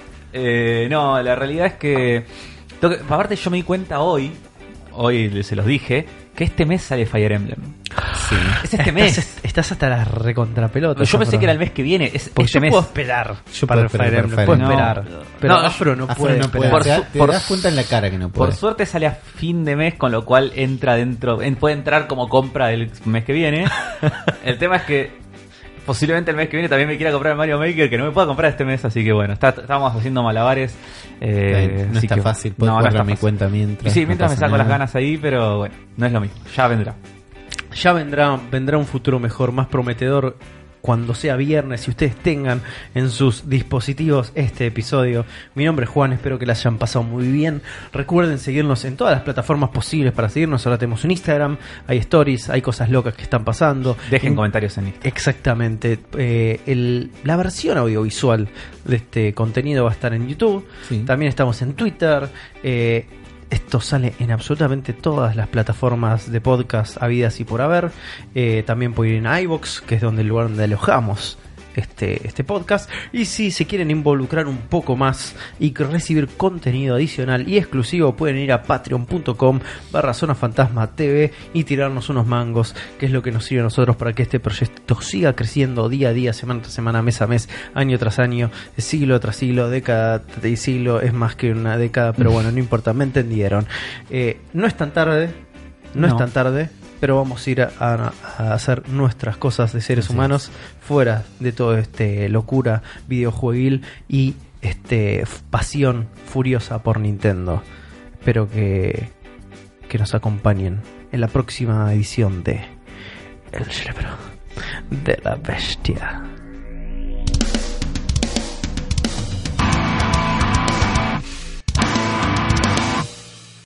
No, la realidad es que aparte yo me di cuenta hoy se los dije, que este mes sale Fire Emblem. Sí. Es este mes. Estás hasta la recontrapelotas. Yo pensé Afro. que era el mes que viene, es Porque este yo mes. puedo esperar Yo para puedo el Fire esperar Emblem. para Puedo Fire esperar. Emblem. Pero No, Afro no Afro puede no esperar. puede. Por Te su- das cuenta en la cara que no puede. Por suerte sale a fin de mes, con lo cual entra puede entrar como compra del mes que viene. El tema es que posiblemente el mes que viene también me quiera comprar el Mario Maker, que no me pueda comprar este mes, así que bueno, estábamos haciendo malabares. No así está que- fácil, puedo no, no guardar está mi fácil. cuenta mientras. Sí, mientras no me pasa saco las nada. ganas ahí, pero bueno, no es lo mismo, ya vendrá. Ya vendrá un futuro mejor, más prometedor, cuando sea viernes y ustedes tengan en sus dispositivos este episodio. Mi nombre es Juan, espero que la hayan pasado muy bien. Recuerden seguirnos en todas las plataformas posibles para seguirnos. Ahora tenemos un Instagram, hay stories, hay cosas locas que están pasando. Dejen comentarios en Instagram. Exactamente. La versión audiovisual de este contenido va a estar en YouTube. Sí. También estamos en Twitter. Esto sale en absolutamente todas las plataformas de podcast habidas y por haber. También pueden ir en iVoox, que es donde el lugar donde alojamos este podcast. Y si se quieren involucrar un poco más y recibir contenido adicional y exclusivo, pueden ir a patreon.com/Zona Fantasma TV y tirarnos unos mangos, que es lo que nos sirve a nosotros para que este proyecto siga creciendo día a día, semana tras semana, mes a mes, año tras año, siglo tras siglo, década y siglo. Es más que una década, pero bueno, no importa, me entendieron. No es tan tarde, no es tan tarde, pero vamos a ir a hacer nuestras cosas de seres Así humanos fuera de todo este locura videojueguil y pasión furiosa por Nintendo. Espero que nos acompañen en la próxima edición de El Cerebro de la Bestia.